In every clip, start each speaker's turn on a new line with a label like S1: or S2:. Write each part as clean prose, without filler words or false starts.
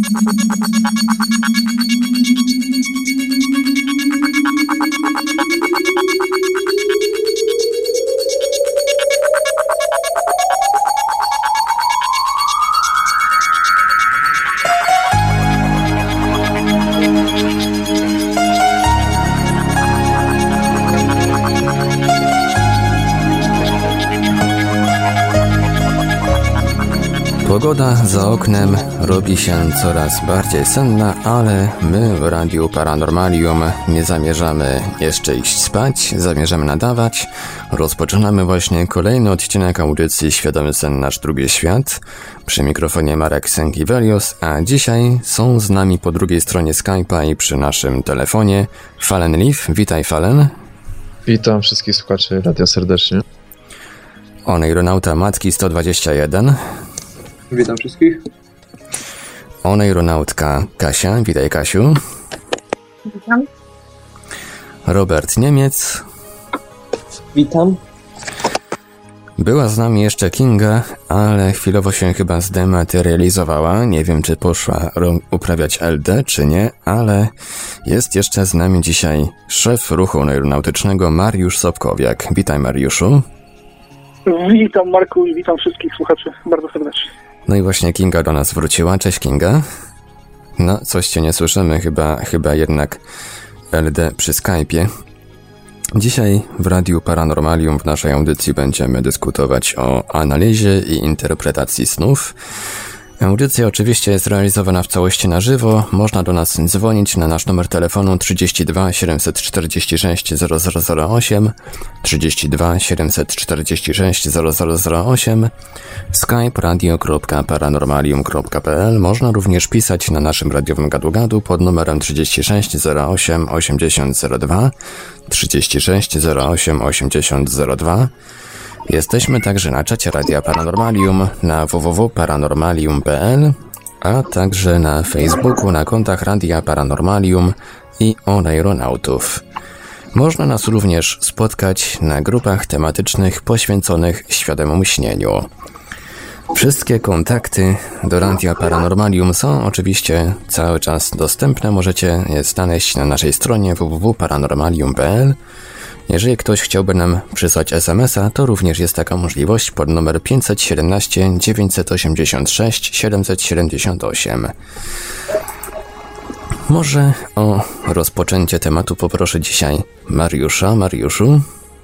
S1: Pogoda za oknem robi się coraz bardziej senna, ale my w Radiu Paranormalium nie zamierzamy jeszcze iść spać, zamierzamy nadawać. Rozpoczynamy właśnie kolejny odcinek audycji Świadomy Sen Nasz Drugi Świat. Przy mikrofonie Marek Sękiewelios, a dzisiaj są z nami po drugiej stronie Skype'a i przy naszym telefonie Fallen Leaf. Witaj, Fallen.
S2: Witam wszystkich słuchaczy radia serdecznie.
S1: Oneironauta Matki 121.
S3: Witam wszystkich.
S1: Oneironautka Kasia. Witaj, Kasiu.
S4: Witam.
S1: Robert Niemiec.
S3: Witam.
S1: Była z nami jeszcze Kinga, ale chwilowo się chyba zdematerializowała. Nie wiem, czy poszła uprawiać LD, czy nie, ale jest jeszcze z nami dzisiaj szef ruchu oneironautycznego Mariusz Sobkowiak. Witaj, Mariuszu.
S5: Witam, Marku, i witam wszystkich słuchaczy bardzo serdecznie.
S1: No i właśnie Kinga do nas wróciła. Cześć, Kinga. No, coś cię nie słyszymy, chyba jednak LD przy Skype'ie. Dzisiaj w Radiu Paranormalium w naszej audycji będziemy dyskutować o analizie i interpretacji snów. Audycja oczywiście jest realizowana w całości na żywo. Można do nas dzwonić na nasz numer telefonu 32 746 0008, 32 746 0008, skype radio.paranormalium.pl. Można również pisać na naszym radiowym gadu-gadu pod numerem 36 08 8002, 36 08 8002. Jesteśmy także na czacie Radia Paranormalium na www.paranormalium.pl, a także na Facebooku na kontach Radia Paranormalium i Oneironautów. Można nas również spotkać na grupach tematycznych poświęconych świadomemu śnieniu. Wszystkie kontakty do Radia Paranormalium są oczywiście cały czas dostępne. Możecie je znaleźć na naszej stronie www.paranormalium.pl. Jeżeli ktoś chciałby nam przysłać SMS-a, to również jest taka możliwość pod numer 517 986 778. Może o rozpoczęcie tematu poproszę dzisiaj Mariusza. Mariuszu?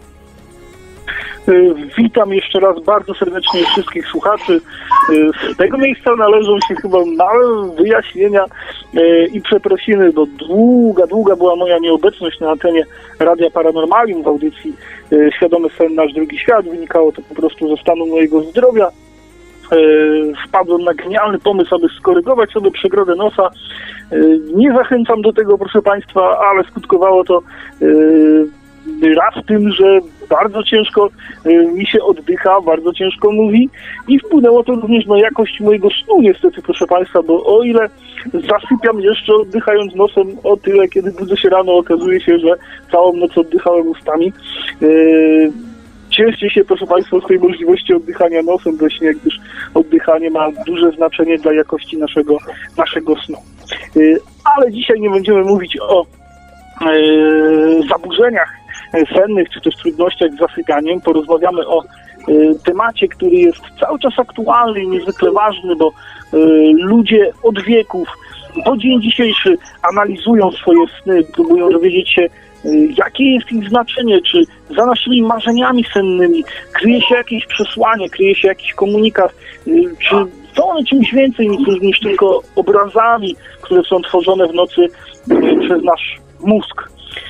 S5: Witam jeszcze raz bardzo serdecznie wszystkich słuchaczy. Z tego miejsca należą się chyba małe wyjaśnienia i przeprosiny, bo długa była moja nieobecność na antenie Radia Paranormalium w audycji Świadomy Sen Nasz Drugi Świat. Wynikało to po prostu ze stanu mojego zdrowia. Wpadłem na genialny pomysł, aby skorygować sobie przegrodę nosa. Nie zachęcam do tego, proszę Państwa, ale skutkowało to raz tym, że bardzo ciężko mi się oddycha, bardzo ciężko mówi i wpłynęło to również na jakość mojego snu niestety, proszę Państwa, bo o ile zasypiam jeszcze oddychając nosem, o tyle kiedy budzę się rano okazuje się, że całą noc oddychałem ustami. Cieszcie się, proszę Państwa, z tej możliwości oddychania nosem we śnie, gdyż oddychanie ma duże znaczenie dla jakości naszego snu. Ale dzisiaj nie będziemy mówić o zaburzeniach sennych, czy też trudnościach z zasypianiem. Porozmawiamy o temacie, który jest cały czas aktualny i niezwykle ważny, bo ludzie od wieków po dzień dzisiejszy analizują swoje sny, próbują dowiedzieć się, jakie jest ich znaczenie, czy za naszymi marzeniami sennymi kryje się jakieś przesłanie, kryje się jakiś komunikat, czy są one czymś więcej niż tylko obrazami, które są tworzone w nocy przez nasz mózg.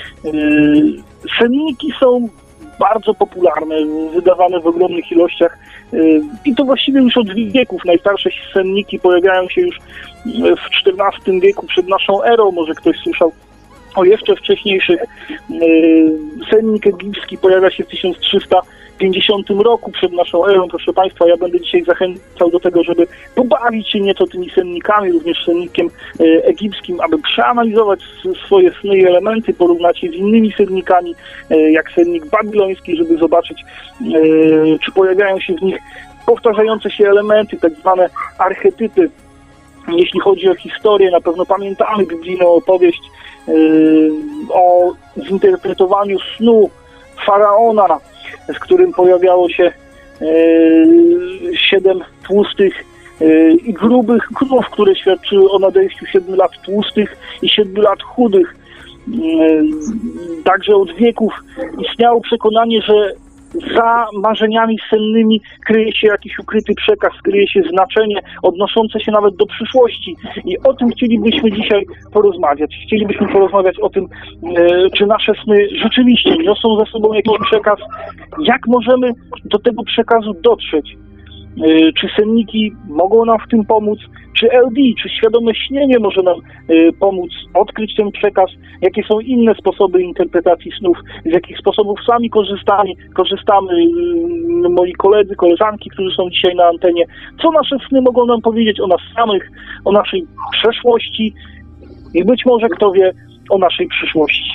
S5: Senniki są bardzo popularne, wydawane w ogromnych ilościach i to właściwie już od wieków. Najstarsze senniki pojawiają się już w XIV wieku przed naszą erą. Może ktoś słyszał o jeszcze wcześniejszych. Sennik egipski pojawia się w 1350 roku przed naszą erą. Proszę Państwa, ja będę dzisiaj zachęcał do tego, żeby pobawić się nieco tymi sennikami, również sennikiem egipskim, aby przeanalizować swoje sny i elementy, porównać je z innymi sennikami, jak sennik babiloński, żeby zobaczyć, czy pojawiają się w nich powtarzające się elementy, tak zwane archetypy jeśli chodzi o historię, na pewno pamiętamy biblijną opowieść o zinterpretowaniu snu Faraona, w którym pojawiało się 7 tłustych i grubych krów, które świadczyły o nadejściu 7 lat tłustych i 7 lat chudych. Także od wieków istniało przekonanie, że za marzeniami sennymi kryje się jakiś ukryty przekaz, kryje się znaczenie odnoszące się nawet do przyszłości. I o tym chcielibyśmy dzisiaj porozmawiać. Chcielibyśmy porozmawiać o tym, czy nasze sny rzeczywiście niosą ze sobą jakiś przekaz, jak możemy do tego przekazu dotrzeć. Czy senniki mogą nam w tym pomóc, czy LD, czy świadome śnienie może nam pomóc odkryć ten przekaz, jakie są inne sposoby interpretacji snów, z jakich sposobów sami korzystamy, moi koledzy, koleżanki, którzy są dzisiaj na antenie, co nasze sny mogą nam powiedzieć o nas samych, o naszej przeszłości i być może, kto wie, o naszej przyszłości.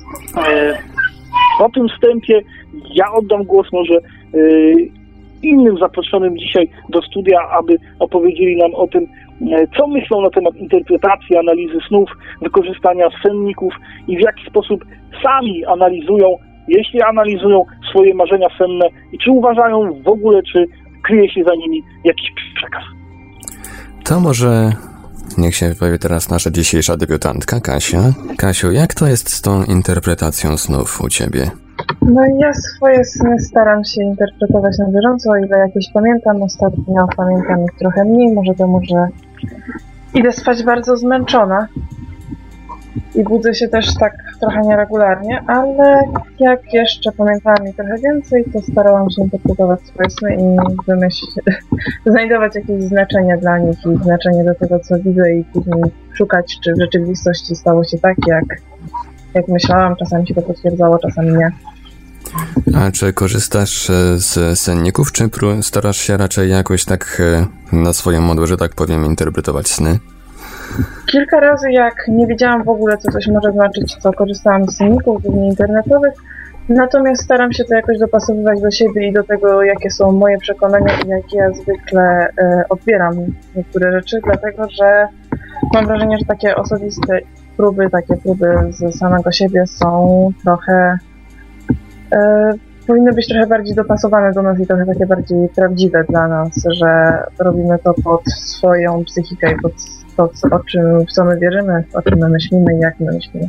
S5: Po tym wstępie ja oddam głos może innym zaproszonym dzisiaj do studia, aby opowiedzieli nam o tym, co myślą na temat interpretacji, analizy snów, wykorzystania senników i w jaki sposób sami analizują, jeśli analizują swoje marzenia senne i czy uważają w ogóle, czy kryje się za nimi jakiś przekaz.
S1: To może niech się wypowie teraz nasza dzisiejsza debiutantka, Kasia. Kasiu, jak to jest z tą interpretacją snów u ciebie?
S4: No i ja swoje sny staram się interpretować na bieżąco, o ile jakieś pamiętam. Ostatnio pamiętam ich trochę mniej, może to może idę spać bardzo zmęczona i budzę się też tak trochę nieregularnie, ale jak jeszcze pamiętałam ich trochę więcej, to starałam się interpretować swoje sny i znajdować jakieś znaczenie dla nich i znaczenie do tego, co widzę i później szukać, czy w rzeczywistości stało się tak, jak myślałam. Czasami się to potwierdzało, czasami nie.
S1: A czy korzystasz z senników, czy starasz się raczej jakoś tak na swoją modłę, że tak powiem, interpretować sny?
S4: Kilka razy, jak nie wiedziałam w ogóle, co coś może znaczyć, to korzystałam z senników, głównie internetowych, natomiast staram się to jakoś dopasowywać do siebie i do tego, jakie są moje przekonania i jak ja zwykle odbieram niektóre rzeczy, dlatego że mam wrażenie, że takie osobiste takie próby z samego siebie są trochę powinny być trochę bardziej dopasowane do nas i trochę takie bardziej prawdziwe dla nas, że robimy to pod swoją psychikę i pod to, w co my wierzymy, o czym my myślimy i jak my myślimy.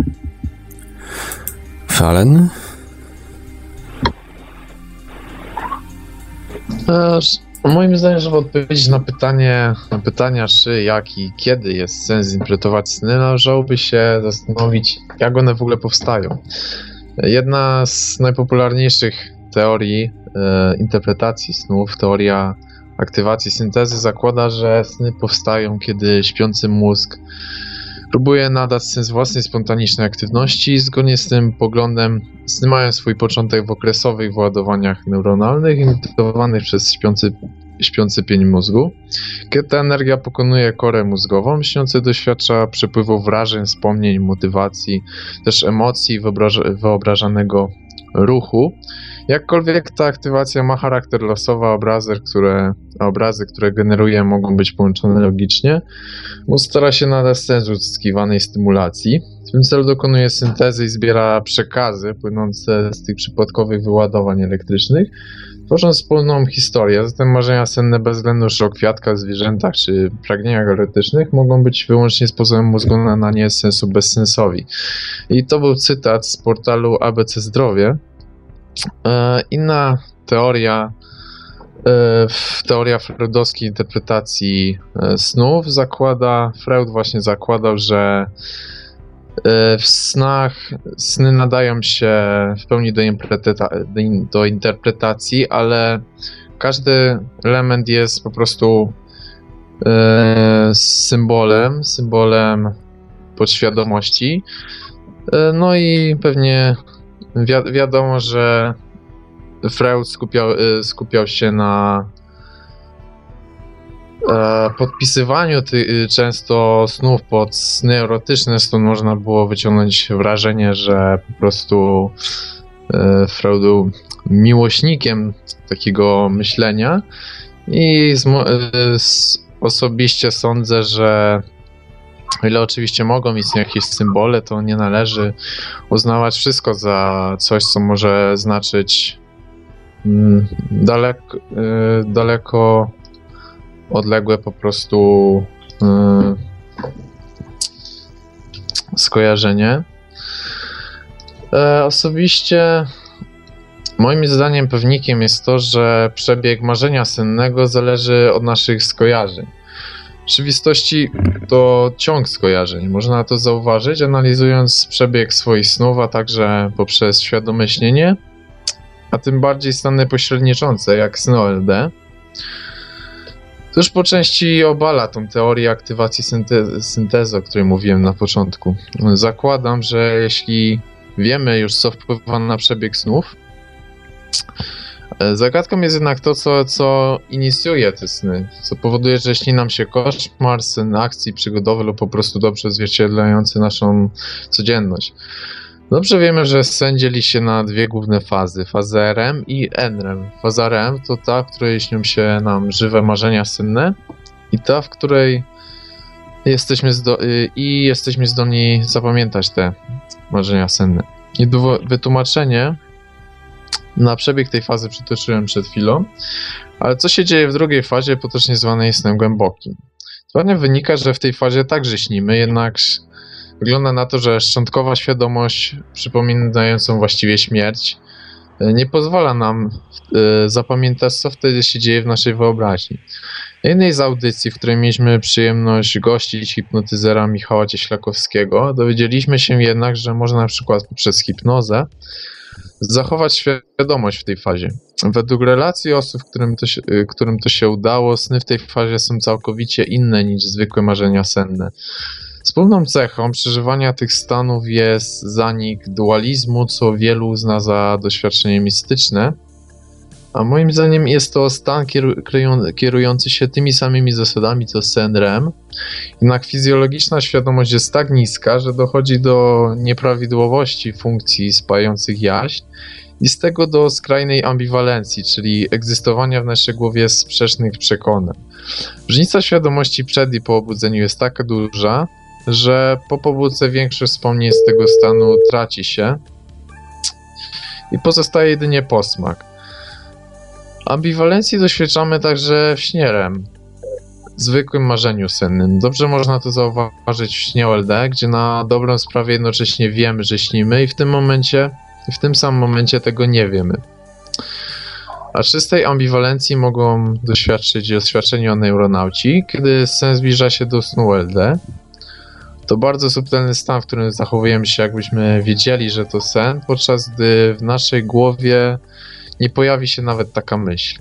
S1: Fallen?
S2: Moim zdaniem, żeby odpowiedzieć na pytania, czy, jak i kiedy jest sens zinterpretować sny, należałoby się zastanowić, jak one w ogóle powstają. Jedna z najpopularniejszych teorii interpretacji snów, teoria aktywacji syntezy, zakłada, że sny powstają, kiedy śpiący mózg próbuje nadać sens własnej spontanicznej aktywności. Zgodnie z tym poglądem sny mają swój początek w okresowych wyładowaniach neuronalnych inicjowanych przez śpiący pień mózgu. Kiedy ta energia pokonuje korę mózgową, śniący doświadcza przepływu wrażeń, wspomnień, motywacji, też emocji, wyobrażanego ruchu. Jakkolwiek ta aktywacja ma charakter losowy, obrazy, które generuje, mogą być połączone logicznie. Mózg stara się nadać sens uzyskiwanej stymulacji. W tym celu dokonuje syntezy i zbiera przekazy płynące z tych przypadkowych wyładowań elektrycznych, tworząc wspólną historię. Zatem marzenia senne bez względu czy o kwiatkach, zwierzętach czy pragnieniach erotycznych mogą być wyłącznie sposobem mózgu na nadanie sensu bezsensowi. I to był cytat z portalu ABC Zdrowie. Inna teoria, teoria freudowskiej interpretacji snów Freud właśnie zakładał, że w snach sny nadają się w pełni do interpretacji, ale każdy element jest po prostu symbolem podświadomości. No i pewnie wiadomo, że Freud skupiał się na podpisywaniu często snów pod sny erotyczne, stąd można było wyciągnąć wrażenie, że po prostu Freud był miłośnikiem takiego myślenia i osobiście sądzę, że o ile oczywiście mogą istnieć jakieś symbole, to nie należy uznawać wszystko za coś, co może znaczyć daleko odległe po prostu skojarzenie. Osobiście moim zdaniem pewnikiem jest to, że przebieg marzenia sennego zależy od naszych skojarzeń. W rzeczywistości to ciąg skojarzeń. Można to zauważyć, analizując przebieg swoich snów, a także poprzez świadome śnienie, a tym bardziej stany pośredniczące, jak sny OLD. To już po części obala tą teorię aktywacji syntezy, o której mówiłem na początku. Zakładam, że jeśli wiemy już, co wpływa na przebieg snów, zagadką jest jednak to, co inicjuje te sny, co powoduje, że śni nam się koszmar, sen akcji przygodowy lub po prostu dobrze odzwierciedlający naszą codzienność. Dobrze wiemy, że sen dzieli się na dwie główne fazy, fazę REM i NREM. Faza REM to ta, w której śnią się nam żywe marzenia senne i ta, w której jesteśmy zdolni zapamiętać te marzenia senne. I wytłumaczenie na przebieg tej fazy przytoczyłem przed chwilą, ale co się dzieje w drugiej fazie, potocznie zwanej snem głębokim? Dokładnie wynika, że w tej fazie także śnimy, jednak wygląda na to, że szczątkowa świadomość przypominającą właściwie śmierć nie pozwala nam zapamiętać, co wtedy się dzieje w naszej wyobraźni. W jednej z audycji, w której mieliśmy przyjemność gościć hipnotyzera Michała Cieślakowskiego, dowiedzieliśmy się jednak, że można na przykład poprzez hipnozę zachować świadomość w tej fazie. Według relacji osób, którym to się udało, sny w tej fazie są całkowicie inne niż zwykłe marzenia senne. Wspólną cechą przeżywania tych stanów jest zanik dualizmu, co wielu uzna za doświadczenie mistyczne, a moim zdaniem jest to stan kierujący się tymi samymi zasadami co sen REM, jednak fizjologiczna świadomość jest tak niska, że dochodzi do nieprawidłowości funkcji spajających jaźń i z tego do skrajnej ambiwalencji, czyli egzystowania w naszej głowie sprzecznych przekonań. Różnica świadomości przed i po obudzeniu jest tak duża, że po pobudce większość wspomnień z tego stanu traci się i pozostaje jedynie posmak. Ambiwalencji doświadczamy także w śnie REM, zwykłym marzeniu sennym. Dobrze można to zauważyć w śnie OLD, gdzie na dobrą sprawę jednocześnie wiemy, że śnimy i w tym samym momencie tego nie wiemy. A czystej ambiwalencji mogą doświadczyć neuronauci, kiedy sen zbliża się do snu OLD. To bardzo subtelny stan, w którym zachowujemy się, jakbyśmy wiedzieli, że to sen, podczas gdy w naszej głowie nie pojawi się nawet taka myśl.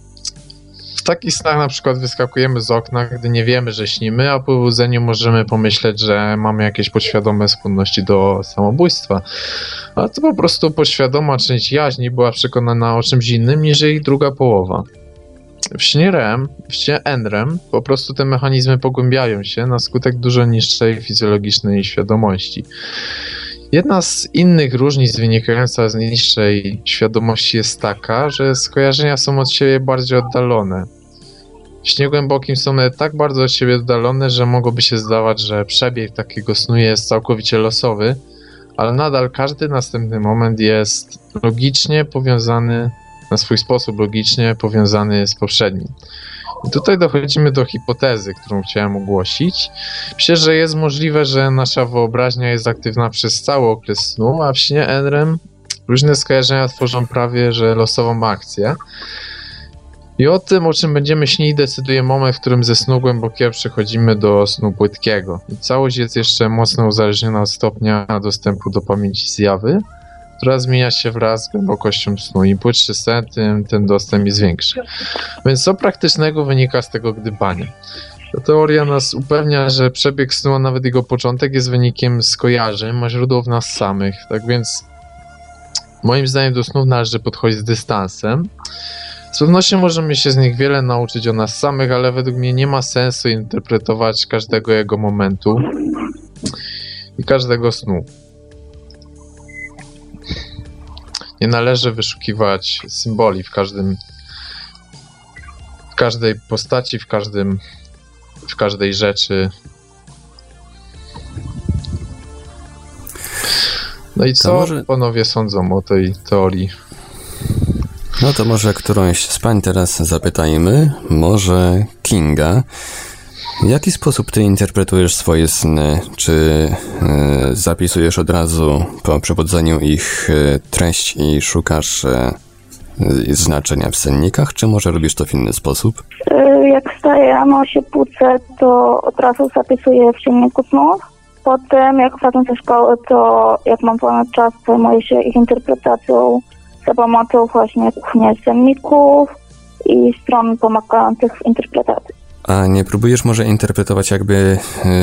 S2: W takich snach na przykład wyskakujemy z okna, gdy nie wiemy, że śnimy, a po pobudzeniu możemy pomyśleć, że mamy jakieś podświadome skłonności do samobójstwa. Ale to po prostu podświadoma część jaźni była przekonana o czymś innym niż jej druga połowa. W śnie REM, w śnie NREM po prostu te mechanizmy pogłębiają się na skutek dużo niższej fizjologicznej świadomości. Jedna z innych różnic wynikająca z niższej świadomości jest taka, że skojarzenia są od siebie bardziej oddalone. W śnie głębokim są one tak bardzo od siebie oddalone, że mogłoby się zdawać, że przebieg takiego snu jest całkowicie losowy, ale nadal każdy następny moment jest logicznie powiązany, na swój sposób logicznie powiązany z poprzednim. I tutaj dochodzimy do hipotezy, którą chciałem ogłosić. Myślę, że jest możliwe, że nasza wyobraźnia jest aktywna przez cały okres snu, a w śnie NREM różne skojarzenia tworzą prawie że losową akcję. I o tym, o czym będziemy śnić, decyduje moment, w którym ze snu głębokiego przechodzimy do snu płytkiego. I całość jest jeszcze mocno uzależniona od stopnia dostępu do pamięci zjawy, która zmienia się wraz z głębokością snu. Im płytszy sen, tym ten dostęp jest większy. Więc co praktycznego wynika z tego gdybania? Ta teoria nas upewnia, że przebieg snu, a nawet jego początek jest wynikiem skojarzeń, ma źródło w nas samych. Tak więc moim zdaniem do snów należy podchodzić z dystansem. Z pewnością możemy się z nich wiele nauczyć o nas samych, ale według mnie nie ma sensu interpretować każdego jego momentu i każdego snu. Nie należy wyszukiwać symboli w każdej postaci, w każdym w każdej rzeczy. No i co panowie sądzą o tej teorii?
S1: No to może którąś z pań teraz zapytajmy, może Kinga. W jaki sposób ty interpretujesz swoje sny? Czy zapisujesz od razu po przebudzeniu ich treść i szukasz znaczenia w sennikach, czy może robisz to w inny sposób?
S6: Jak wstaję rano, się budzę, to od razu zapisuję w dzienniku snów. Potem jak wracam ze szkoły, to jak mam wolny czas, zajmuję się ich interpretacją za pomocą właśnie senników i stron pomagających w interpretacji.
S1: A nie próbujesz może interpretować jakby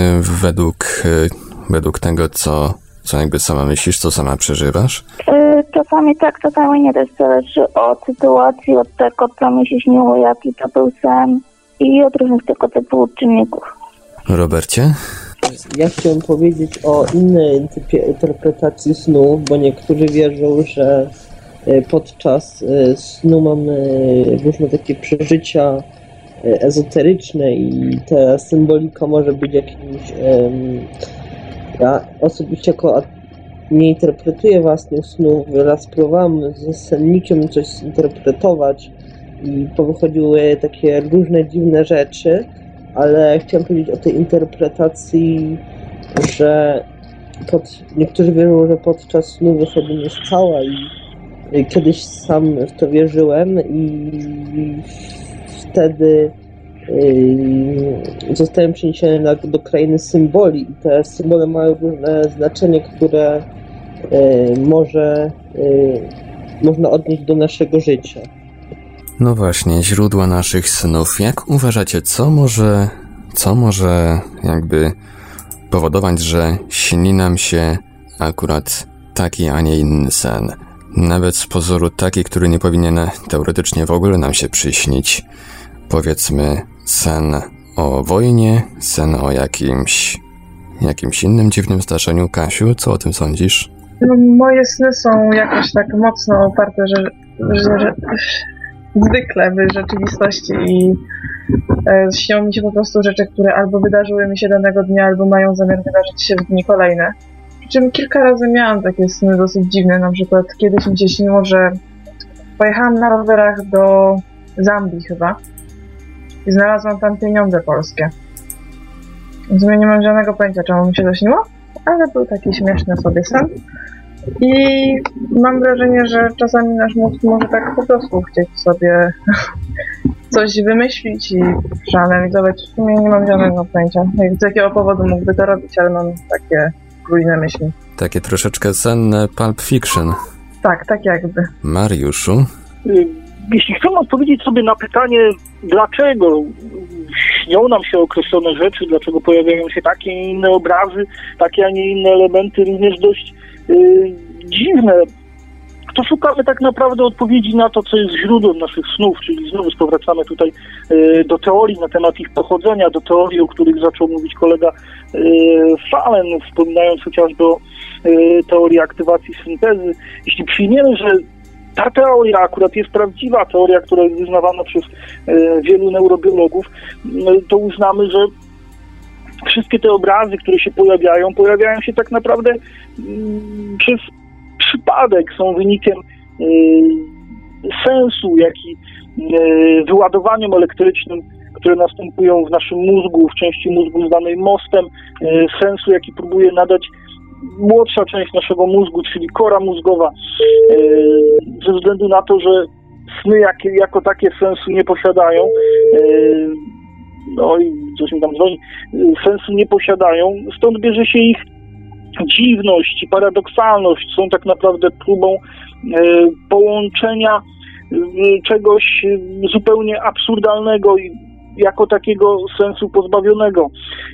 S1: według tego, co jakby sama myślisz, co sama przeżywasz?
S6: Czasami tak, czasami nie. Też zależy od sytuacji, od tego, co mi się śniło, jaki to był sen i od różnych tego typu czynników.
S1: Robercie?
S3: Ja chciałem powiedzieć o innej typie interpretacji snów, bo niektórzy wierzą, że podczas snu mamy różne takie przeżycia ezoteryczne i ta symbolika może być jakimś... Ja osobiście nie interpretuję własnych snów, raz próbowałem ze sennikiem coś zinterpretować i powychodziły takie różne dziwne rzeczy, ale chciałem powiedzieć o tej interpretacji, że niektórzy wierzą, że podczas snu wychodzi mnie skała i kiedyś sam w to wierzyłem i wtedy zostałem przeniesiony do krainy symboli i te symbole mają różne znaczenie, które można odnieść do naszego życia.
S1: No właśnie, źródła naszych snów. Jak uważacie, co może jakby powodować, że śni nam się akurat taki, a nie inny sen? Nawet z pozoru taki, który nie powinien teoretycznie w ogóle nam się przyśnić. Powiedzmy sen o wojnie, sen o jakimś innym dziwnym zdarzeniu. Kasiu, co o tym sądzisz?
S4: No, moje sny są jakoś tak mocno oparte, że zwykle w rzeczywistości i śnią mi się po prostu rzeczy, które albo wydarzyły mi się danego dnia, albo mają zamiar wydarzyć się w dni kolejne. Przy czym kilka razy miałam takie sny dosyć dziwne, na przykład kiedyś mi się śniło, że pojechałam na rowerach do Zambii chyba i znalazłam tam pieniądze polskie. W sumie nie mam żadnego pojęcia, czemu mi się to śniło, ale był taki śmieszny sobie sen. I mam wrażenie, że czasami nasz mózg może tak po prostu chcieć sobie coś wymyślić i przeanalizować. W sumie nie mam żadnego pojęcia, z jakiego powodu mógłby to robić, ale mam takie bujne myśli.
S1: Takie troszeczkę senne Pulp Fiction.
S4: Tak jakby.
S1: Mariuszu?
S5: Jeśli chcemy odpowiedzieć sobie na pytanie, dlaczego śnią nam się określone rzeczy, dlaczego pojawiają się takie i inne obrazy, takie, a nie inne elementy, również dość dziwne, to szukamy tak naprawdę odpowiedzi na to, co jest źródłem naszych snów, czyli znowu powracamy tutaj do teorii na temat ich pochodzenia, do teorii, o których zaczął mówić kolega Fallen, wspominając chociażby o teorii aktywacji syntezy. Jeśli przyjmiemy, że ta teoria akurat jest prawdziwa, teoria, która jest wyznawana przez wielu neurobiologów, to uznamy, że wszystkie te obrazy, które się pojawiają się tak naprawdę przez przypadek, są wynikiem sensu, jak i wyładowaniom elektrycznym, które następują w naszym mózgu, w części mózgu zwanej mostem, sensu, jaki próbuje nadać młodsza część naszego mózgu, czyli kora mózgowa, ze względu na to, że sny jako takie sensu nie posiadają, no i coś mi tam dzwoni, sensu nie posiadają, stąd bierze się ich dziwność i paradoksalność, są tak naprawdę próbą połączenia czegoś zupełnie absurdalnego i jako takiego sensu pozbawionego.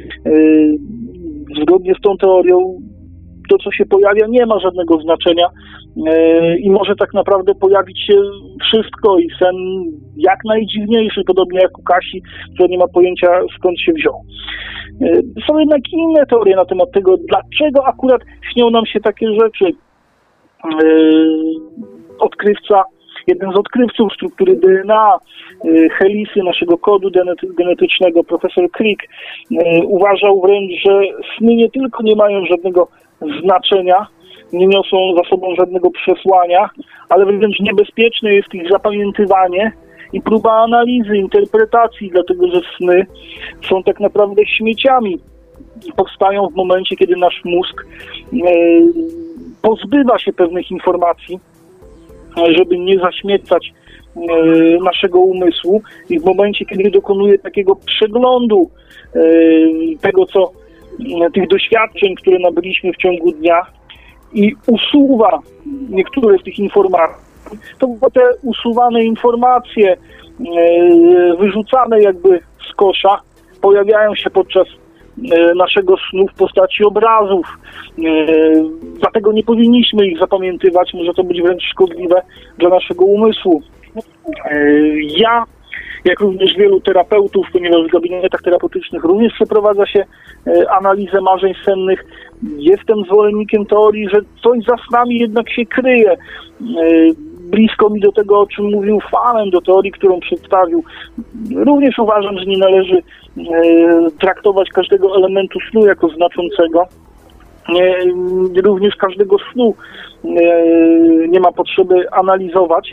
S5: Zgodnie z tą teorią to, co się pojawia, nie ma żadnego znaczenia i może tak naprawdę pojawić się wszystko i sen jak najdziwniejszy, podobnie jak u Kasi, która nie ma pojęcia, skąd się wziął. Są jednak inne teorie na temat tego, dlaczego akurat śnią nam się takie rzeczy. Odkrywca jeden z odkrywców struktury DNA, helisy naszego kodu genetycznego, profesor Crick, uważał wręcz, że sny nie tylko nie mają żadnego znaczenia, nie niosą za sobą żadnego przesłania, ale wręcz niebezpieczne jest ich zapamiętywanie i próba analizy, interpretacji, dlatego że sny są tak naprawdę śmieciami. Powstają w momencie, kiedy nasz mózg pozbywa się pewnych informacji, żeby nie zaśmiecać naszego umysłu, i w momencie, kiedy dokonuje takiego przeglądu tego, tych doświadczeń, które nabyliśmy w ciągu dnia, i usuwa niektóre z tych informacji, to te usuwane informacje, wyrzucane jakby z kosza, pojawiają się podczas naszego snu w postaci obrazów. Dlatego nie powinniśmy ich zapamiętywać, może to być wręcz szkodliwe dla naszego umysłu. Ja, jak również wielu terapeutów, ponieważ w gabinetach terapeutycznych również przeprowadza się analizę marzeń sennych, jestem zwolennikiem teorii, że coś za snami jednak się kryje. Blisko mi do tego, o czym mówił Fanem, do teorii, którą przedstawił. Również uważam, że nie należy traktować każdego elementu snu jako znaczącego. Również każdego snu nie ma potrzeby analizować.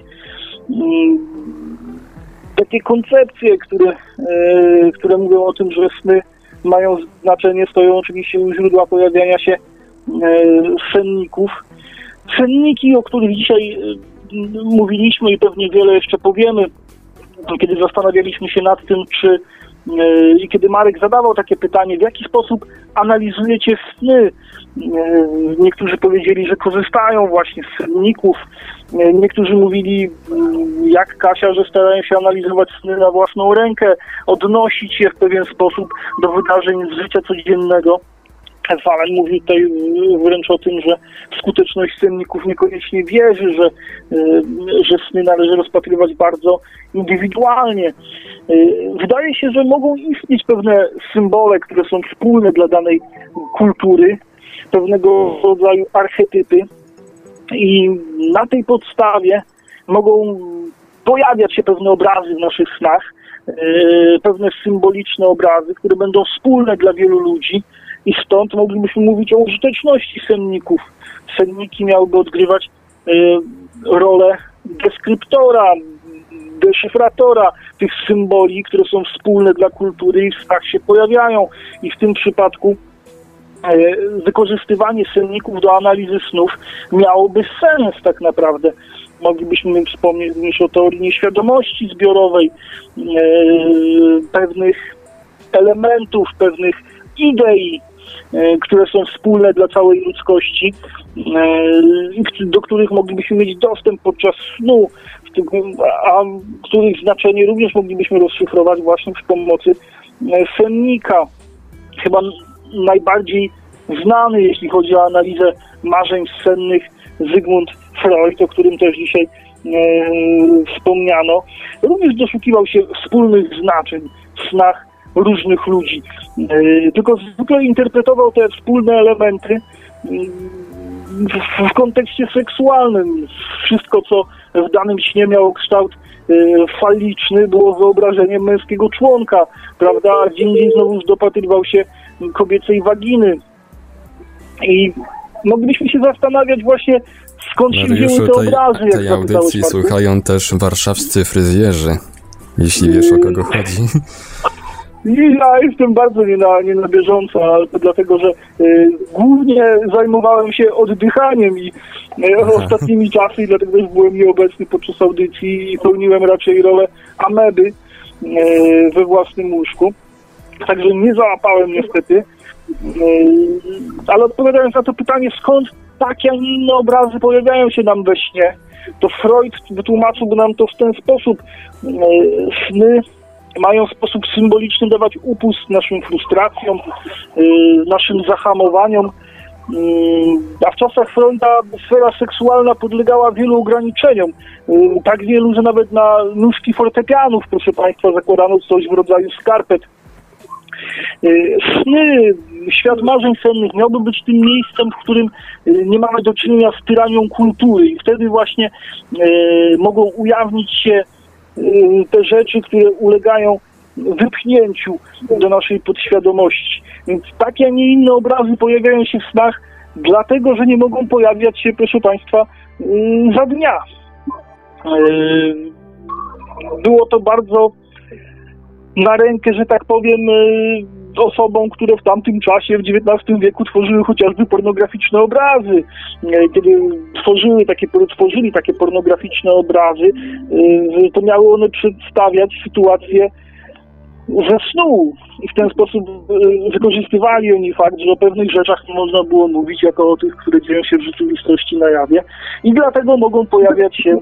S5: Takie koncepcje, które mówią o tym, że sny mają znaczenie, stoją oczywiście u źródła pojawiania się senników. Senniki, o których dzisiaj mówiliśmy i pewnie wiele jeszcze powiemy, kiedy zastanawialiśmy się nad tym, i kiedy Marek zadawał takie pytanie, w jaki sposób analizujecie sny? Niektórzy powiedzieli, że korzystają właśnie z senników. Niektórzy mówili, jak Kasia, że starają się analizować sny na własną rękę, odnosić je w pewien sposób do wydarzeń z życia codziennego. Falen mówi tutaj wręcz o tym, że w skuteczność senników niekoniecznie wierzy, że sny należy rozpatrywać bardzo indywidualnie. Wydaje się, że mogą istnieć pewne symbole, które są wspólne dla danej kultury, pewnego rodzaju archetypy, i na tej podstawie mogą pojawiać się pewne obrazy w naszych snach, pewne symboliczne obrazy, które będą wspólne dla wielu ludzi. I stąd moglibyśmy mówić o użyteczności senników. Senniki miałyby odgrywać rolę deskryptora, deszyfratora tych symboli, które są wspólne dla kultury i w snach się pojawiają. I w tym przypadku wykorzystywanie senników do analizy snów miałoby sens tak naprawdę. Moglibyśmy wspomnieć również o teorii nieświadomości zbiorowej, pewnych elementów, pewnych idei, które są wspólne dla całej ludzkości, do których moglibyśmy mieć dostęp podczas snu, a których znaczenie również moglibyśmy rozszyfrować właśnie przy pomocy sennika. Chyba najbardziej znany, jeśli chodzi o analizę marzeń sennych, Zygmunt Freud, o którym też dzisiaj wspomniano, również doszukiwał się wspólnych znaczeń w snach różnych ludzi. Tylko zwykle interpretował te wspólne elementy w kontekście seksualnym. Wszystko, co w danym śnie miało kształt faliczny, było wyobrażeniem męskiego członka, prawda? A gdzie indziej znowu dopatrywał się kobiecej waginy. I moglibyśmy się zastanawiać właśnie, skąd się wzięły te obrazy.
S1: Tej audycji słuchają też warszawscy fryzjerzy, jeśli wiesz, o kogo chodzi.
S5: Ja jestem bardzo nie na bieżąco, ale to dlatego, że głównie zajmowałem się oddychaniem i ostatnimi czasy, i dlatego też byłem nieobecny podczas audycji i pełniłem raczej rolę ameby we własnym łóżku. Także nie załapałem niestety. Ale odpowiadając na to pytanie, skąd takie, a nie inne obrazy pojawiają się nam we śnie, to Freud wytłumaczyłby nam to w ten sposób. Sny mają w sposób symboliczny dawać upust naszym frustracjom, naszym zahamowaniom. A w czasach Freuda sfera seksualna podlegała wielu ograniczeniom. Tak wielu, że nawet na nóżki fortepianów, proszę Państwa, zakładano coś w rodzaju skarpet. Sny, świat marzeń sennych miałby być tym miejscem, w którym nie mamy do czynienia z tyranią kultury i wtedy właśnie mogą ujawnić się te rzeczy, które ulegają wypchnięciu do naszej podświadomości. Więc takie, a nie inne obrazy pojawiają się w snach, dlatego, że nie mogą pojawiać się, proszę Państwa, za dnia. Było to bardzo na rękę, że tak powiem, osobom, które w tamtym czasie, w XIX wieku tworzyły chociażby pornograficzne obrazy. Kiedy tworzyli takie pornograficzne obrazy, to miały one przedstawiać sytuację ze snu i w ten sposób wykorzystywali oni fakt, że o pewnych rzeczach nie można było mówić jako o tych, które dzieją się w rzeczywistości na jawie i dlatego mogą pojawiać się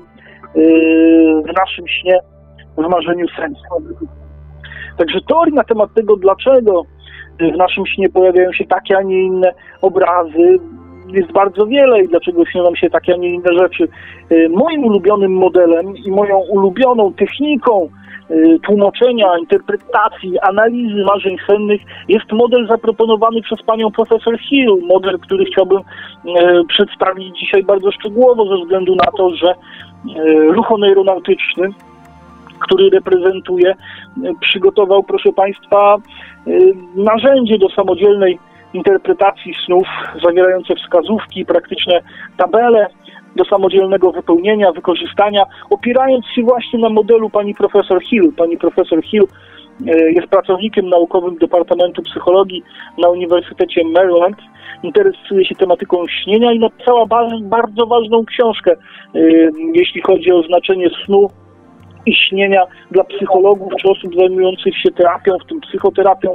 S5: w naszym śnie, w marzeniu sennym. Także teorii na temat tego, dlaczego w naszym śnie pojawiają się takie, a nie inne obrazy, jest bardzo wiele i dlaczego śnią nam się takie, a nie inne rzeczy. Moim ulubionym modelem i moją ulubioną techniką tłumaczenia, interpretacji, analizy marzeń sennych jest model zaproponowany przez panią profesor Hill. Model, który chciałbym przedstawić dzisiaj bardzo szczegółowo ze względu na to, że ruchoneuronautyczny, który reprezentuje, przygotował, proszę Państwa, narzędzie do samodzielnej interpretacji snów, zawierające wskazówki, praktyczne tabele do samodzielnego wypełnienia, wykorzystania, opierając się właśnie na modelu pani profesor Hill. Pani profesor Hill jest pracownikiem naukowym Departamentu Psychologii na Uniwersytecie Maryland, interesuje się tematyką śnienia i napisała bardzo ważną książkę, jeśli chodzi o znaczenie snu i śnienia dla psychologów czy osób zajmujących się terapią, w tym psychoterapią.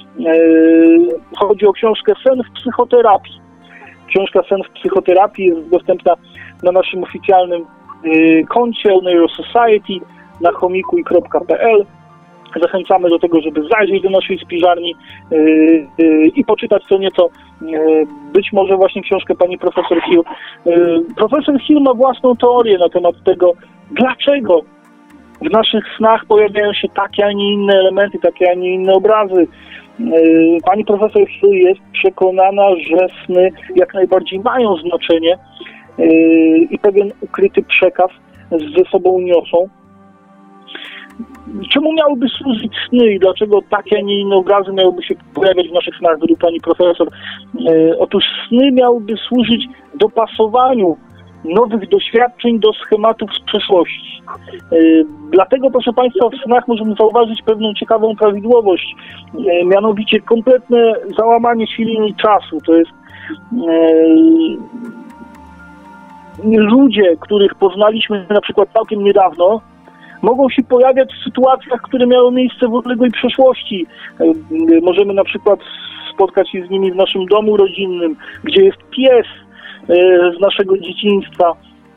S5: Chodzi o książkę Sen w psychoterapii. Książka Sen w psychoterapii jest dostępna na naszym oficjalnym koncie Neuro Society na chomikuj.pl. Zachęcamy do tego, żeby zajrzeć do naszej spiżarni i poczytać co nieco, być może właśnie książkę pani profesor Hill. Profesor Hill ma własną teorię na temat tego, dlaczego w naszych snach pojawiają się takie, a nie inne elementy, takie, a nie inne obrazy. Pani profesor Hill jest przekonana, że sny jak najbardziej mają znaczenie i pewien ukryty przekaz ze sobą niosą. Czemu miałyby służyć sny i dlaczego takie, a nie inne obrazy miałyby się pojawiać w naszych snach według pani profesor? Otóż sny miałyby służyć dopasowaniu nowych doświadczeń do schematów z przeszłości. Dlatego, proszę Państwa, w snach możemy zauważyć pewną ciekawą prawidłowość, mianowicie kompletne załamanie się linii czasu. To jest ludzie, których poznaliśmy na przykład całkiem niedawno, mogą się pojawiać w sytuacjach, które miały miejsce w odległej przeszłości. Możemy na przykład spotkać się z nimi w naszym domu rodzinnym, gdzie jest pies z naszego dzieciństwa.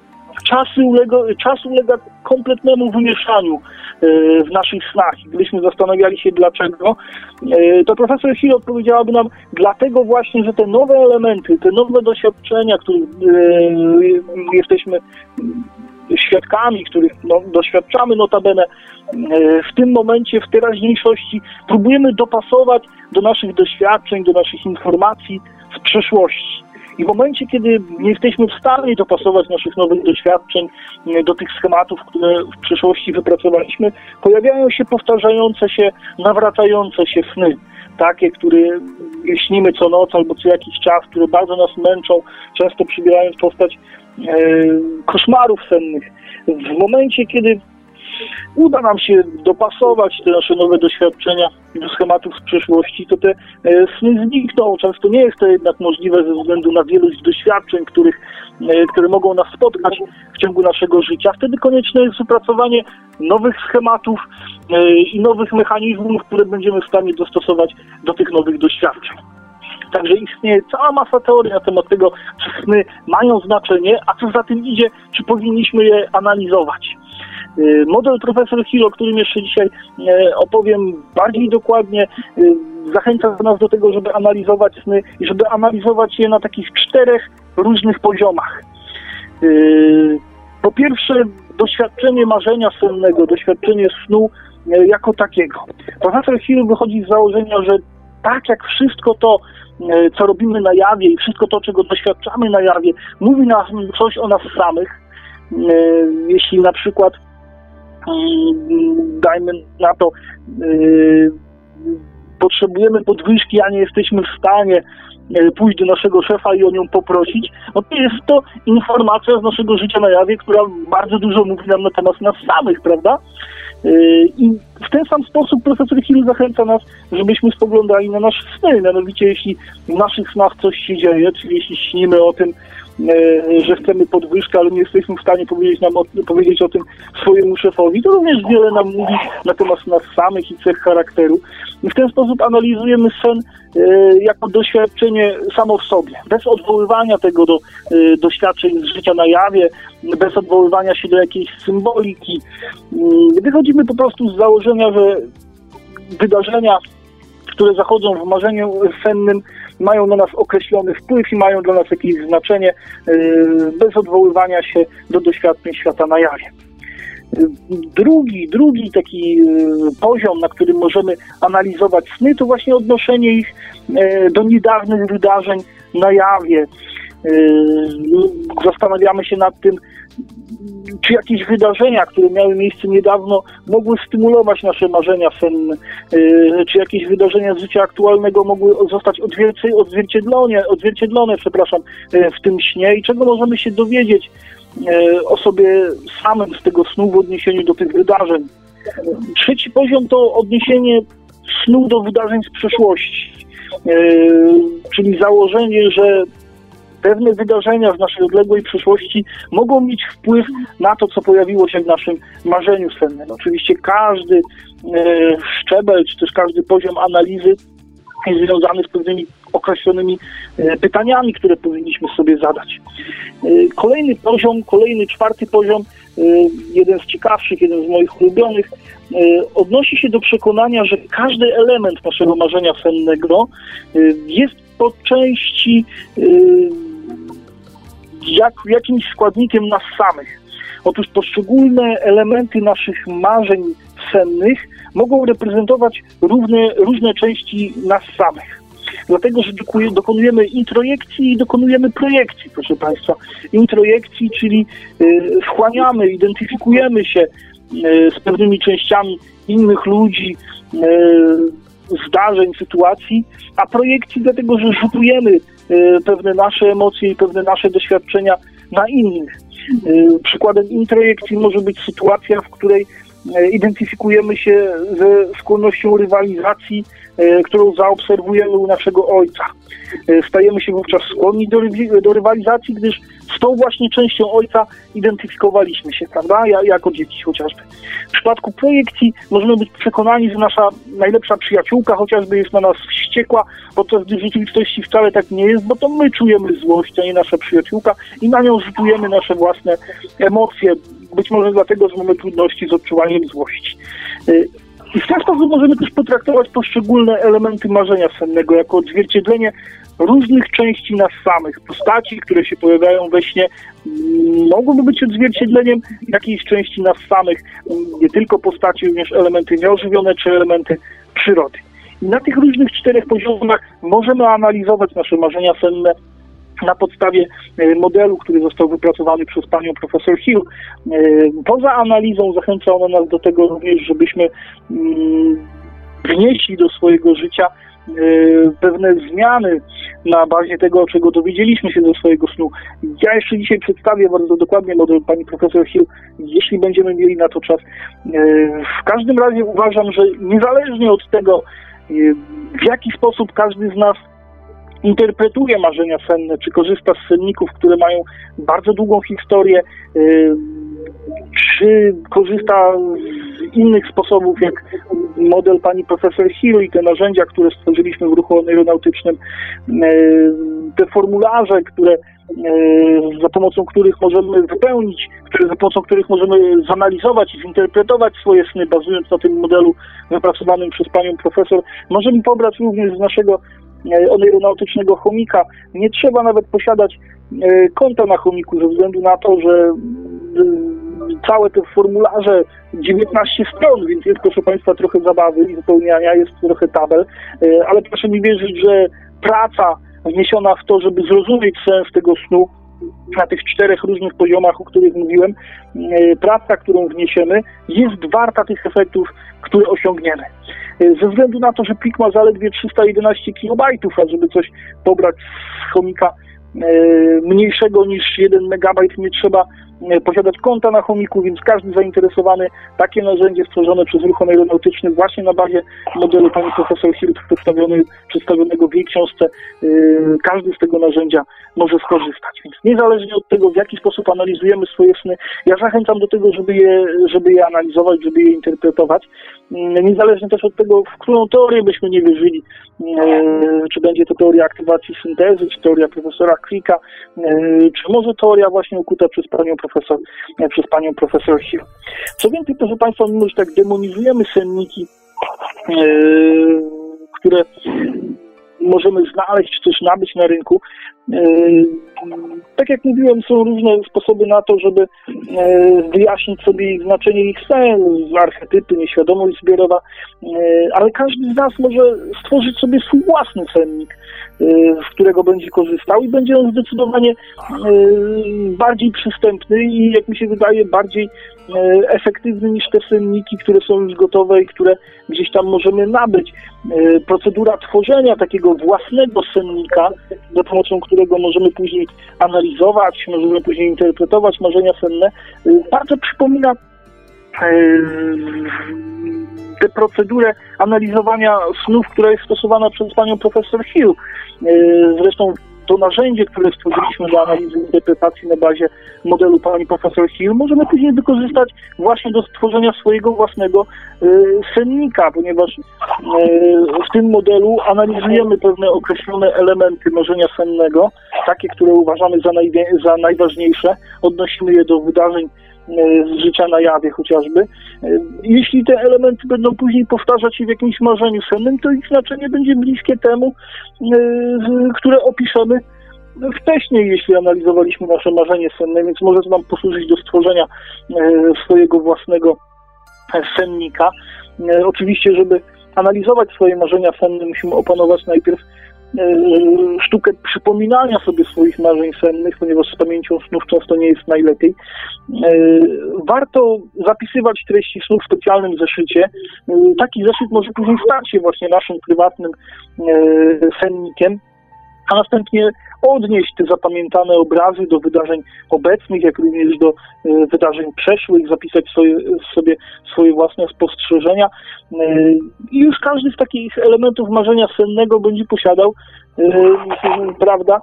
S5: Czas ulega kompletnemu wymieszaniu w naszych snach. Gdybyśmy zastanawiali się dlaczego, to profesor Hill odpowiedziałaby nam, dlatego właśnie, że te nowe elementy, te nowe doświadczenia, których jesteśmy świadkami, których doświadczamy notabene w tym momencie, w teraźniejszości, próbujemy dopasować do naszych doświadczeń, do naszych informacji z przeszłości. I w momencie, kiedy nie jesteśmy w stanie dopasować naszych nowych doświadczeń do tych schematów, które w przeszłości wypracowaliśmy, pojawiają się powtarzające się, nawracające się sny. Takie, które śnimy co noc albo co jakiś czas, które bardzo nas męczą, często przybierając postać koszmarów sennych. W momencie, kiedy uda nam się dopasować te nasze nowe doświadczenia do schematów z przeszłości, to te sny znikną. Często nie jest to jednak możliwe ze względu na wielość doświadczeń, które mogą nas spotkać w ciągu naszego życia. Wtedy konieczne jest wypracowanie nowych schematów i nowych mechanizmów, które będziemy w stanie dostosować do tych nowych doświadczeń. Także istnieje cała masa teorii na temat tego, czy sny mają znaczenie, a co za tym idzie, czy powinniśmy je analizować. Model profesor Hill, o którym jeszcze dzisiaj opowiem bardziej dokładnie, zachęca nas do tego, żeby analizować sny i żeby analizować je na takich 4 różnych poziomach. Po pierwsze, doświadczenie marzenia sennego, doświadczenie snu jako takiego. Profesor Hill wychodzi z założenia, że tak jak wszystko to, co robimy na jawie i wszystko to, czego doświadczamy na jawie, mówi nam coś o nas samych. Jeśli na przykład, dajmy na to, potrzebujemy podwyżki, a nie jesteśmy w stanie pójść do naszego szefa i o nią poprosić, no to jest to informacja z naszego życia na jawie, która bardzo dużo mówi nam na temat nas samych, prawda? I w ten sam sposób profesor Hill zachęca nas, żebyśmy spoglądali na nasze sny. Mianowicie, jeśli w naszych snach coś się dzieje, czyli jeśli śnimy o tym, że chcemy podwyżkę, ale nie jesteśmy w stanie powiedzieć o tym swojemu szefowi, to również wiele nam mówi na temat nas samych i cech charakteru. I w ten sposób analizujemy sen jako doświadczenie samo w sobie, bez odwoływania tego do doświadczeń z życia na jawie, bez odwoływania się do jakiejś symboliki. Wychodzimy po prostu z założenia, że wydarzenia, które zachodzą w marzeniu sennym, mają na nas określony wpływ i mają dla nas jakieś znaczenie, bez odwoływania się do doświadczeń świata na jawie. Drugi taki poziom, na którym możemy analizować sny, to właśnie odnoszenie ich do niedawnych wydarzeń na jawie. Zastanawiamy się nad tym, czy jakieś wydarzenia, które miały miejsce niedawno, mogły stymulować nasze marzenia senne, czy jakieś wydarzenia z życia aktualnego mogły zostać odzwierciedlone w tym śnie i czego możemy się dowiedzieć o sobie samym z tego snu w odniesieniu do tych wydarzeń. Trzeci poziom to odniesienie snu do wydarzeń z przeszłości, czyli założenie, że pewne wydarzenia z naszej odległej przyszłości mogą mieć wpływ na to, co pojawiło się w naszym marzeniu sennym. Oczywiście każdy szczebel, czy też każdy poziom analizy jest związany z pewnymi określonymi pytaniami, które powinniśmy sobie zadać. Czwarty poziom, jeden z ciekawszych, jeden z moich ulubionych, odnosi się do przekonania, że każdy element naszego marzenia sennego jest po części jakimś składnikiem nas samych. Otóż poszczególne elementy naszych marzeń sennych mogą reprezentować różne części nas samych. Dlatego, że dokonujemy introjekcji i dokonujemy projekcji, proszę Państwa. Introjekcji, czyli wchłaniamy, identyfikujemy się z pewnymi częściami innych ludzi, zdarzeń, sytuacji, a projekcji dlatego, że rzutujemy pewne nasze emocje i pewne nasze doświadczenia na innych. Przykładem introjekcji może być sytuacja, w której identyfikujemy się ze skłonnością rywalizacji, którą zaobserwujemy u naszego ojca. Stajemy się wówczas skłonni do rywalizacji, gdyż z tą właśnie częścią ojca identyfikowaliśmy się, prawda? Jako dzieci chociażby. W przypadku projekcji możemy być przekonani, że nasza najlepsza przyjaciółka chociażby jest na nas wściekła, podczas gdy w rzeczywistości wcale tak nie jest, bo to my czujemy złość, a nie nasza przyjaciółka i na nią rzutujemy nasze własne emocje. Być może dlatego, że mamy trudności z odczuwaniem złości. I w ten sposób możemy też potraktować poszczególne elementy marzenia sennego jako odzwierciedlenie różnych części nas samych. Postaci, które się pojawiają we śnie, mogłyby być odzwierciedleniem jakiejś części nas samych. Nie tylko postaci, również elementy nieożywione czy elementy przyrody. I na tych różnych 4 poziomach możemy analizować nasze marzenia senne na podstawie modelu, który został wypracowany przez panią profesor Hill. Poza analizą zachęca ona nas do tego również, żebyśmy wnieśli do swojego życia pewne zmiany na bazie tego, czego dowiedzieliśmy się ze swojego snu. Ja jeszcze dzisiaj przedstawię bardzo dokładnie model pani profesor Hill, jeśli będziemy mieli na to czas. W każdym razie uważam, że niezależnie od tego, w jaki sposób każdy z nas interpretuje marzenia senne, czy korzysta z senników, które mają bardzo długą historię, czy korzysta z innych sposobów, jak model pani profesor Hill i te narzędzia, które stworzyliśmy w ruchu neuronautycznym, te formularze, za pomocą których możemy wypełnić, za pomocą których możemy zanalizować i zinterpretować swoje sny, bazując na tym modelu wypracowanym przez panią profesor, możemy pobrać również z naszego neuronautycznego chomika. Nie trzeba nawet posiadać konta na chomiku, ze względu na to, że całe te formularze, 19 stron, więc jest, proszę Państwa, trochę zabawy i wypełniania, jest trochę tabel, ale proszę mi wierzyć, że praca wniesiona w to, żeby zrozumieć sens tego snu na tych 4 różnych poziomach, o których mówiłem, praca, którą wniesiemy, jest warta tych efektów, które osiągniemy. Ze względu na to, że plik ma zaledwie 311 kilobajtów, a żeby coś pobrać z chomika mniejszego niż 1 megabajt nie trzeba posiadać konta na chomiku, więc każdy zainteresowany, takie narzędzie stworzone przez Ruch Aeronautyczny właśnie na bazie modelu pani profesor Hirt przedstawionego w jej książce, każdy z tego narzędzia może skorzystać. Więc niezależnie od tego, w jaki sposób analizujemy swoje sny, ja zachęcam do tego, żeby je analizować, żeby je interpretować. Niezależnie też od tego, w którą teorię byśmy nie wierzyli, czy będzie to teoria aktywacji syntezy, czy teoria profesora Cricka, czy może teoria właśnie ukuta przez panią profesor Hill. Co więcej, proszę Państwa, mimo że tak demonizujemy senniki, które możemy znaleźć, czy też nabyć na rynku, tak jak mówiłem, są różne sposoby na to, żeby wyjaśnić sobie ich znaczenie, ich sens, archetypy, nieświadomość zbiorowa, ale każdy z nas może stworzyć sobie swój własny sennik, z którego będzie korzystał i będzie on zdecydowanie bardziej przystępny i, jak mi się wydaje, bardziej efektywny niż te senniki, które są już gotowe i które gdzieś tam możemy nabyć. Procedura tworzenia takiego własnego sennika, za pomocą którego możemy później analizować, możemy później interpretować marzenia senne, bardzo przypomina tę procedurę analizowania snów, która jest stosowana przez panią profesor Hill. Zresztą to narzędzie, które stworzyliśmy do analizy interpretacji na bazie modelu pani profesor Hill, możemy później wykorzystać właśnie do stworzenia swojego własnego sennika, ponieważ w tym modelu analizujemy pewne określone elementy marzenia sennego, takie, które uważamy za najważniejsze, odnosimy je do wydarzeń z życia na jawie chociażby. Jeśli te elementy będą później powtarzać się w jakimś marzeniu sennym, to ich znaczenie będzie bliskie temu, które opiszemy wcześniej, jeśli analizowaliśmy nasze marzenie senne, więc może to nam posłużyć do stworzenia swojego własnego sennika. Oczywiście, żeby analizować swoje marzenia senne, musimy opanować najpierw sztukę przypominania sobie swoich marzeń sennych, ponieważ z pamięcią snów często nie jest najlepiej. Warto zapisywać treści snów w specjalnym zeszycie. Taki zeszyt może później stać się właśnie naszym prywatnym sennikiem, a następnie odnieść te zapamiętane obrazy do wydarzeń obecnych, jak również do wydarzeń przeszłych, zapisać sobie swoje własne spostrzeżenia i już każdy z takich elementów marzenia sennego będzie posiadał, prawda,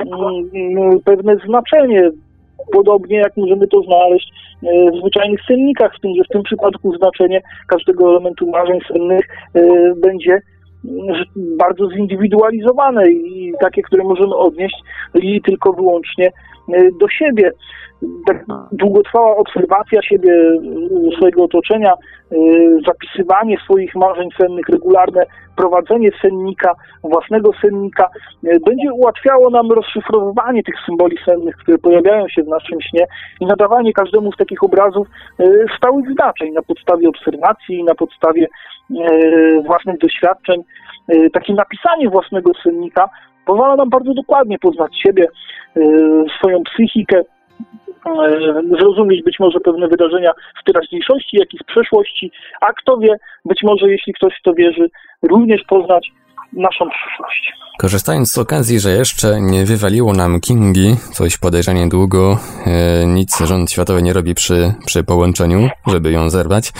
S5: pewne znaczenie. Podobnie jak możemy to znaleźć w zwyczajnych sennikach, z tym, że w tym przypadku znaczenie każdego elementu marzeń sennych będzie bardzo zindywidualizowane i takie, które możemy odnieść i tylko wyłącznie do siebie. Tak długotrwała obserwacja siebie, swojego otoczenia, zapisywanie swoich marzeń sennych, regularne prowadzenie sennika, własnego sennika będzie ułatwiało nam rozszyfrowywanie tych symboli sennych, które pojawiają się w naszym śnie i nadawanie każdemu z takich obrazów stałych znaczeń na podstawie obserwacji, na podstawie własnych doświadczeń. Takie napisanie własnego sennika pozwala nam bardzo dokładnie poznać siebie, swoją psychikę, zrozumieć być może pewne wydarzenia z teraźniejszości, jak i z przeszłości, a kto wie, być może, jeśli ktoś w to wierzy, również poznać naszą przyszłość.
S1: Korzystając z okazji, że jeszcze nie wywaliło nam Kingi, coś podejrzanie długo, nic rząd światowy nie robi przy połączeniu, żeby ją zerwać.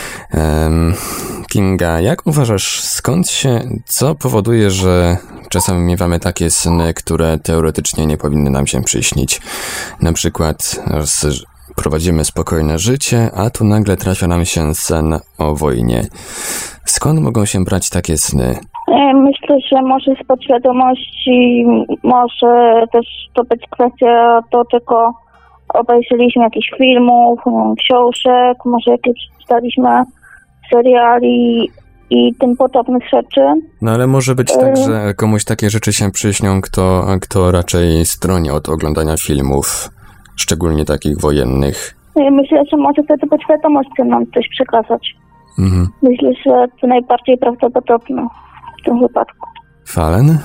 S1: Kinga, jak uważasz, co powoduje, że czasami miewamy takie sny, które teoretycznie nie powinny nam się przyśnić? Na przykład prowadzimy spokojne życie, a tu nagle trafia nam się sen o wojnie. Skąd mogą się brać takie sny?
S6: Myślę, że może z podświadomości, może też to być kwestia to, czego obejrzeliśmy, jakichś filmów, książek, może jakieś czytaliśmy seriali i tym podobnych rzeczy.
S1: No ale może być tak, że komuś takie rzeczy się przyśnią, kto raczej stroni od oglądania filmów, szczególnie takich wojennych.
S6: I myślę, że może wtedy podświadomością nam coś przekazać.
S1: Mhm.
S6: Myślę, że to najbardziej prawdopodobne w tym wypadku.
S1: Falen?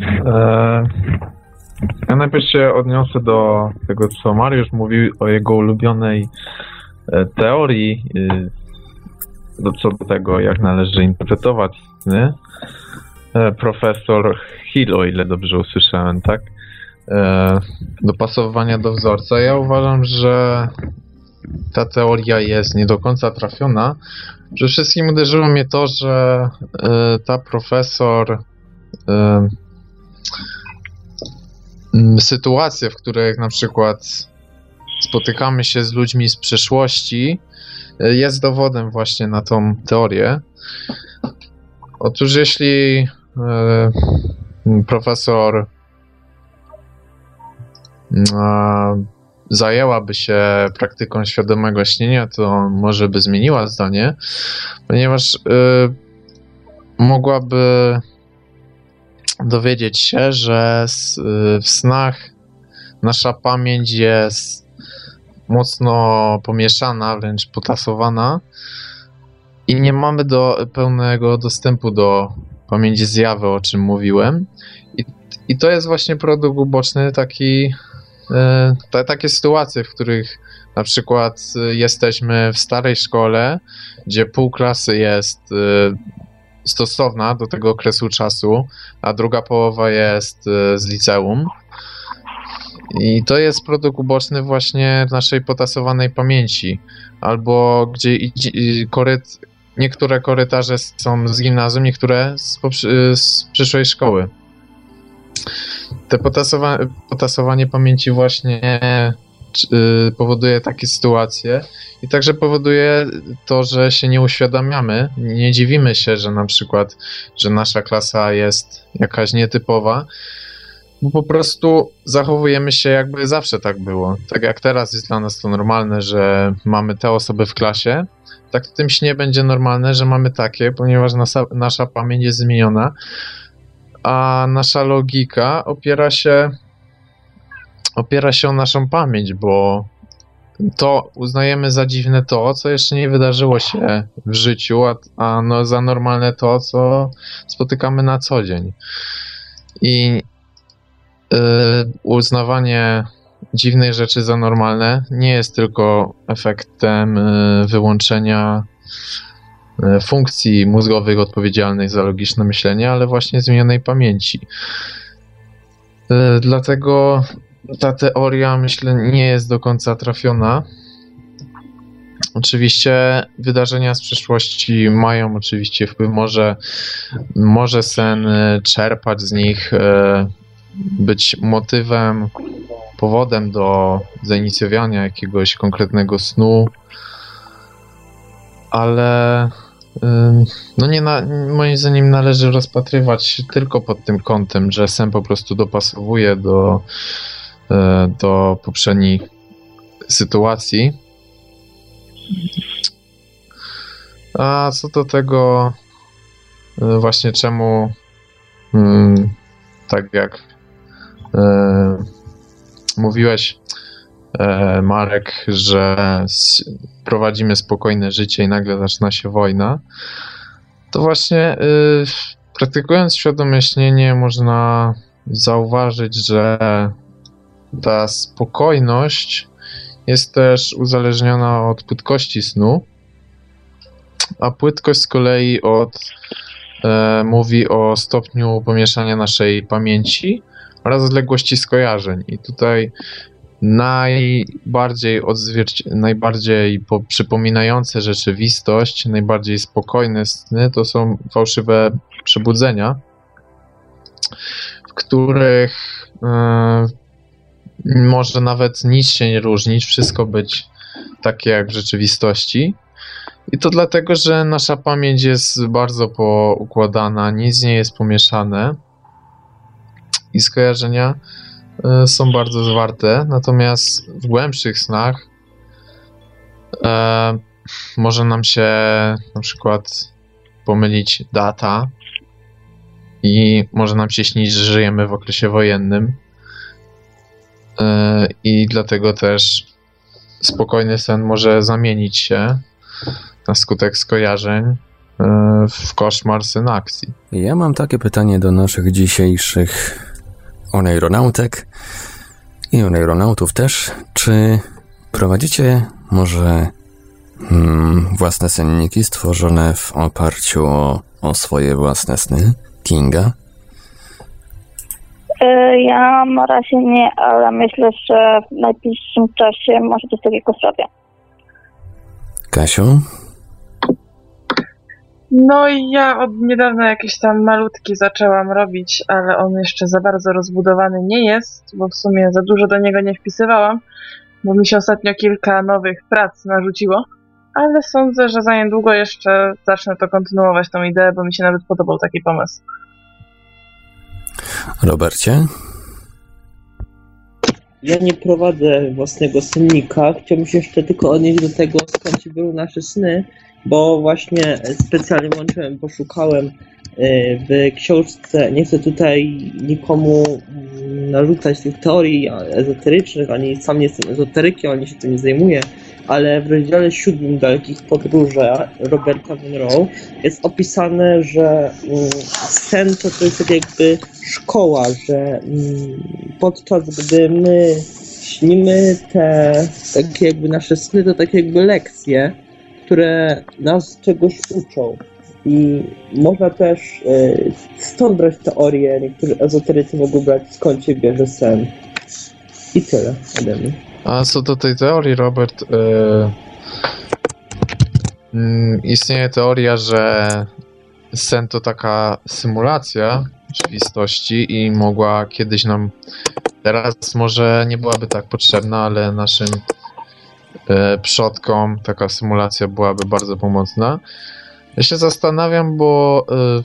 S2: Ja najpierw się odniosę do tego, co Mariusz mówił o jego ulubionej teorii, co do tego, jak należy interpretować sny. Profesor Hill, o ile dobrze usłyszałem, tak? Dopasowywania do wzorca. Ja uważam, że ta teoria jest nie do końca trafiona. Przede wszystkim uderzyło mnie to, że ta profesor sytuacje, w których na przykład spotykamy się z ludźmi z przeszłości, jest dowodem właśnie na tą teorię. Otóż jeśli profesor zajęłaby się praktyką świadomego śnienia, to może by zmieniła zdanie, ponieważ mogłaby dowiedzieć się, że w snach nasza pamięć jest mocno pomieszana, wręcz potasowana i nie mamy pełnego dostępu do pamięci zjawy, o czym mówiłem. I to jest właśnie produkt uboczny takie sytuacje, w których na przykład jesteśmy w starej szkole, gdzie pół klasy jest stosowna do tego okresu czasu, a druga połowa jest z liceum. I to jest produkt uboczny właśnie naszej potasowanej pamięci. Albo gdzie niektóre korytarze są z gimnazjum, niektóre z przyszłej szkoły. Te potasowanie pamięci właśnie powoduje takie sytuacje i także powoduje to, że się nie uświadamiamy, nie dziwimy się, że na przykład, że nasza klasa jest jakaś nietypowa, bo po prostu zachowujemy się jakby zawsze tak było. Tak jak teraz jest dla nas to normalne, że mamy te osoby w klasie, tak w tym śnie będzie normalne, że mamy takie, ponieważ nasza pamięć jest zmieniona, a nasza logika opiera się o naszą pamięć, bo to uznajemy za dziwne to, co jeszcze nie wydarzyło się w życiu, a no za normalne to, co spotykamy na co dzień. I uznawanie dziwnych rzeczy za normalne nie jest tylko efektem wyłączenia funkcji mózgowych odpowiedzialnych za logiczne myślenie, ale właśnie zmienionej pamięci. Dlatego ta teoria, myślę, nie jest do końca trafiona. Oczywiście wydarzenia z przeszłości mają oczywiście wpływ, może sen czerpać z nich, być motywem, powodem do zainicjowania jakiegoś konkretnego snu, ale no moim zdaniem należy rozpatrywać tylko pod tym kątem, że sen po prostu dopasowuje do poprzednich sytuacji. A co do tego właśnie czemu tak jak mówiłeś, Marek, że prowadzimy spokojne życie i nagle zaczyna się wojna, to właśnie praktykując świadome śnienie można zauważyć, że ta spokojność jest też uzależniona od płytkości snu, a płytkość z kolei mówi o stopniu pomieszania naszej pamięci oraz odległości skojarzeń. I tutaj najbardziej przypominające rzeczywistość, najbardziej spokojne sny to są fałszywe przebudzenia, w których może nawet nic się nie różnić, wszystko być takie jak w rzeczywistości. I to dlatego, że nasza pamięć jest bardzo poukładana, nic nie jest pomieszane i skojarzenia są bardzo zwarte, natomiast w głębszych snach może nam się na przykład pomylić data i może nam się śnić, że żyjemy w okresie wojennym i dlatego też spokojny sen może zamienić się na skutek skojarzeń w koszmar sen akcji.
S1: Ja mam takie pytanie do naszych dzisiejszych oneironautek i oneironautów też. Czy prowadzicie może własne senniki stworzone w oparciu o swoje własne sny? Kinga?
S6: Ja na razie nie, ale myślę, że w najbliższym czasie może coś takiego zrobię.
S1: Kasiu?
S4: No i ja od niedawna jakieś tam malutki zaczęłam robić, ale on jeszcze za bardzo rozbudowany nie jest, bo w sumie za dużo do niego nie wpisywałam, bo mi się ostatnio kilka nowych prac narzuciło, ale sądzę, że za niedługo jeszcze zacznę to kontynuować, tą ideę, bo mi się nawet podobał taki pomysł.
S1: Robercie?
S3: Ja nie prowadzę własnego sennika. Chciałbym się jeszcze tylko odnieść do tego, skąd były nasze sny, bo właśnie specjalnie włączyłem, poszukałem w książce. Nie chcę tutaj nikomu narzucać tych teorii ezoterycznych, ani sam nie jestem ezoterykiem, ani się tym nie zajmuję, ale w rozdziale 7 Dalekich podróży Roberta Monroe jest opisane, że sen to jest tak jakby szkoła, że podczas gdy my śnimy te takie jakby nasze sny, to takie jakby lekcje, które nas czegoś uczą. I można też stąd brać teorię, niektórzy ezoterycy mogą brać, skąd się bierze sen. I tyle ode mnie.
S2: A co do tej teorii, Robert, istnieje teoria, że sen to taka symulacja rzeczywistości i mogła kiedyś nam, teraz może nie byłaby tak potrzebna, ale naszym przodkom taka symulacja byłaby bardzo pomocna. Ja się zastanawiam, bo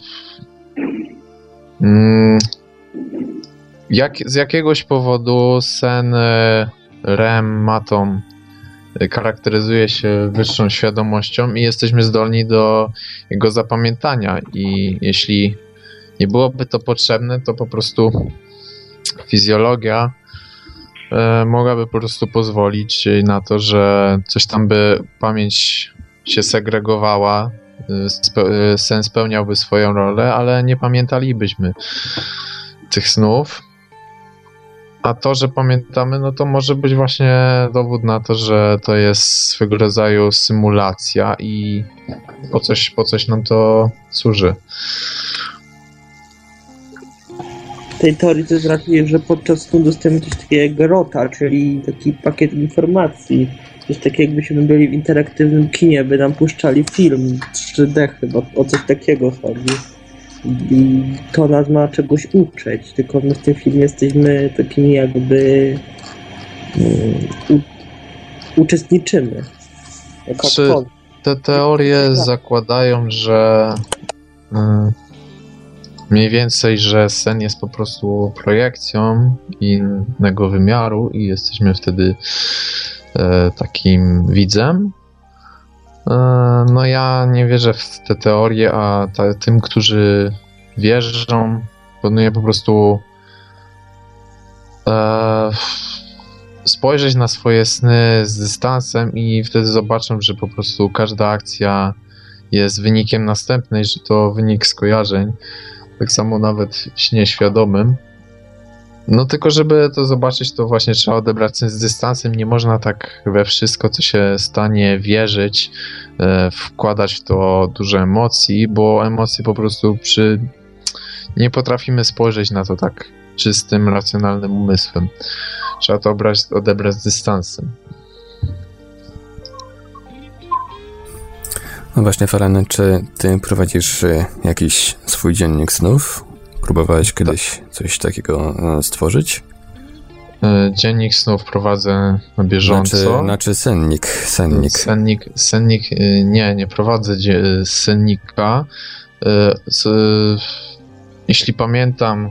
S2: z jakiegoś powodu sen REM matom charakteryzuje się wyższą świadomością i jesteśmy zdolni do jego zapamiętania i jeśli nie byłoby to potrzebne, to po prostu fizjologia mogłaby po prostu pozwolić na to, że coś tam by pamięć się segregowała, sen spełniałby swoją rolę, ale nie pamiętalibyśmy tych snów. A to, że pamiętamy, no to może być właśnie dowód na to, że to jest swego rodzaju symulacja i po coś nam to służy.
S3: W tej teorii to jest raczej, że podczas snu dostajemy coś takiego jak rota, czyli taki pakiet informacji. Coś takiego, jakbyśmy byli w interaktywnym kinie, by nam puszczali film 3D chyba, o coś takiego chodzi. I to nas ma czegoś uczyć, tylko my w tym filmie jesteśmy takimi jakby uczestniczymy.
S2: Czy te teorie zakładają, że mniej więcej, że sen jest po prostu projekcją innego wymiaru i jesteśmy wtedy takim widzem? No ja nie wierzę w te teorie, a tym, którzy wierzą, proponuję po prostu spojrzeć na swoje sny z dystansem i wtedy zobaczą, że po prostu każda akcja jest wynikiem następnej, że to wynik skojarzeń. Tak samo nawet w śnie świadomym. No tylko żeby to zobaczyć, to właśnie trzeba odebrać z dystansem. Nie można tak we wszystko, co się stanie, wierzyć, wkładać w to dużo emocji, bo emocje po prostu nie potrafimy spojrzeć na to tak czystym, racjonalnym umysłem. Trzeba to odebrać z dystansem.
S1: No właśnie, Feren, czy ty prowadzisz jakiś swój dziennik snów? Próbowałeś kiedyś coś takiego stworzyć?
S2: Dziennik snów prowadzę na bieżąco.
S1: Znaczy sennik.
S2: Sennik nie prowadzę sennika. Jeśli pamiętam,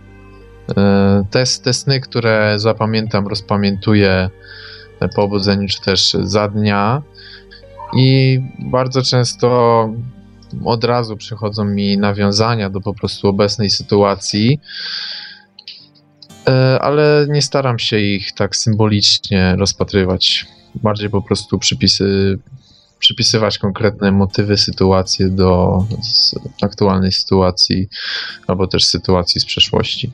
S2: te sny, które zapamiętam, rozpamiętuję po obudzeniu, czy też za dnia. I bardzo często od razu przychodzą mi nawiązania do po prostu obecnej sytuacji, ale nie staram się ich tak symbolicznie rozpatrywać. bardziej po prostu przypisywać konkretne motywy, sytuacje do aktualnej sytuacji albo też sytuacji z przeszłości.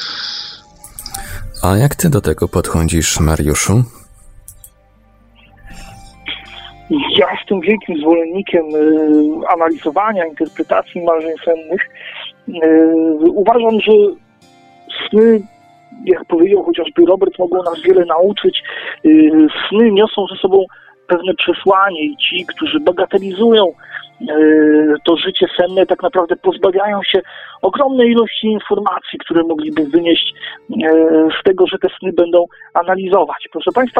S1: A jak ty do tego podchodzisz, Mariuszu?
S5: Ja jestem wielkim zwolennikiem analizowania, interpretacji marzeń sennych. Uważam, że sny, jak powiedział chociażby Robert, mogą nas wiele nauczyć. Sny niosą ze sobą pewne przesłanie i ci, którzy bagatelizują to życie senne, tak naprawdę pozbawiają się ogromnej ilości informacji, które mogliby wynieść z tego, że te sny będą analizować. Proszę Państwa,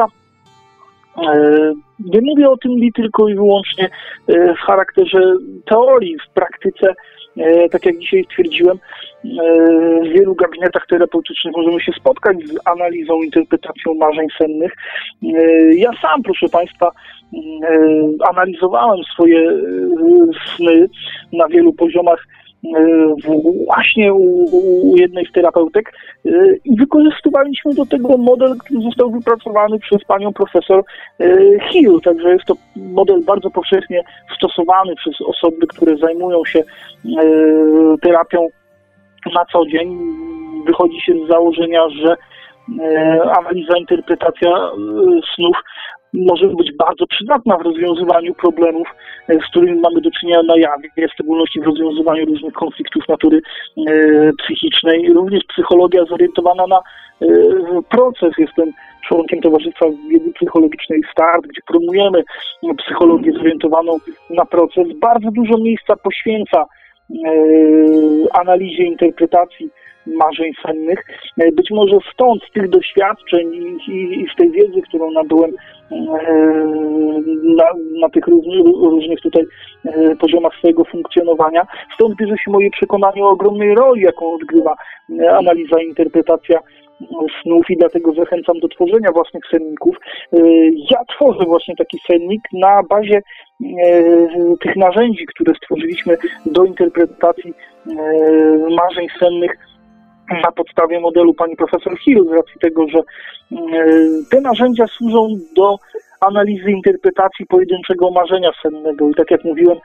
S5: nie mówię o tym tylko i wyłącznie w charakterze teorii. W praktyce, tak jak dzisiaj stwierdziłem, w wielu gabinetach terapeutycznych możemy się spotkać z analizą, interpretacją marzeń sennych. Ja sam, proszę Państwa, analizowałem swoje sny na wielu poziomach właśnie u jednej z terapeutek i wykorzystywaliśmy do tego model, który został wypracowany przez panią profesor Hill. Także jest to model bardzo powszechnie stosowany przez osoby, które zajmują się terapią na co dzień. Wychodzi się z założenia, że analiza, interpretacja snów może być bardzo przydatna w rozwiązywaniu problemów, z którymi mamy do czynienia na jawie, w szczególności w rozwiązywaniu różnych konfliktów natury psychicznej. Również psychologia zorientowana na proces. Jestem członkiem Towarzystwa Wiedzy Psychologicznej START, gdzie promujemy psychologię zorientowaną na proces. Bardzo dużo miejsca poświęca analizie, interpretacji marzeń sennych. Być może stąd, z tych doświadczeń i z tej wiedzy, którą nabyłem na tych różnych tutaj poziomach swojego funkcjonowania, stąd bierze się moje przekonanie o ogromnej roli, jaką odgrywa analiza i interpretacja snów i dlatego zachęcam do tworzenia własnych senników. Ja tworzę właśnie taki sennik na bazie tych narzędzi, które stworzyliśmy do interpretacji marzeń sennych na podstawie modelu pani profesor Hill, z racji tego, że te narzędzia służą do analizy, interpretacji pojedynczego marzenia sennego. I tak jak mówiłem,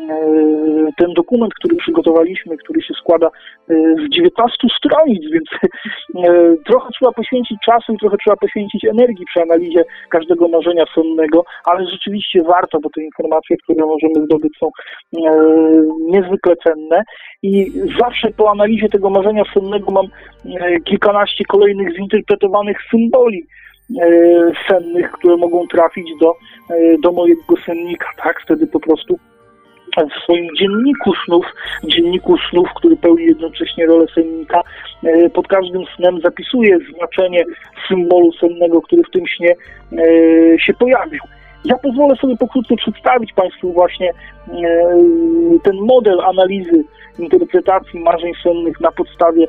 S5: ten dokument, który przygotowaliśmy, który się składa z 19 stronic, więc trochę trzeba poświęcić czasu i trochę trzeba poświęcić energii przy analizie każdego marzenia sennego, ale rzeczywiście warto, bo te informacje, które możemy zdobyć, są niezwykle cenne i zawsze po analizie tego marzenia sennego mam kilkanaście kolejnych zinterpretowanych symboli sennych, które mogą trafić do mojego sennika, tak? Wtedy po prostu w swoim dzienniku snów, który pełni jednocześnie rolę sennika, pod każdym snem zapisuję znaczenie symbolu sennego, który w tym śnie się pojawił. Ja pozwolę sobie pokrótce przedstawić Państwu właśnie ten model analizy, interpretacji marzeń sennych na podstawie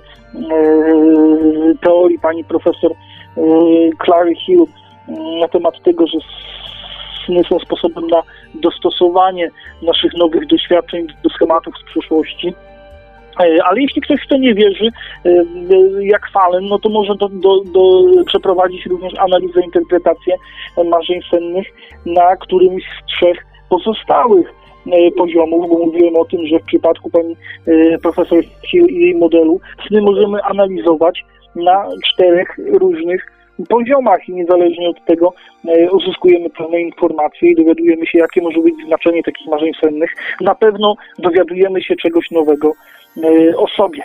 S5: teorii pani profesor Clary Hill na temat tego, że sny są sposobem na dostosowanie naszych nowych doświadczeń do schematów z przeszłości. Ale jeśli ktoś w to nie wierzy, jak Fallen, no to może przeprowadzić również analizę, interpretację marzeń sennych na którymś z trzech pozostałych poziomów, bo mówiłem o tym, że w przypadku pani profesor Hill i jej modelu sny możemy analizować na 4 różnych poziomach i niezależnie od tego uzyskujemy pewne informacje i dowiadujemy się, jakie może być znaczenie takich marzeń sennych. Na pewno dowiadujemy się czegoś nowego o sobie.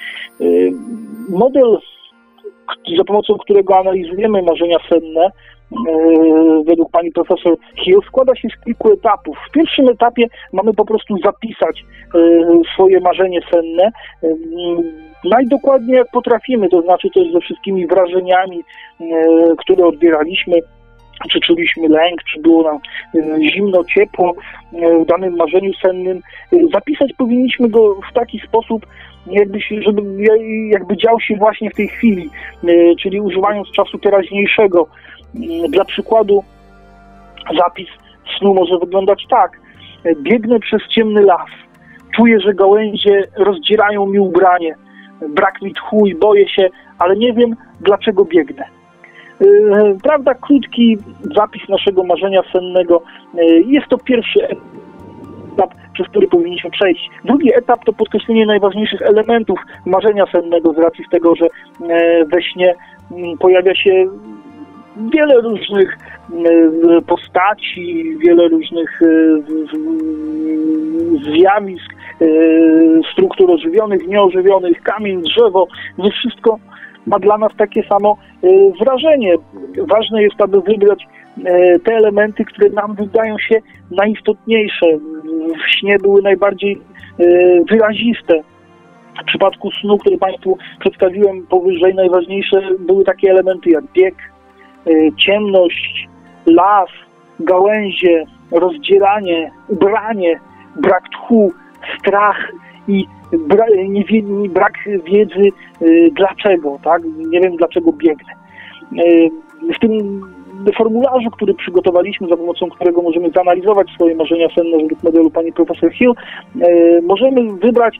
S5: Model, za pomocą którego analizujemy marzenia senne, według pani profesor Hill, składa się z kilku etapów. W pierwszym etapie mamy po prostu zapisać swoje marzenie senne najdokładniej jak potrafimy, to znaczy też ze wszystkimi wrażeniami, które odbieraliśmy, czy czuliśmy lęk, czy było nam zimno, ciepło w danym marzeniu sennym. Zapisać powinniśmy go w taki sposób, jakby dział się właśnie w tej chwili, czyli używając czasu teraźniejszego. Dla przykładu zapis snu może wyglądać tak. Biegnę przez ciemny las. Czuję, że gałęzie rozdzierają mi ubranie. Brak mi tchu i boję się, ale nie wiem, dlaczego biegnę. Prawda, krótki zapis naszego marzenia sennego. Jest to pierwszy etap, przez który powinniśmy przejść. Drugi etap to podkreślenie najważniejszych elementów marzenia sennego z racji tego, że we śnie pojawia się wiele różnych postaci, wiele różnych zjawisk, struktur ożywionych, nieożywionych, kamień, drzewo. Nie wszystko ma dla nas takie samo wrażenie. Ważne jest, aby wybrać te elementy, które nam wydają się najistotniejsze. W śnie były najbardziej wyraziste. W przypadku snu, który Państwu przedstawiłem powyżej, najważniejsze były takie elementy jak bieg, ciemność, las, gałęzie, rozdzieranie, ubranie, brak tchu, strach i brak wiedzy dlaczego, tak? Nie wiem dlaczego biegnę. W tym formularzu, który przygotowaliśmy, za pomocą którego możemy zanalizować swoje marzenia senne według modelu pani profesor Hill, możemy wybrać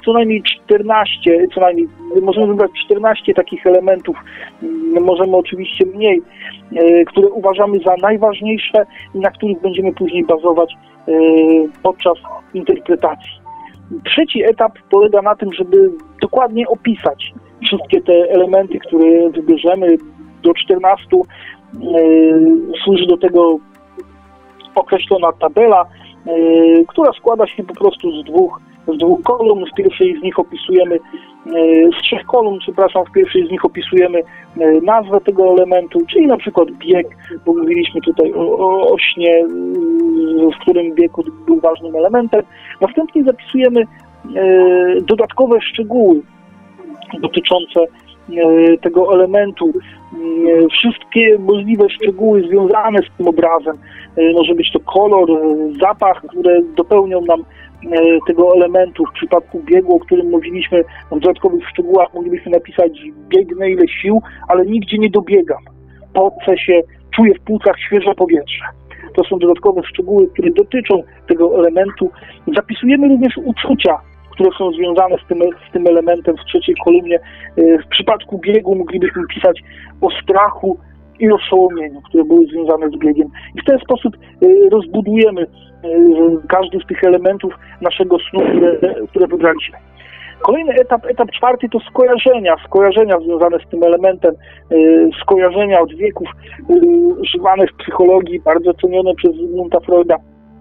S5: możemy wybrać 14 takich elementów, możemy oczywiście mniej, które uważamy za najważniejsze i na których będziemy później bazować podczas interpretacji. Trzeci etap polega na tym, żeby dokładnie opisać wszystkie te elementy, które wybierzemy. Do 14 służy do tego określona tabela, która składa się po prostu z dwóch kolumn. W pierwszej z nich opisujemy, z 3 kolumn, przepraszam, w pierwszej z nich opisujemy nazwę tego elementu, czyli na przykład bieg, bo mówiliśmy tutaj o śnie, w którym bieg był ważnym elementem. Następnie zapisujemy dodatkowe szczegóły dotyczące tego elementu, wszystkie możliwe szczegóły związane z tym obrazem. Może być to kolor, zapach, które dopełnią nam tego elementu. W przypadku biegu, o którym mówiliśmy, w dodatkowych szczegółach moglibyśmy napisać: biegnę ile sił, ale nigdzie nie dobiegam. Pocę się, czuję w płucach świeże powietrze. To są dodatkowe szczegóły, które dotyczą tego elementu. Zapisujemy również uczucia, które są związane z tym elementem w trzeciej kolumnie. W przypadku biegu moglibyśmy pisać o strachu i oszołomieniu, które były związane z biegiem. I w ten sposób rozbudujemy każdy z tych elementów naszego snu, które wybraliśmy. Kolejny etap 4 to skojarzenia związane z tym elementem, skojarzenia od wieków używane w psychologii, bardzo cenione przez Zygmunta Freuda.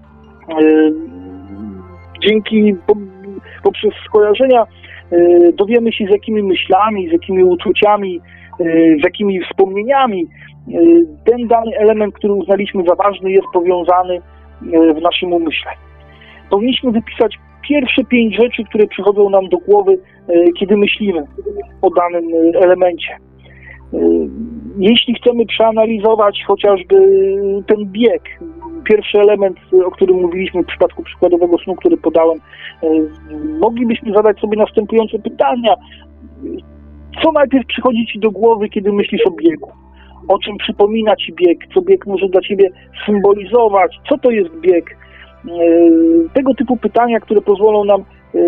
S5: Poprzez skojarzenia dowiemy się, z jakimi myślami, z jakimi uczuciami, z jakimi wspomnieniami ten dany element, który uznaliśmy za ważny, jest powiązany w naszym umyśle. Powinniśmy wypisać pierwsze 5 rzeczy, które przychodzą nam do głowy, kiedy myślimy o danym elemencie. Jeśli chcemy przeanalizować chociażby ten bieg, pierwszy element, o którym mówiliśmy w przypadku przykładowego snu, który podałem, moglibyśmy zadać sobie następujące pytania. Co najpierw przychodzi Ci do głowy, kiedy myślisz o biegu? O czym przypomina Ci bieg? Co bieg może dla Ciebie symbolizować? Co to jest bieg? Tego typu pytania, które pozwolą nam,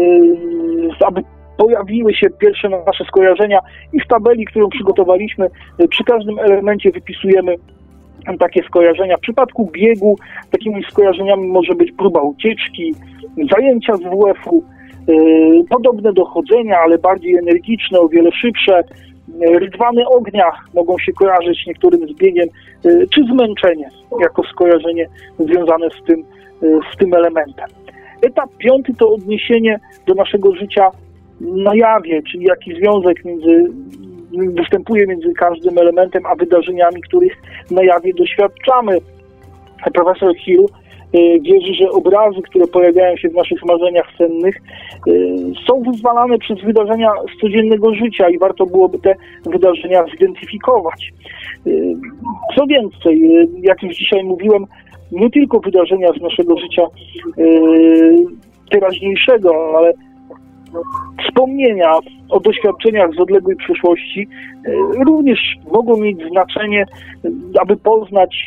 S5: aby pojawiły się pierwsze nasze skojarzenia, i w tabeli, którą przygotowaliśmy, przy każdym elemencie wypisujemy takie skojarzenia. W przypadku biegu takimi skojarzeniami może być próba ucieczki, zajęcia z WF-u, podobne do chodzenia, ale bardziej energiczne, o wiele szybsze. Rydwany ognia mogą się kojarzyć niektórym z biegiem, czy zmęczenie jako skojarzenie związane z tym elementem. Etap 5 to odniesienie do naszego życia na jawie, czyli jaki związek występuje między każdym elementem a wydarzeniami, których na jawie doświadczamy. Profesor Hill wierzy, że obrazy, które pojawiają się w naszych marzeniach sennych, są wyzwalane przez wydarzenia z codziennego życia i warto byłoby te wydarzenia zidentyfikować. Co więcej, jak już dzisiaj mówiłem, nie tylko wydarzenia z naszego życia teraźniejszego, ale wspomnienia o doświadczeniach z odległej przeszłości również mogą mieć znaczenie, aby poznać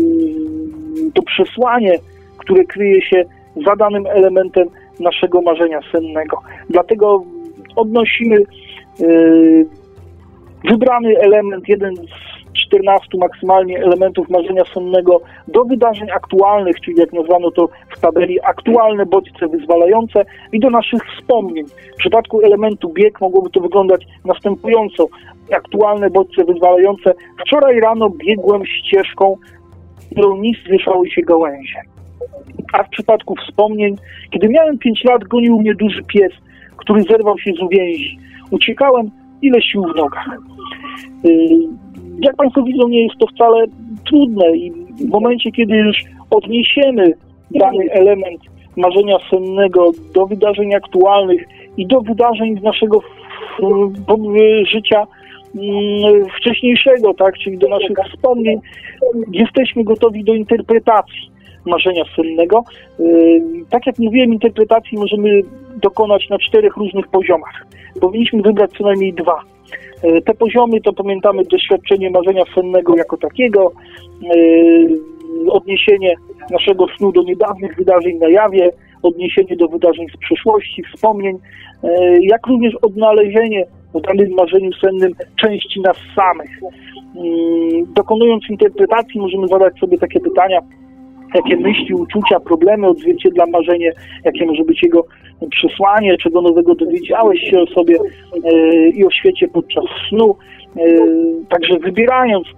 S5: to przesłanie, które kryje się za danym elementem naszego marzenia sennego. Dlatego odnosimy wybrany element, jeden z 14 maksymalnie elementów marzenia sennego do wydarzeń aktualnych, czyli jak nazwano to w tabeli aktualne bodźce wyzwalające i do naszych wspomnień. W przypadku elementu bieg mogłoby to wyglądać następująco. Aktualne bodźce wyzwalające. Wczoraj rano biegłem ścieżką, którą nic zwieszały się gałęzie. A w przypadku wspomnień, kiedy miałem 5 lat, gonił mnie duży pies, który zerwał się z uwięzi. Uciekałem, ile sił w nogach. Jak Państwo widzą, nie jest to wcale trudne i w momencie, kiedy już odniesiemy dany element marzenia sennego do wydarzeń aktualnych i do wydarzeń z naszego życia wcześniejszego, tak, czyli do naszych wspomnień, jesteśmy gotowi do interpretacji marzenia sennego. Tak jak mówiłem, interpretacji możemy dokonać na 4 różnych poziomach. Powinniśmy wybrać co najmniej 2. Te poziomy to pamiętamy doświadczenie marzenia sennego jako takiego, odniesienie naszego snu do niedawnych wydarzeń na jawie, odniesienie do wydarzeń z przeszłości, wspomnień, jak również odnalezienie w danym marzeniu sennym części nas samych. Dokonując interpretacji możemy zadać sobie takie pytania, jakie myśli, uczucia, problemy odzwierciedla marzenie, jakie może być jego przesłanie, czego nowego dowiedziałeś się o sobie i o świecie podczas snu. Także wybierając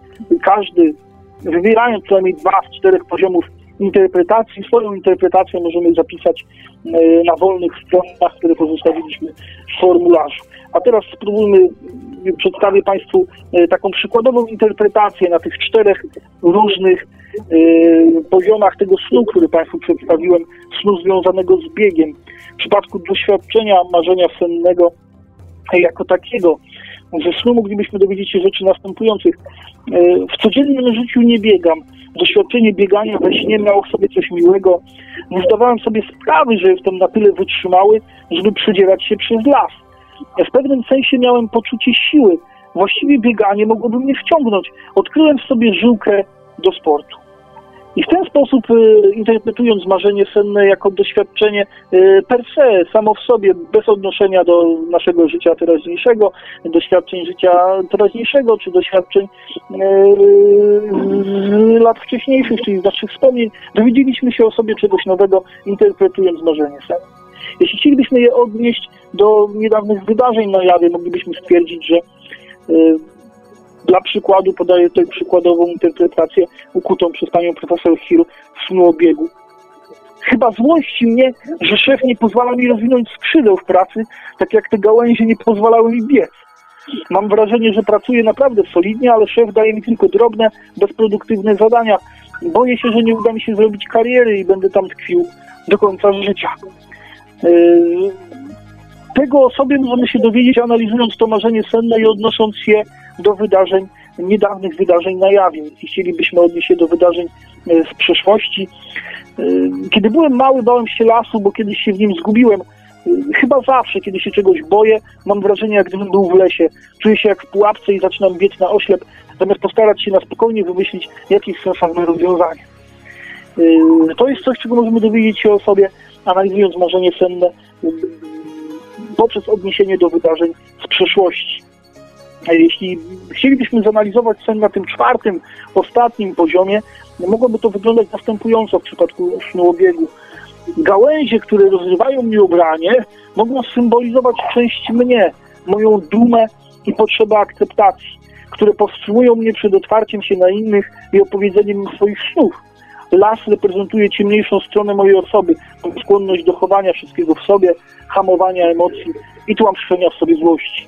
S5: co najmniej 2 z 4 poziomów interpretacji, swoją interpretację możemy zapisać na wolnych stronach, które pozostawiliśmy w formularzu. A teraz przedstawię Państwu taką przykładową interpretację na tych 4 różnych poziomach tego snu, który Państwu przedstawiłem, snu związanego z biegiem. W przypadku doświadczenia marzenia sennego jako takiego, ze snu moglibyśmy dowiedzieć się rzeczy następujących. W codziennym życiu nie biegam. Doświadczenie biegania we śnie miało w sobie coś miłego. Nie zdawałem sobie sprawy, że jestem na tyle wytrzymały, żeby przedzierać się przez las. W pewnym sensie miałem poczucie siły. Właściwie bieganie mogłoby mnie wciągnąć. Odkryłem w sobie żyłkę do sportu. I w ten sposób, interpretując marzenie senne jako doświadczenie per se, samo w sobie, bez odnoszenia do naszego życia teraźniejszego, doświadczeń życia teraźniejszego, czy doświadczeń z lat wcześniejszych, czyli z naszych wspomnień, dowiedzieliśmy się o sobie czegoś nowego, interpretując marzenie senne. Jeśli chcielibyśmy je odnieść do niedawnych wydarzeń na jawie, moglibyśmy stwierdzić, że dla przykładu, podaję tutaj przykładową interpretację ukutą przez panią profesor Hill snu o biegu. Chyba złości mnie, że szef nie pozwala mi rozwinąć skrzydeł w pracy, tak jak te gałęzie nie pozwalały mi biec. Mam wrażenie, że pracuję naprawdę solidnie, ale szef daje mi tylko drobne, bezproduktywne zadania. Boję się, że nie uda mi się zrobić kariery i będę tam tkwił do końca życia. Tego o sobie możemy się dowiedzieć, analizując to marzenie senne i odnosząc je do wydarzeń, niedawnych wydarzeń na jawie. Jeśli chcielibyśmy odnieść się do wydarzeń z przeszłości. Kiedy byłem mały, bałem się lasu, bo kiedyś się w nim zgubiłem. Chyba zawsze, kiedy się czegoś boję, mam wrażenie, jak gdybym był w lesie. Czuję się jak w pułapce i zaczynam biec na oślep, zamiast postarać się na spokojnie wymyślić jakieś sensowne rozwiązanie. To jest coś, czego możemy dowiedzieć się o sobie, analizując marzenie senne poprzez odniesienie do wydarzeń z przeszłości. Jeśli chcielibyśmy zanalizować sen na tym 4., ostatnim poziomie, mogłoby to wyglądać następująco w przypadku snu o biegu. Gałęzie, które rozrywają mi ubranie, mogą symbolizować część mnie, moją dumę i potrzebę akceptacji, które powstrzymują mnie przed otwarciem się na innych i opowiedzeniem swoich snów. Las reprezentuje ciemniejszą stronę mojej osoby, skłonność do chowania wszystkiego w sobie, hamowania emocji i tłamszenia w sobie złości.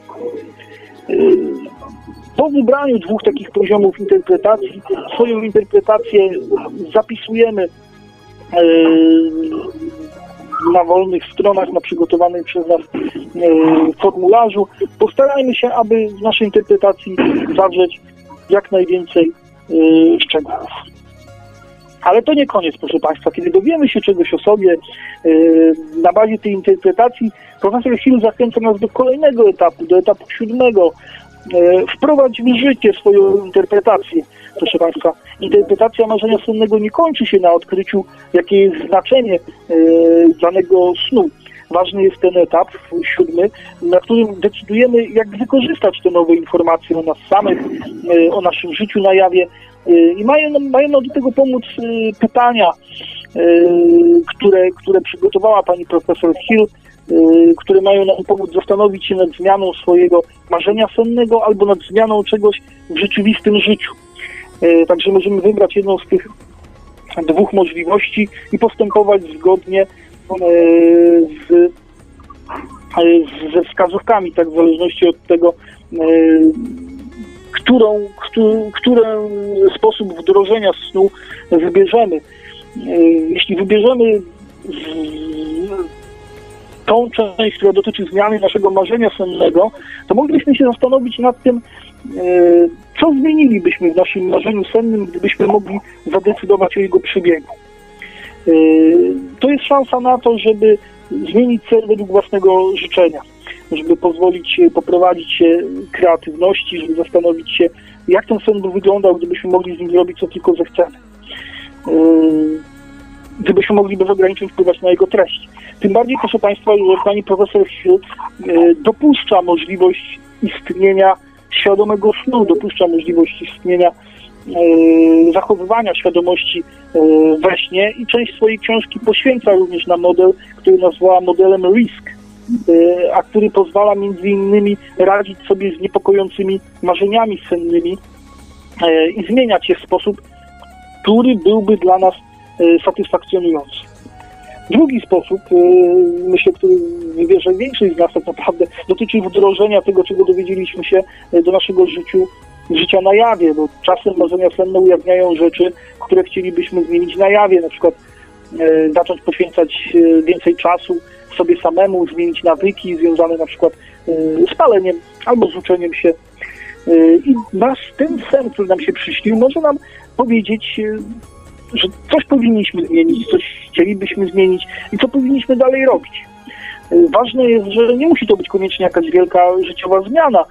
S5: Po wybraniu 2 takich poziomów interpretacji, swoją interpretację zapisujemy na wolnych stronach, na przygotowanym przez nas formularzu. Postarajmy się, aby w naszej interpretacji zawrzeć jak najwięcej szczegółów. Ale to nie koniec, proszę Państwa. Kiedy dowiemy się czegoś o sobie na bazie tej interpretacji, profesor Hill zachęca nas do kolejnego etapu, do etapu 7. Wprowadź w życie swoją interpretację. Proszę Państwa, interpretacja marzenia sennego nie kończy się na odkryciu, jakie jest znaczenie danego snu. ważny jest ten etap, 7, na którym decydujemy, jak wykorzystać te nowe informacje o nas samych, o naszym życiu na jawie. I mają nam do tego pomóc pytania, które przygotowała pani profesor Hill, które mają nam pomóc zastanowić się nad zmianą swojego marzenia sennego albo nad zmianą czegoś w rzeczywistym życiu. Także możemy wybrać jedną z tych dwóch możliwości i postępować zgodnie ze wskazówkami, tak w zależności od tego, który sposób wdrożenia snu wybierzemy. Jeśli wybierzemy tą część, która dotyczy zmiany naszego marzenia sennego, to moglibyśmy się zastanowić nad tym, co zmienilibyśmy w naszym marzeniu sennym, gdybyśmy mogli zadecydować o jego przebiegu. To jest szansa na to, żeby zmienić cel według własnego życzenia, żeby pozwolić poprowadzić się kreatywności, żeby zastanowić się, jak ten sen by wyglądał, gdybyśmy mogli z nim zrobić, co tylko zechcemy. Gdybyśmy mogli bez ograniczeń wpływać na jego treść. Tym bardziej, proszę Państwa, że pani profesor Hill dopuszcza możliwość istnienia świadomego snu, dopuszcza możliwość istnienia zachowywania świadomości we śnie i część swojej książki poświęca również na model, który nazwała modelem RISK, a który pozwala między innymi radzić sobie z niepokojącymi marzeniami sennymi i zmieniać je w sposób, który byłby dla nas satysfakcjonujący. Drugi sposób, myślę, który wybierze większość z nas tak naprawdę, dotyczy wdrożenia tego, czego dowiedzieliśmy się do naszego życia na jawie, bo czasem marzenia senne ujawniają rzeczy, które chcielibyśmy zmienić na jawie, na przykład zacząć poświęcać więcej czasu sobie samemu, zmienić nawyki związane na przykład z paleniem albo z uczeniem się. I ten sen, który nam się przyśnił, może nam powiedzieć, że coś powinniśmy zmienić, coś chcielibyśmy zmienić i co powinniśmy dalej robić. Ważne jest, że nie musi to być koniecznie jakaś wielka życiowa zmiana.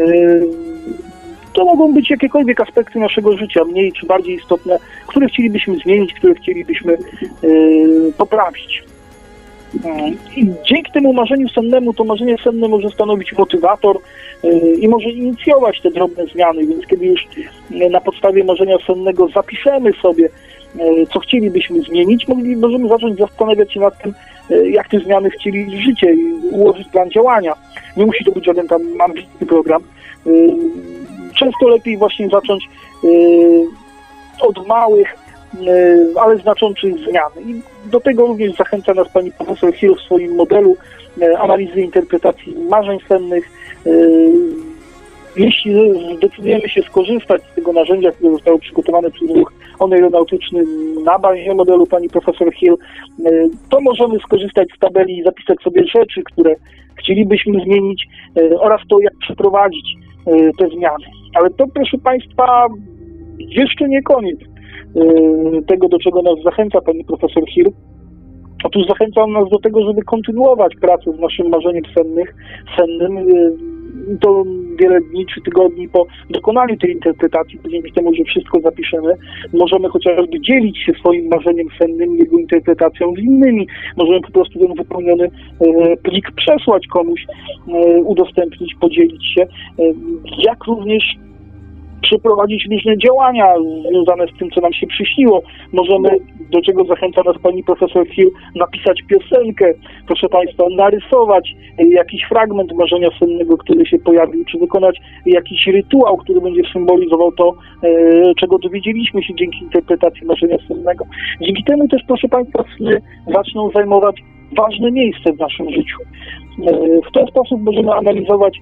S5: To mogą być jakiekolwiek aspekty naszego życia, mniej czy bardziej istotne, które chcielibyśmy zmienić, które chcielibyśmy poprawić. I dzięki temu marzeniu sennemu, to marzenie senne może stanowić motywator i może inicjować te drobne zmiany, więc kiedy już na podstawie marzenia sennego zapiszemy sobie, co chcielibyśmy zmienić, możemy zacząć zastanawiać się nad tym, jak te zmiany chcieli w życie i ułożyć plan działania. Nie musi to być żaden tam ambitny program. Często lepiej właśnie zacząć od małych, ale znaczących zmian. I do tego również zachęca nas pani profesor Hill w swoim modelu analizy interpretacji marzeń sennych. Jeśli zdecydujemy się skorzystać z tego narzędzia, które zostało przygotowane przez ruch oneironautyczny na bazie modelu pani profesor Hill, to możemy skorzystać z tabeli i zapisać sobie rzeczy, które chcielibyśmy zmienić oraz to, jak przeprowadzić te zmiany. Ale to, proszę Państwa, jeszcze nie koniec tego, do czego nas zachęca pani profesor Hill. Otóż zachęca nas do tego, żeby kontynuować pracę z naszym marzeniem sennym. To wiele dni czy tygodni po dokonaniu tej interpretacji, dzięki temu, że wszystko zapiszemy, możemy chociażby dzielić się swoim marzeniem sennym, jego interpretacją z innymi. Możemy po prostu ten wypełniony plik przesłać komuś, udostępnić, podzielić się, jak również przeprowadzić różne działania związane z tym, co nam się przyśniło. Możemy, do czego zachęca nas pani profesor Hill, napisać piosenkę, proszę Państwa, narysować jakiś fragment marzenia sennego, który się pojawił, czy wykonać jakiś rytuał, który będzie symbolizował to, czego dowiedzieliśmy się dzięki interpretacji marzenia sennego. Dzięki temu też, proszę Państwa, sny zaczną zajmować ważne miejsce w naszym życiu. W ten sposób możemy analizować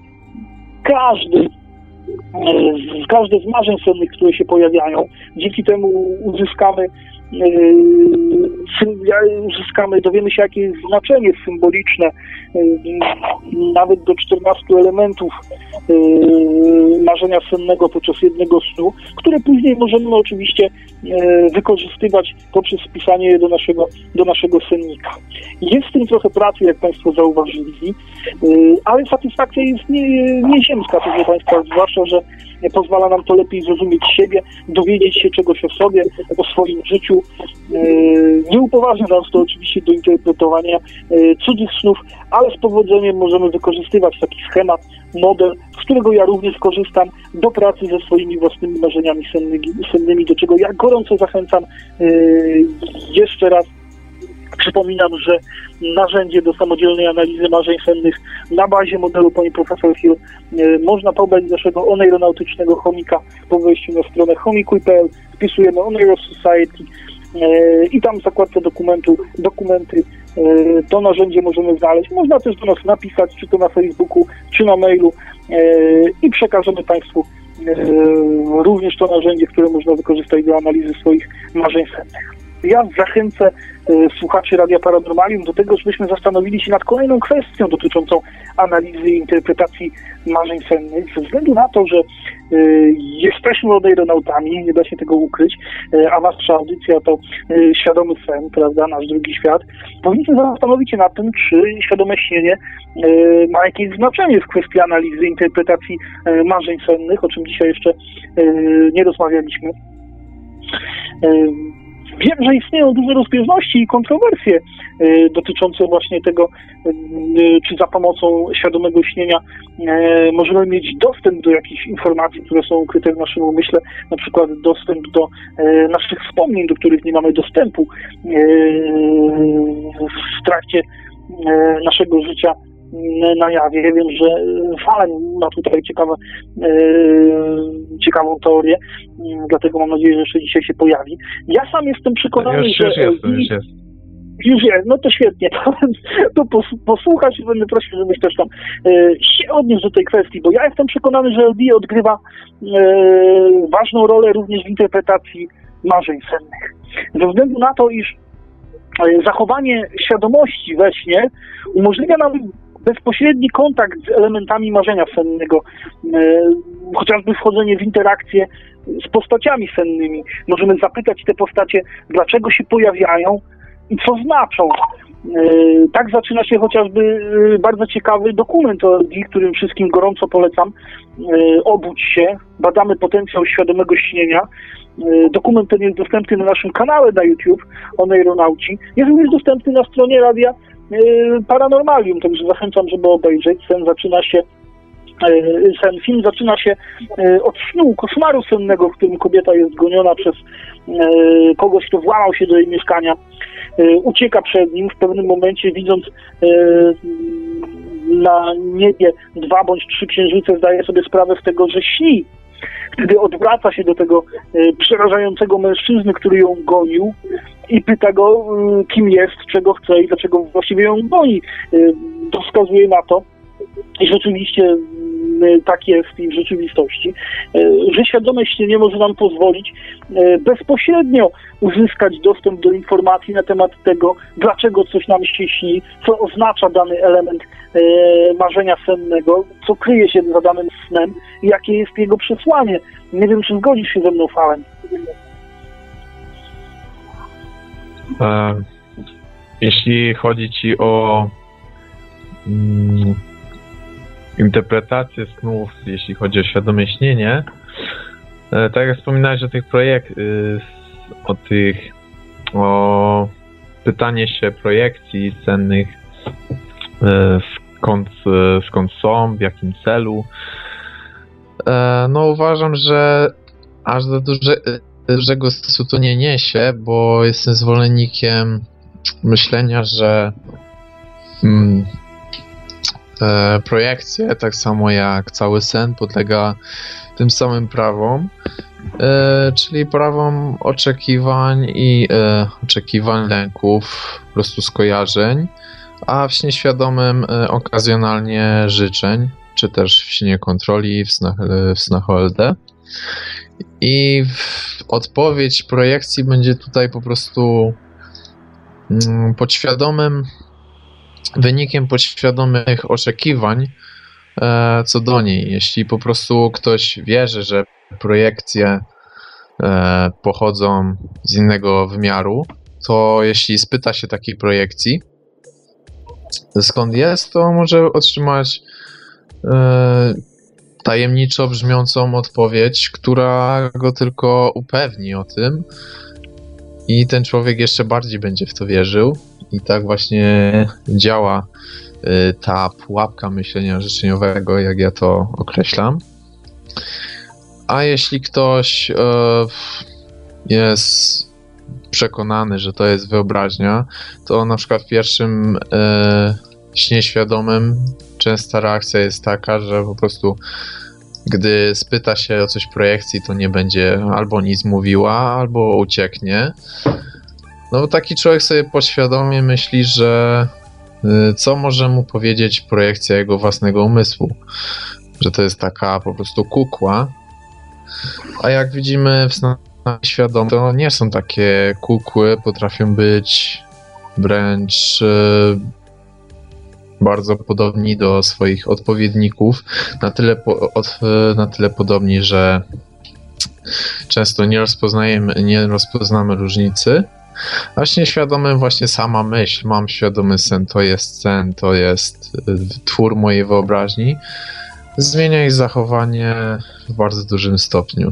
S5: każde z marzeń sennych, które się pojawiają. Dzięki temu dowiemy się, jakie jest znaczenie symboliczne, nawet do 14 elementów marzenia sennego podczas jednego snu, które później możemy oczywiście wykorzystywać poprzez wpisanie je do naszego sennika. Jest w tym trochę pracy, jak Państwo zauważyli, ale satysfakcja jest nieziemska, proszę Państwa, zwłaszcza, że pozwala nam to lepiej zrozumieć siebie, dowiedzieć się czegoś o sobie, o swoim życiu. Nie upoważnia nas to oczywiście do interpretowania cudzych snów, ale z powodzeniem możemy wykorzystywać taki schemat, model, z którego ja również korzystam do pracy ze swoimi własnymi marzeniami sennymi, do czego ja gorąco zachęcam. Jeszcze raz przypominam, że narzędzie do samodzielnej analizy marzeń sennych na bazie modelu pani profesor Hill można pobrać z naszego oneironautycznego chomika po wejściu na stronę chomikuj.pl, wpisujemy Oneiro Society i tam w zakładce dokumenty to narzędzie możemy znaleźć. Można też do nas napisać, czy to na Facebooku, czy na mailu i przekażemy Państwu również to narzędzie, które można wykorzystać do analizy swoich marzeń sennych. Ja zachęcę słuchaczy Radia Paranormalium do tego, żebyśmy zastanowili się nad kolejną kwestią dotyczącą analizy i interpretacji marzeń sennych, ze względu na to, że jesteśmy oneironautami, nie da się tego ukryć, a nasza audycja to świadomy sen, prawda, nasz drugi świat. Powinniśmy zastanowić się nad tym, czy świadome śnienie ma jakieś znaczenie w kwestii analizy i interpretacji marzeń sennych, o czym dzisiaj jeszcze nie rozmawialiśmy. Wiem, że istnieją duże rozbieżności i kontrowersje dotyczące właśnie tego, czy za pomocą świadomego śnienia możemy mieć dostęp do jakichś informacji, które są ukryte w naszym umyśle, na przykład dostęp do naszych wspomnień, do których nie mamy dostępu w trakcie naszego życia na jawie. Ja wiem, że Fallen ma tutaj ciekawą teorię, dlatego mam nadzieję, że jeszcze dzisiaj się pojawi. Ja sam jestem przekonany, już jest, no to świetnie, to posłuchać i będę prosił, żebyś też tam się odniósł do tej kwestii, bo ja jestem przekonany, że LD odgrywa ważną rolę również w interpretacji marzeń sennych. Ze względu na to, iż zachowanie świadomości we śnie umożliwia nam bezpośredni kontakt z elementami marzenia sennego, chociażby wchodzenie w interakcję z postaciami sennymi. Możemy zapytać te postacie, dlaczego się pojawiają i co znaczą. Tak zaczyna się chociażby bardzo ciekawy dokument o LD, którym wszystkim gorąco polecam. Obudź się, badamy potencjał świadomego śnienia. Dokument ten jest dostępny na naszym kanale na YouTube, Oneironauci. Jest również dostępny na stronie Radia Paranormalium, także zachęcam, żeby obejrzeć. Film zaczyna się od snu, koszmaru sennego, w którym kobieta jest goniona przez kogoś, kto włamał się do jej mieszkania. Ucieka przed nim, w pewnym momencie widząc na niebie 2 bądź 3 księżyce, zdaje sobie sprawę z tego, że śni. Wtedy odwraca się do tego przerażającego mężczyzny, który ją gonił i pyta go, kim jest, czego chce i dlaczego właściwie ją goni. To wskazuje na to, i rzeczywiście tak jest i w rzeczywistości, że świadome śnienie może nam pozwolić bezpośrednio uzyskać dostęp do informacji na temat tego, dlaczego coś nam się śni, co oznacza dany element marzenia sennego, co kryje się za danym snem i jakie jest jego przesłanie. Nie wiem, czy zgodzisz się ze mną, Fallen.
S2: Jeśli chodzi ci o interpretację snów, jeśli chodzi o świadome śnienie, tak jak wspominałeś o pytanie się projekcji sennych, skąd są, w jakim celu. No uważam, że aż za dużego sensu to nie niesie, bo jestem zwolennikiem myślenia, że projekcje, tak samo jak cały sen, podlega tym samym prawom, czyli prawom oczekiwań i oczekiwań, lęków, po prostu skojarzeń, a w śnie świadomym okazjonalnie życzeń, czy też w śnie kontroli, w snach OLD. I odpowiedź projekcji będzie tutaj po prostu wynikiem podświadomych oczekiwań co do niej. Jeśli po prostu ktoś wierzy, że projekcje pochodzą z innego wymiaru, to jeśli spyta się takiej projekcji, skąd jest, to może otrzymać tajemniczo brzmiącą odpowiedź, która go tylko upewni o tym i ten człowiek jeszcze bardziej będzie w to wierzył. I tak właśnie działa ta pułapka myślenia życzeniowego, jak ja to określam. A jeśli ktoś jest przekonany, że to jest wyobraźnia, to na przykład w pierwszym śnie świadomym częsta reakcja jest taka, że po prostu gdy spyta się o coś projekcji, to nie będzie albo nic mówiła, albo ucieknie. No bo taki człowiek sobie podświadomie myśli, że co może mu powiedzieć projekcja jego własnego umysłu, że to jest taka po prostu kukła. A jak widzimy w snu świadomym, to nie są takie kukły, potrafią być wręcz bardzo podobni do swoich odpowiedników, na tyle podobni, że często nie rozpoznamy różnicy. A śnie świadomym właśnie sama myśl, mam świadomy sen, to jest twór mojej wyobraźni, zmienia ich zachowanie w bardzo dużym stopniu.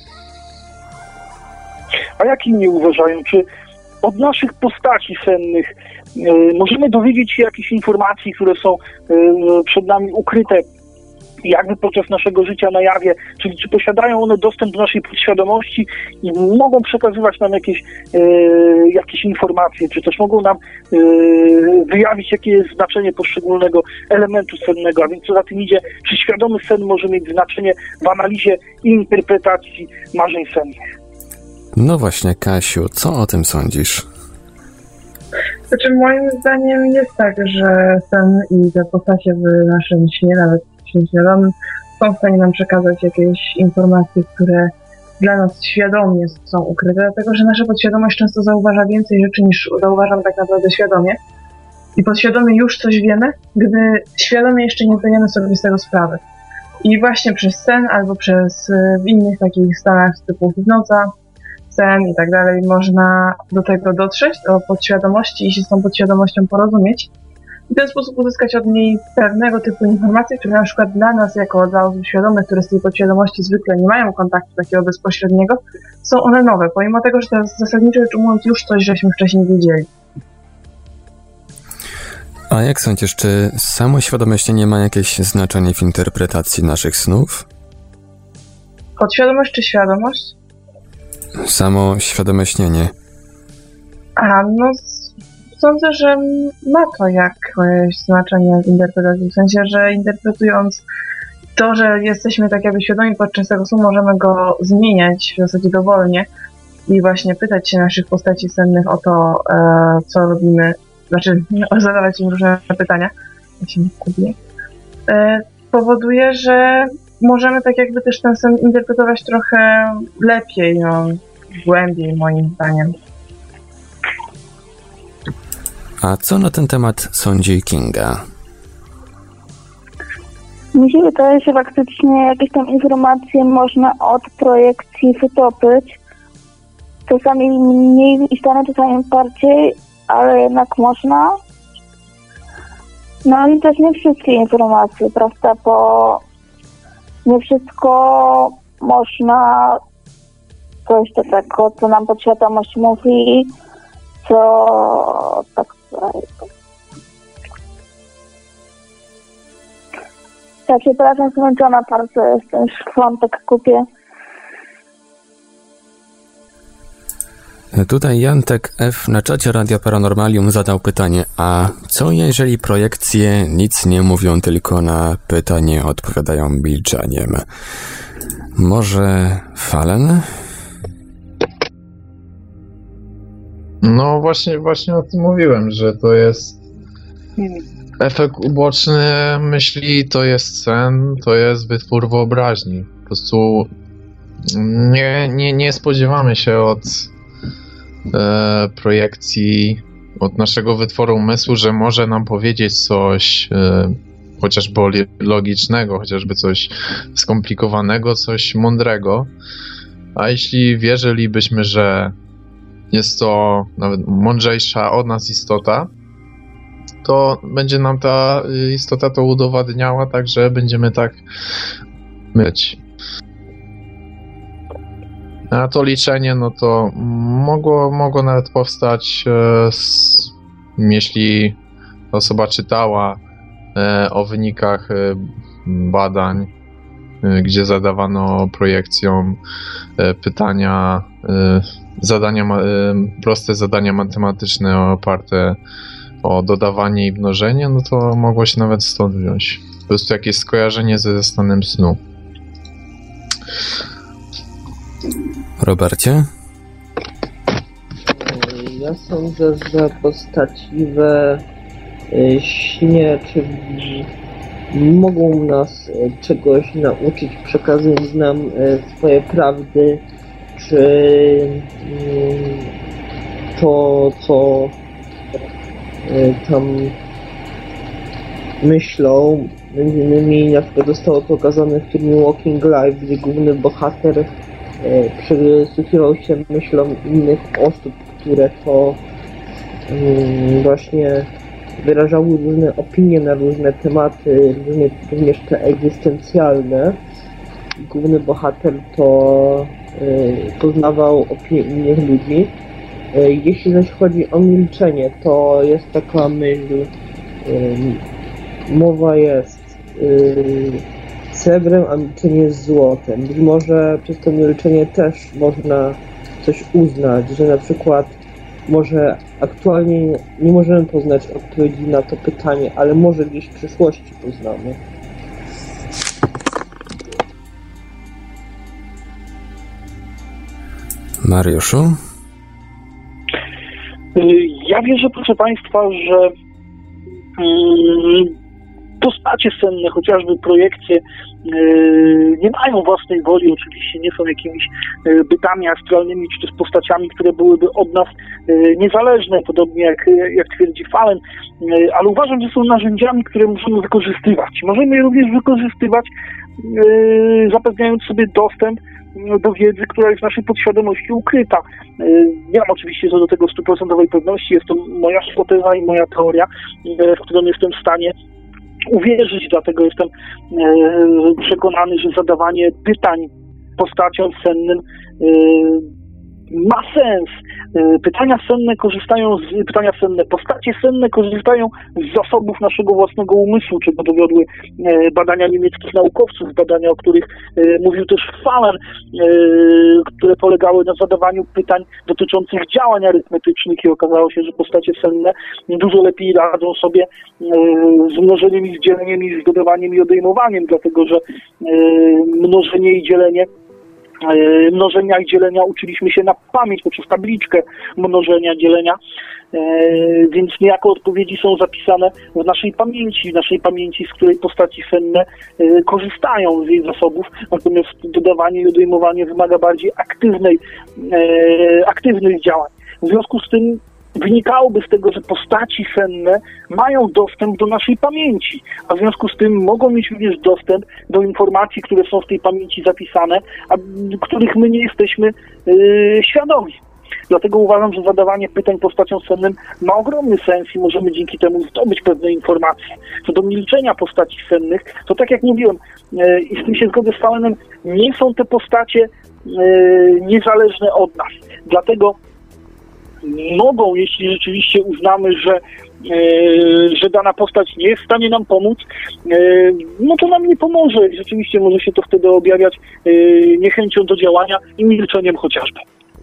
S5: A jak inni uważają, czy od naszych postaci sennych możemy dowiedzieć się jakichś informacji, które są przed nami ukryte jakby podczas naszego życia na jawie, czyli czy posiadają one dostęp do naszej podświadomości i mogą przekazywać nam jakieś informacje, czy też mogą nam wyjawić, jakie jest znaczenie poszczególnego elementu sennego, a więc co za tym idzie, czy świadomy sen może mieć znaczenie w analizie i interpretacji marzeń sennych.
S1: No właśnie, Kasiu, co o tym sądzisz?
S4: Znaczy, moim zdaniem jest tak, że sen i te postacie w naszym śnie, nawet w śnie świadomym, są w stanie nam przekazać jakieś informacje, które dla nas świadomie są ukryte, dlatego że nasza podświadomość często zauważa więcej rzeczy niż zauważam tak naprawdę świadomie. I podświadomie już coś wiemy, gdy świadomie jeszcze nie zdajemy sobie z tego sprawy. I właśnie przez sen albo przez w innych takich stanach typu hipnoza, sen i tak dalej, można do tego dotrzeć, do podświadomości i się z tą podświadomością porozumieć. I w ten sposób uzyskać od niej pewnego typu informacje, które na przykład dla nas, jako dla osób świadomych, które z tej podświadomości zwykle nie mają kontaktu takiego bezpośredniego, są one nowe, pomimo tego, że teraz zasadniczo rzecz ujmując już coś, żeśmy wcześniej wiedzieli.
S1: A jak sądzisz, czy samo świadomość nie ma jakieś znaczenie w interpretacji naszych snów?
S4: Podświadomość czy świadomość?
S1: Samo świadomościnienie.
S4: No sądzę, że ma to jakieś znaczenie w interpretacji, w sensie, że interpretując to, że jesteśmy tak jakby świadomi podczas tego snu, możemy go zmieniać w zasadzie dowolnie i właśnie pytać się naszych postaci sennych o to, co robimy, znaczy zadawać im różne pytania, ja się nie gubię, powoduje, że możemy tak jakby też ten sen interpretować trochę lepiej, głębiej moim zdaniem.
S1: A co na ten temat sądzi Kinga?
S6: Mi się wydaje, że faktycznie jakieś tam informacje można od projekcji wydobyć. Czasami mniej istotne, czasami bardziej, ale jednak można. No i też nie wszystkie informacje, prawda, bo nie wszystko można coś takiego, co nam podświadomość mówi, co tak ja przepraszam, zmęczona bardzo jestem, już wątek kupię.
S1: Tutaj Jantek F. na czacie Radia Paranormalium zadał pytanie, a co jeżeli projekcje nic nie mówią, tylko na pytanie odpowiadają milczeniem? Może Fallen?
S2: No właśnie o tym mówiłem, że to jest efekt uboczny myśli, to jest sen, to jest wytwór wyobraźni. Po prostu nie spodziewamy się od projekcji, od naszego wytworu umysłu, że może nam powiedzieć coś chociażby logicznego, chociażby coś skomplikowanego, coś mądrego. A jeśli wierzylibyśmy, że jest to nawet mądrzejsza od nas istota, to będzie nam ta istota to udowadniała, tak że będziemy tak myśleć. A to liczenie, no to mogło nawet powstać, jeśli osoba czytała o wynikach badań, gdzie zadawano projekcjom pytania, proste zadania matematyczne oparte o dodawanie i mnożenie, no to mogło się nawet stąd wziąć. Po prostu jakieś skojarzenie ze stanem snu.
S1: Robercie?
S3: Ja sądzę, że postaci we śnie, czyli mogą nas czegoś nauczyć, przekazując nam swoje prawdy, czy to, co tam myślą. Między innymi na przykład zostało pokazane w filmie Walking Life, gdzie główny bohater przysłuchiwał się myślom innych osób, które to właśnie wyrażały różne opinie na różne tematy, również te egzystencjalne. Główny bohater to poznawał opinie innych ludzi. Jeśli zaś chodzi o milczenie, to jest taka myśl, mowa jest srebrem, a milczenie jest złotem. Być może przez to milczenie też można coś uznać, że na przykład może aktualnie nie możemy poznać odpowiedzi na to pytanie, ale może gdzieś w przyszłości poznamy.
S1: Mariuszu?
S5: Ja wierzę, proszę Państwa, że postacie senne, chociażby projekcje, nie mają własnej woli, oczywiście nie są jakimiś bytami astralnymi czy też postaciami, które byłyby od nas niezależne, podobnie jak twierdzi Fallen, ale uważam, że są narzędziami, które możemy wykorzystywać. Możemy je również wykorzystywać, zapewniając sobie dostęp do wiedzy, która jest w naszej podświadomości ukryta. Nie mam oczywiście co do tego 100% pewności, jest to moja hipoteza i moja teoria, w którą jestem w stanie uwierzyć, dlatego jestem przekonany, że zadawanie pytań postaciom sennym ma sens. Postacie senne korzystają z zasobów naszego własnego umysłu, czego dowiodły badania niemieckich naukowców, badania, o których mówił też Fallen, które polegały na zadawaniu pytań dotyczących działań arytmetycznych i okazało się, że postacie senne dużo lepiej radzą sobie z mnożeniem i z dzieleniem i z dodawaniem i odejmowaniem, dlatego że mnożenia i dzielenia uczyliśmy się na pamięć poprzez tabliczkę mnożenia, dzielenia, więc niejako odpowiedzi są zapisane w naszej pamięci, z której postaci senne korzystają z jej zasobów, natomiast dodawanie i odejmowanie wymaga bardziej aktywnych działań. W związku z tym wynikałoby z tego, że postaci senne mają dostęp do naszej pamięci, a w związku z tym mogą mieć również dostęp do informacji, które są w tej pamięci zapisane, a których my nie jesteśmy świadomi. Dlatego uważam, że zadawanie pytań postaciom sennym ma ogromny sens i możemy dzięki temu zdobyć pewne informacje. Co do milczenia postaci sennych, to tak jak mówiłem, i z tym się zgodzę z Fallenem, nie są te postacie niezależne od nas. Dlatego mogą, jeśli rzeczywiście uznamy, że dana postać nie jest w stanie nam pomóc, no to nam nie pomoże i rzeczywiście może się to wtedy objawiać niechęcią do działania i milczeniem chociażby.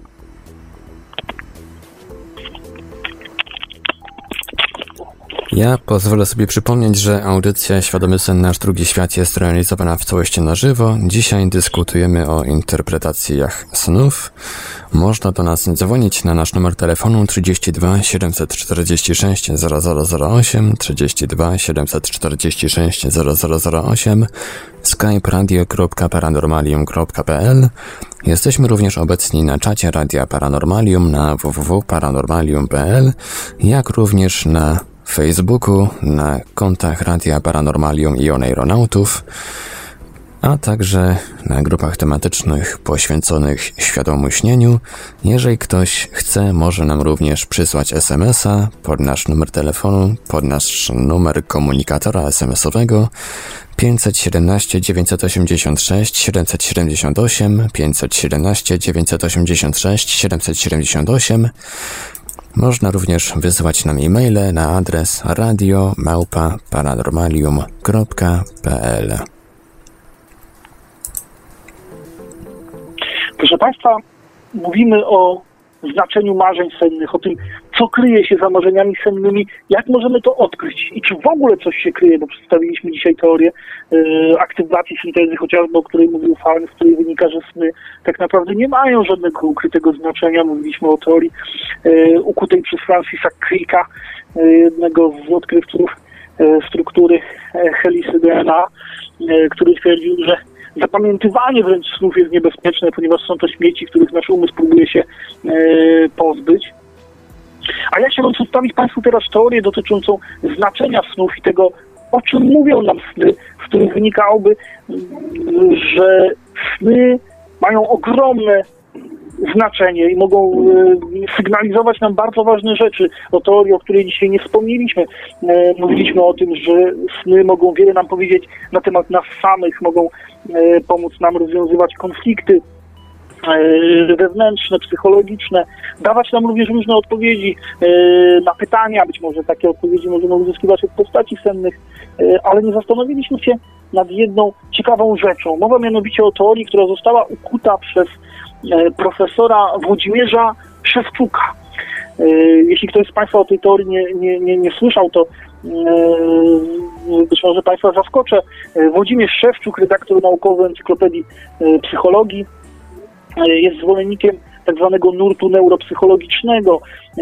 S1: Ja pozwolę sobie przypomnieć, że audycja Świadomy Sen Nasz Drugi Świat jest realizowana w całości na żywo. Dzisiaj dyskutujemy o interpretacjach snów. Można do nas dzwonić na nasz numer telefonu 32 746 0008, 32 746 0008, skype radio.paranormalium.pl. Jesteśmy również obecni na czacie Radia Paranormalium na www.paranormalium.pl, jak również na Facebooku, na kontach Radia Paranormalium i Oneironautów, a także na grupach tematycznych poświęconych świadomemu śnieniu. Jeżeli ktoś chce, może nam również przysłać SMS-a pod nasz numer telefonu, pod nasz numer komunikatora SMS-owego 517 986 778, 517 986 778. Można również wysyłać nam e-maile na adres radio@paranormalium.pl.
S5: Proszę Państwa, mówimy o znaczeniu marzeń sennych, o tym, co kryje się za marzeniami sennymi, jak możemy to odkryć i czy w ogóle coś się kryje, bo przedstawiliśmy dzisiaj teorię aktywacji syntezy, chociażby o której mówił Falk, z której wynika, że sny tak naprawdę nie mają żadnego ukrytego znaczenia. Mówiliśmy o teorii ukutej przez Francisa Cricka, jednego z odkrywców struktury helisy DNA, który twierdził, że zapamiętywanie wręcz snów jest niebezpieczne, ponieważ są to śmieci, których nasz umysł próbuje się pozbyć. A ja chciałbym przedstawić Państwu teraz teorię dotyczącą znaczenia snów i tego, o czym mówią nam sny, z których wynikałoby, że sny mają ogromne znaczenie i mogą sygnalizować nam bardzo ważne rzeczy. O teorii, o której dzisiaj nie wspomnieliśmy. Mówiliśmy o tym, że sny mogą wiele nam powiedzieć na temat nas samych, mogą pomóc nam rozwiązywać konflikty wewnętrzne, psychologiczne, dawać nam również różne odpowiedzi na pytania. Być może takie odpowiedzi możemy uzyskiwać od postaci sennych, ale nie zastanowiliśmy się nad jedną ciekawą rzeczą. Mowa mianowicie o teorii, która została ukuta przez profesora Włodzimierza Szewczuka. Jeśli ktoś z Państwa o tej teorii nie słyszał, to być może Państwa zaskoczę. Włodzimierz Szewczuk, redaktor naukowy Encyklopedii Psychologii, jest zwolennikiem tak zwanego nurtu neuropsychologicznego,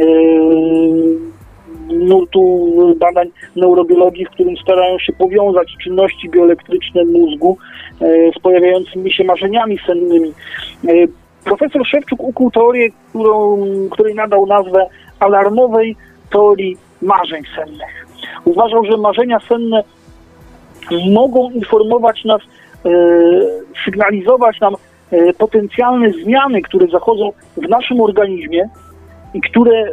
S5: nurtu badań neurobiologii, w którym starają się powiązać czynności bioelektryczne mózgu z pojawiającymi się marzeniami sennymi. Profesor Szewczuk ukuł teorię, której nadał nazwę alarmowej teorii marzeń sennych. Uważał, że marzenia senne mogą informować nas, sygnalizować nam potencjalne zmiany, które zachodzą w naszym organizmie i które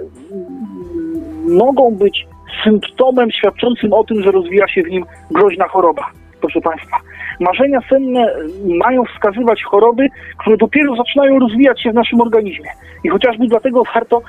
S5: mogą być symptomem świadczącym o tym, że rozwija się w nim groźna choroba. Proszę Państwa, marzenia senne mają wskazywać choroby, które dopiero zaczynają rozwijać się w naszym organizmie. I chociażby dlatego warto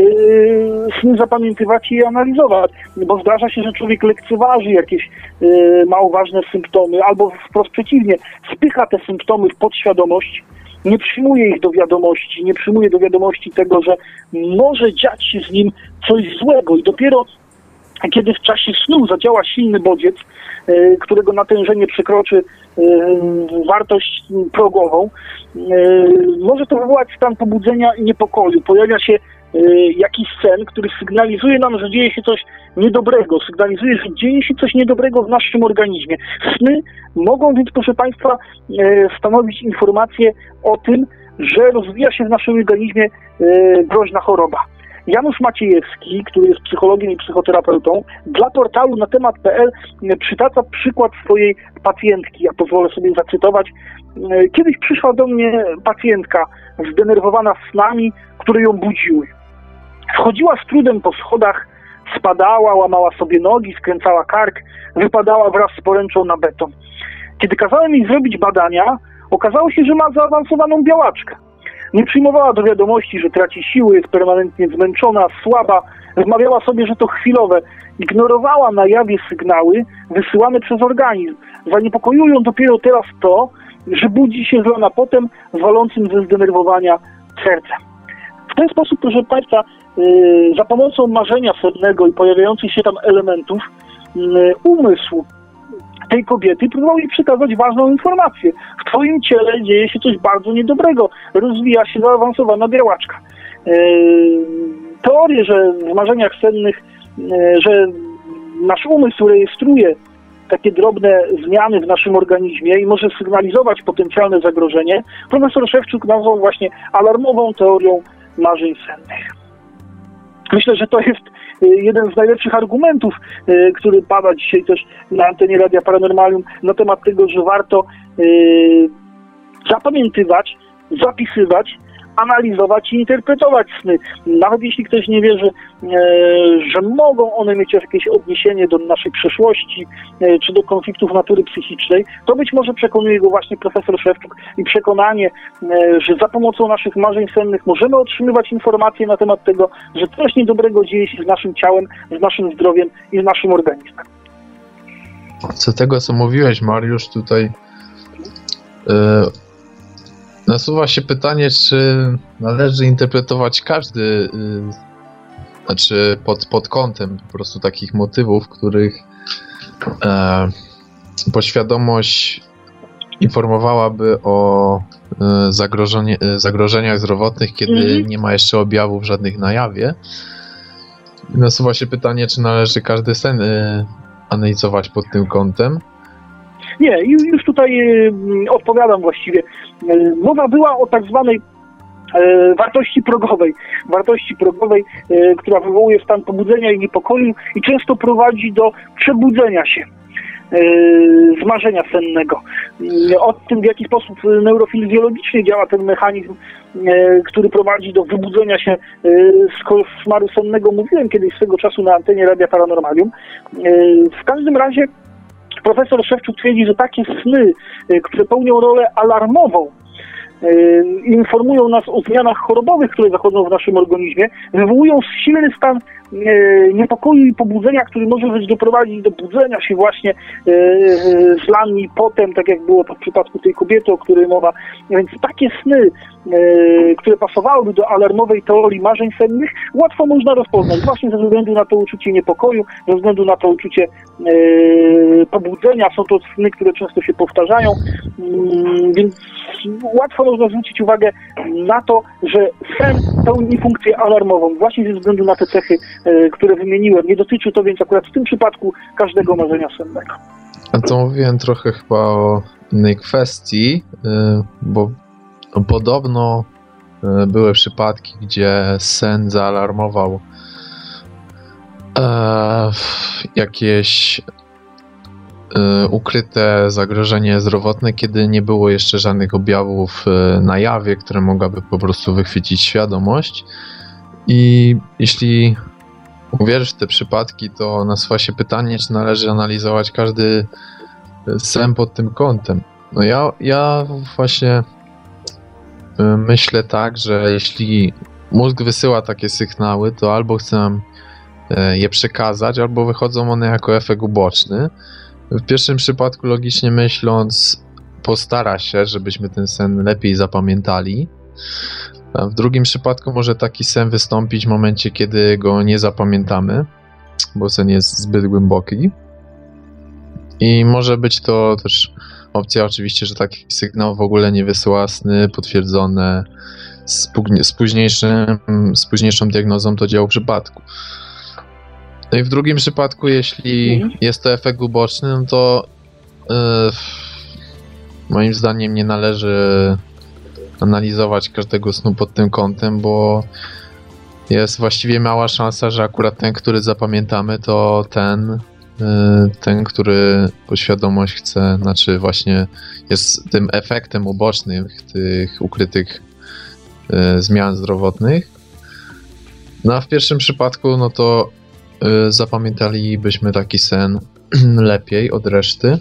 S5: sny zapamiętywać i je analizować, bo zdarza się, że człowiek lekceważy jakieś mało ważne symptomy, albo wprost przeciwnie, spycha te symptomy w podświadomość, nie przyjmuje ich do wiadomości, nie przyjmuje do wiadomości tego, że może dziać się z nim coś złego i dopiero kiedy w czasie snu zadziała silny bodziec, którego natężenie przekroczy wartość progową, może to wywołać stan pobudzenia i niepokoju. Pojawia się jakiś sen, który sygnalizuje nam, że dzieje się coś niedobrego, sygnalizuje, że dzieje się coś niedobrego w naszym organizmie. Sny mogą więc, proszę Państwa, stanowić informację o tym, że rozwija się w naszym organizmie groźna choroba. Janusz Maciejewski, który jest psychologiem i psychoterapeutą, dla portalu na temat.pl przytacza przykład swojej pacjentki. Ja pozwolę sobie zacytować. Kiedyś przyszła do mnie pacjentka zdenerwowana snami, które ją budziły. Wchodziła z trudem po schodach, spadała, łamała sobie nogi, skręcała kark, wypadała wraz z poręczą na beton. Kiedy kazałem jej zrobić badania, okazało się, że ma zaawansowaną białaczkę. Nie przyjmowała do wiadomości, że traci siły, jest permanentnie zmęczona, słaba, wmawiała sobie, że to chwilowe. Ignorowała na jawie sygnały wysyłane przez organizm. Zaniepokoiło ją dopiero teraz to, że budzi się z rana potem walącym ze zdenerwowania sercem. W ten sposób, proszę Państwa, za pomocą marzenia sennego i pojawiających się tam elementów umysłu tej kobiety próbował jej przekazać ważną informację. W Twoim ciele dzieje się coś bardzo niedobrego. Rozwija się zaawansowana białaczka. Teorie, że w marzeniach sennych, że nasz umysł rejestruje takie drobne zmiany w naszym organizmie i może sygnalizować potencjalne zagrożenie, profesor Szewczuk nazwał właśnie alarmową teorią marzeń sennych. Myślę, że to jest jeden z najlepszych argumentów, który pada dzisiaj też na antenie Radia Paranormalium na temat tego, że warto zapamiętywać, zapisywać, analizować i interpretować sny. Nawet jeśli ktoś nie wierzy, że mogą one mieć jakieś odniesienie do naszej przeszłości, czy do konfliktów natury psychicznej, to być może przekonuje go właśnie profesor Szewczuk i przekonanie, że za pomocą naszych marzeń sennych możemy otrzymywać informacje na temat tego, że coś niedobrego dzieje się z naszym ciałem, z naszym zdrowiem i z naszym organizmem.
S2: Co tego, co mówiłeś, Mariusz, tutaj nasuwa się pytanie, czy należy interpretować każdy, znaczy pod kątem po prostu takich motywów, których podświadomość informowałaby o zagrożeniach zdrowotnych, kiedy nie ma jeszcze objawów żadnych na jawie. Nasuwa się pytanie, czy należy każdy sen analizować pod tym kątem.
S5: Nie, już tutaj odpowiadam właściwie. Mowa była o tak zwanej wartości progowej, która wywołuje stan pobudzenia i niepokoju i często prowadzi do przebudzenia się z marzenia sennego. O tym, w jaki sposób neurofizjologicznie działa ten mechanizm, który prowadzi do wybudzenia się z koszmaru sennego, mówiłem kiedyś swego czasu na antenie Radia Paranormalium. W każdym razie profesor Szewczuk twierdzi, że takie sny, które pełnią rolę alarmową, informują nas o zmianach chorobowych, które zachodzą w naszym organizmie, wywołują silny stan niepokoju i pobudzenia, który może doprowadzić do budzenia się właśnie z lani potem, tak jak było to w przypadku tej kobiety, o której mowa. Więc takie sny, które pasowałyby do alarmowej teorii marzeń sennych, łatwo można rozpoznać właśnie ze względu na to uczucie niepokoju, ze względu na to uczucie pobudzenia. Są to sny, które często się powtarzają, więc łatwo można zwrócić uwagę na to, że sen pełni funkcję alarmową właśnie ze względu na te cechy, które wymieniłem. Nie dotyczy to więc akurat w tym przypadku każdego marzenia sennego.
S2: A to mówiłem trochę chyba o innej kwestii, bo podobno były przypadki, gdzie sen zaalarmował jakieś ukryte zagrożenie zdrowotne, kiedy nie było jeszcze żadnych objawów na jawie, które mogłaby po prostu wychwycić świadomość. I jeśli uwierzysz w te przypadki, to nasuwa się pytanie, czy należy analizować każdy sen pod tym kątem. No ja właśnie myślę tak, że jeśli mózg wysyła takie sygnały, to albo chce nam je przekazać, albo wychodzą one jako efekt uboczny. W pierwszym przypadku, logicznie myśląc, postara się, żebyśmy ten sen lepiej zapamiętali. A w drugim przypadku może taki sen wystąpić w momencie, kiedy go nie zapamiętamy, bo sen jest zbyt głęboki. I może być to też opcja oczywiście, że taki sygnał w ogóle nie wysyła sny potwierdzone z późniejszą diagnozą do działu przypadku. No i w drugim przypadku, jeśli jest to efekt uboczny, no to moim zdaniem nie należy analizować każdego snu pod tym kątem, bo jest właściwie mała szansa, że akurat ten, który zapamiętamy, to ten, który podświadomość chce, znaczy właśnie jest tym efektem ubocznym tych ukrytych zmian zdrowotnych. No a w pierwszym przypadku, no to zapamiętalibyśmy taki sen lepiej od reszty.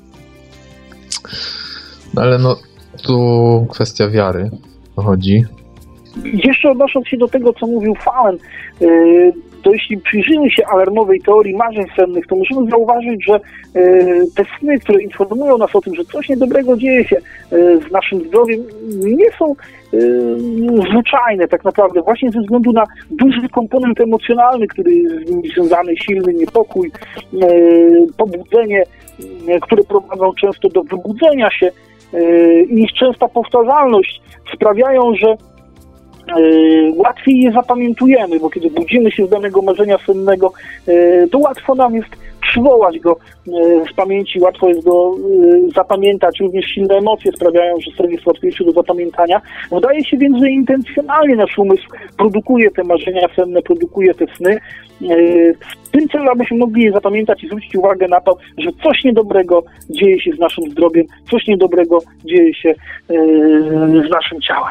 S2: No ale no tu kwestia wiary chodzi.
S5: Jeszcze odnosząc się do tego, co mówił Fallen, to jeśli przyjrzymy się alarmowej teorii marzeń sennych, to musimy zauważyć, że te sny, które informują nas o tym, że coś niedobrego dzieje się z naszym zdrowiem, nie są zwyczajne tak naprawdę, właśnie ze względu na duży komponent emocjonalny, który jest z nimi związany, silny niepokój, pobudzenie, które prowadzą często do wybudzenia się i ich częsta powtarzalność sprawiają, że łatwiej je zapamiętujemy, bo kiedy budzimy się z danego marzenia sennego, to łatwo nam jest przywołać go z pamięci, łatwo jest go zapamiętać, również silne emocje sprawiają, że sen jest łatwiejszy do zapamiętania. Wydaje się więc, że intencjonalnie nasz umysł produkuje te marzenia senne, produkuje te sny, w tym celu, abyśmy mogli je zapamiętać i zwrócić uwagę na to, że coś niedobrego dzieje się z naszym zdrowiem, coś niedobrego dzieje się z naszym ciałem.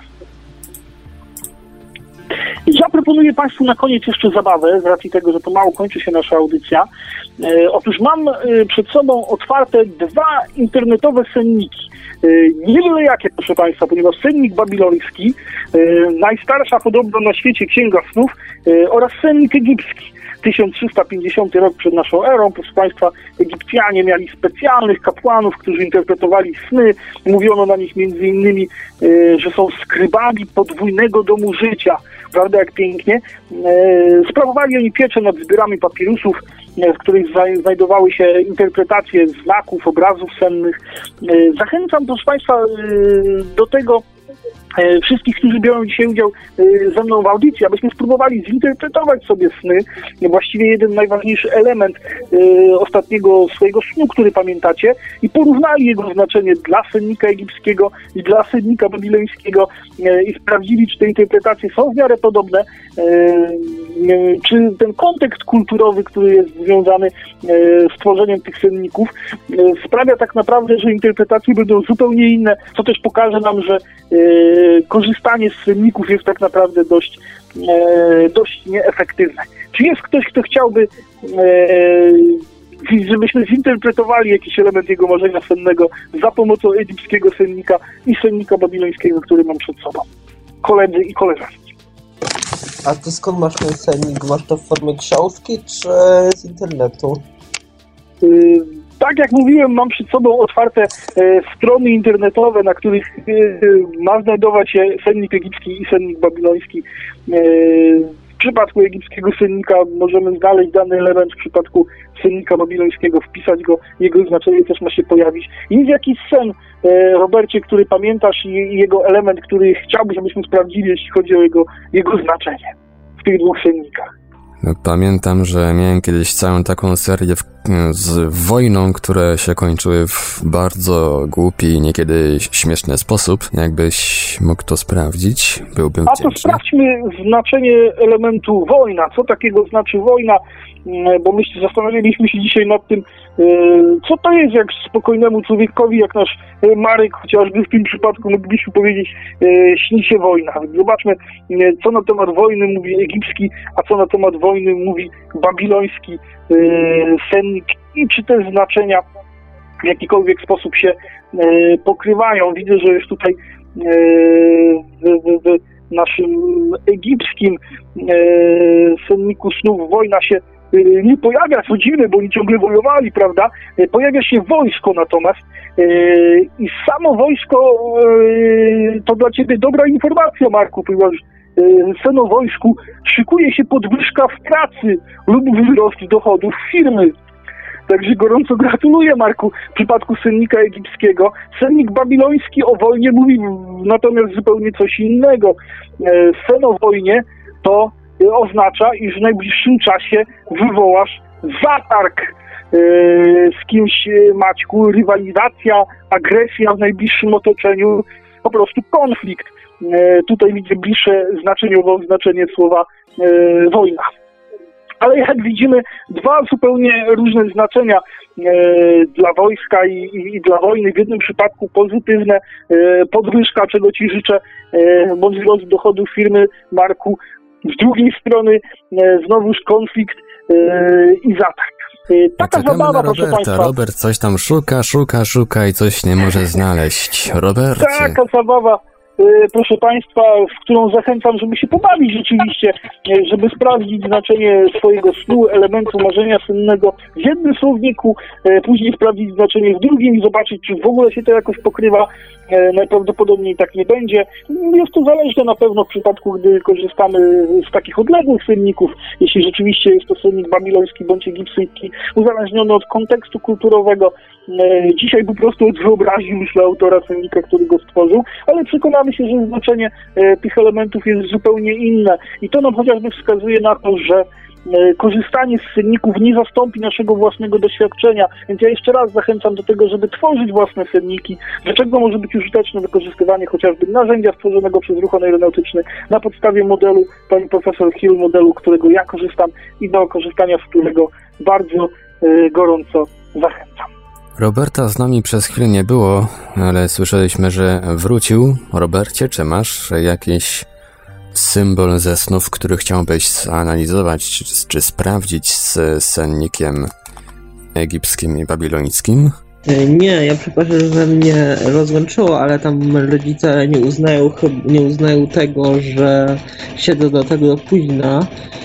S5: Ja proponuję Państwu na koniec jeszcze zabawę, z racji tego, że pomału kończy się nasza audycja. Otóż mam przed sobą otwarte 2 internetowe senniki. Nie byle jakie, proszę Państwa, ponieważ sennik babiloński, najstarsza podobno na świecie księga snów, oraz sennik egipski. 1350 rok przed naszą erą, proszę Państwa, Egipcjanie mieli specjalnych kapłanów, którzy interpretowali sny. Mówiono na nich między innymi, że są skrybami podwójnego domu życia. Prawda, jak pięknie. Sprawowali oni pieczę nad zbiorami papirusów, w których znajdowały się interpretacje znaków, obrazów sennych. Zachęcam, proszę Państwa, do tego wszystkich, którzy biorą dzisiaj udział ze mną w audycji, abyśmy spróbowali zinterpretować sobie sny. Właściwie jeden najważniejszy element ostatniego swojego snu, który pamiętacie, i porównali jego znaczenie dla sennika egipskiego i dla sennika babilońskiego i sprawdzili, czy te interpretacje są w miarę podobne, czy ten kontekst kulturowy, który jest związany z tworzeniem tych senników, sprawia tak naprawdę, że interpretacje będą zupełnie inne, co też pokaże nam, że korzystanie z senników jest tak naprawdę dość nieefektywne. Czy jest ktoś, kto chciałby, żebyśmy zinterpretowali jakiś element jego marzenia sennego za pomocą egipskiego sennika i sennika babilońskiego, który mam przed sobą? Koledzy i koleżanki.
S3: A ty skąd masz ten sennik? Masz to w formie książki czy z internetu?
S5: Tak jak mówiłem, mam przed sobą otwarte strony internetowe, na których ma znajdować się sennik egipski i sennik babiloński. W przypadku egipskiego sennika możemy znaleźć dany element, w przypadku sennika babilońskiego wpisać go, jego znaczenie też ma się pojawić. Jest jakiś sen, Robercie, który pamiętasz, i jego element, który chciałbyś, żebyśmy sprawdzili, jeśli chodzi o jego znaczenie w tych 2 sennikach?
S1: Pamiętam, że miałem kiedyś całą taką serię z wojną, które się kończyły w bardzo głupi i niekiedy śmieszny sposób. Jakbyś mógł to sprawdzić, byłbym wdzięczny.
S5: A to sprawdźmy znaczenie elementu wojna. Co takiego znaczy wojna? Bo my zastanawialiśmy się dzisiaj nad tym, co to jest, jak spokojnemu człowiekowi, jak nasz Marek, chociażby w tym przypadku moglibyśmy powiedzieć, śni się wojna. Zobaczmy, co na temat wojny mówi egipski, a co na temat wojny mówi babiloński sennik i czy te znaczenia w jakikolwiek sposób się pokrywają. Widzę, że już tutaj w naszym egipskim senniku snów wojna się nie pojawia, co dziwne, bo oni ciągle wojowali, prawda? Pojawia się wojsko natomiast i samo wojsko to dla Ciebie dobra informacja, Marku, ponieważ sen o wojsku szykuje się podwyżka w pracy lub wzrost dochodów firmy. Także gorąco gratuluję, Marku, w przypadku sennika egipskiego. Sennik babiloński o wojnie mówi natomiast zupełnie coś innego. Sen o wojnie to oznacza, iż w najbliższym czasie wywołasz zatarg z kimś, Maćku, rywalizacja, agresja w najbliższym otoczeniu, po prostu konflikt. Tutaj widzę bliższe znaczenie słowa wojna. Ale jak widzimy, 2 zupełnie różne znaczenia dla wojska i dla wojny. W jednym przypadku pozytywne, podwyżka, czego Ci życzę, bądź wzrost dochodów firmy, Marku. Z drugiej strony znowuż konflikt i zatarg. Taka zabawa, proszę Państwa.
S1: Robert coś tam szuka i coś nie może znaleźć. Robercie.
S5: Taka zabawa, proszę Państwa, w którą zachęcam, żeby się pobawić rzeczywiście, żeby sprawdzić znaczenie swojego snu, elementu marzenia sennego w jednym słowniku, później sprawdzić znaczenie w drugim i zobaczyć, czy w ogóle się to jakoś pokrywa. Najprawdopodobniej tak nie będzie. Jest to zależne na pewno w przypadku, gdy korzystamy z takich odległych senników. Jeśli rzeczywiście jest to sennik babiloński bądź egipski, uzależniony od kontekstu kulturowego. Dzisiaj po prostu od wyobraźni, myślę, autora sennika, który go stworzył, ale przekonamy się, że znaczenie tych elementów jest zupełnie inne. I to nam chociażby wskazuje na to, że korzystanie z senników nie zastąpi naszego własnego doświadczenia, więc ja jeszcze raz zachęcam do tego, żeby tworzyć własne senniki. Dlaczego może być użyteczne wykorzystywanie chociażby narzędzia stworzonego przez ruch aeronautyczny na podstawie modelu pani profesor Hill, modelu, którego ja korzystam i do korzystania z którego bardzo gorąco zachęcam.
S1: Roberta z nami przez chwilę nie było, ale słyszeliśmy, że wrócił. Robercie, czy masz jakiś symbol ze snów, który chciałbyś zanalizować, czy sprawdzić z sennikiem egipskim i babilońskim?
S3: Nie, ja przepraszam, że mnie rozłączyło, ale tam rodzice nie uznają tego, że siedzę do tego do późna.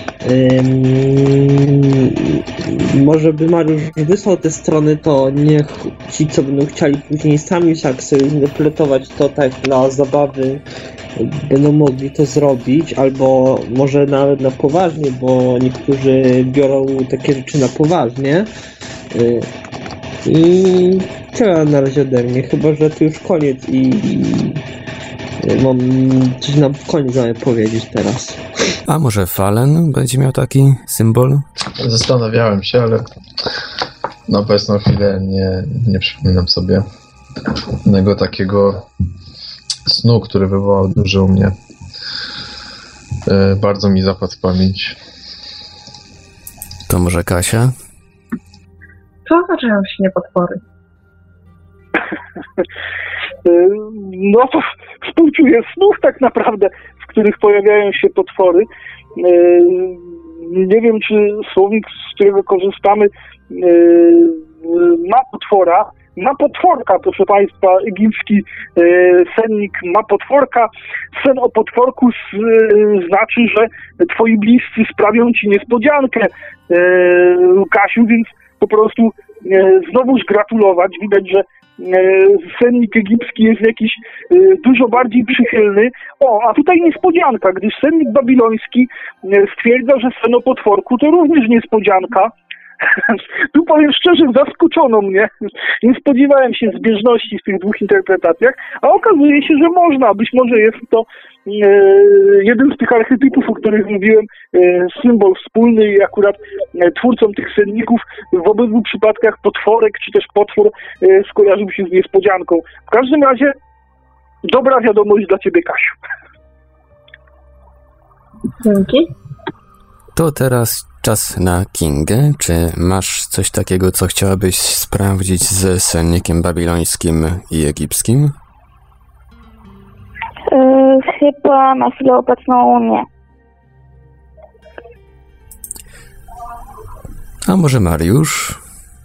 S3: Może by Mariusz wysłał te strony, to niech ci, co będą chcieli później sami tak sobie interpretować to tak dla zabawy, będą mogli to zrobić, albo może nawet na poważnie, bo niektórzy biorą takie rzeczy na poważnie. I tyle na razie ode mnie, chyba że to już koniec i mam coś nam w koniec powiedzieć teraz.
S1: A może Fallen będzie miał taki symbol?
S2: Zastanawiałem się, ale na obecną chwilę nie przypominam sobie innego takiego snu, który wywołał duży u mnie. Bardzo mi zapadł w pamięć.
S1: To może Kasia?
S4: Co oznaczają silnie potwory?
S5: No to współczuję snów tak naprawdę, w których pojawiają się potwory. Nie wiem, czy słownik, z którego korzystamy, ma potwora. Ma potworka, proszę Państwa, egipski sennik ma potworka. Sen o potworku znaczy, że twoi bliscy sprawią ci niespodziankę, Kasiu, więc po prostu znowuż gratulować. Widać, że sennik egipski jest jakiś dużo bardziej przychylny. A tutaj niespodzianka, gdyż sennik babiloński stwierdza, że sen o potworku to również niespodzianka. Tu powiem szczerze, zaskoczono mnie. Nie spodziewałem się zbieżności w tych dwóch interpretacjach, a okazuje się, że można. Być może jest to jeden z tych archetypów, o których mówiłem, symbol wspólny i akurat twórcom tych senników w obydwu przypadkach potworek czy też potwór skojarzył się z niespodzianką. W każdym razie dobra wiadomość dla Ciebie, Kasiu.
S4: Dzięki.
S1: To teraz czas na Kingę. Czy masz coś takiego, co chciałabyś sprawdzić z sennikiem babilońskim i egipskim?
S6: Chyba na chwilę obecną nie.
S1: A może Mariusz?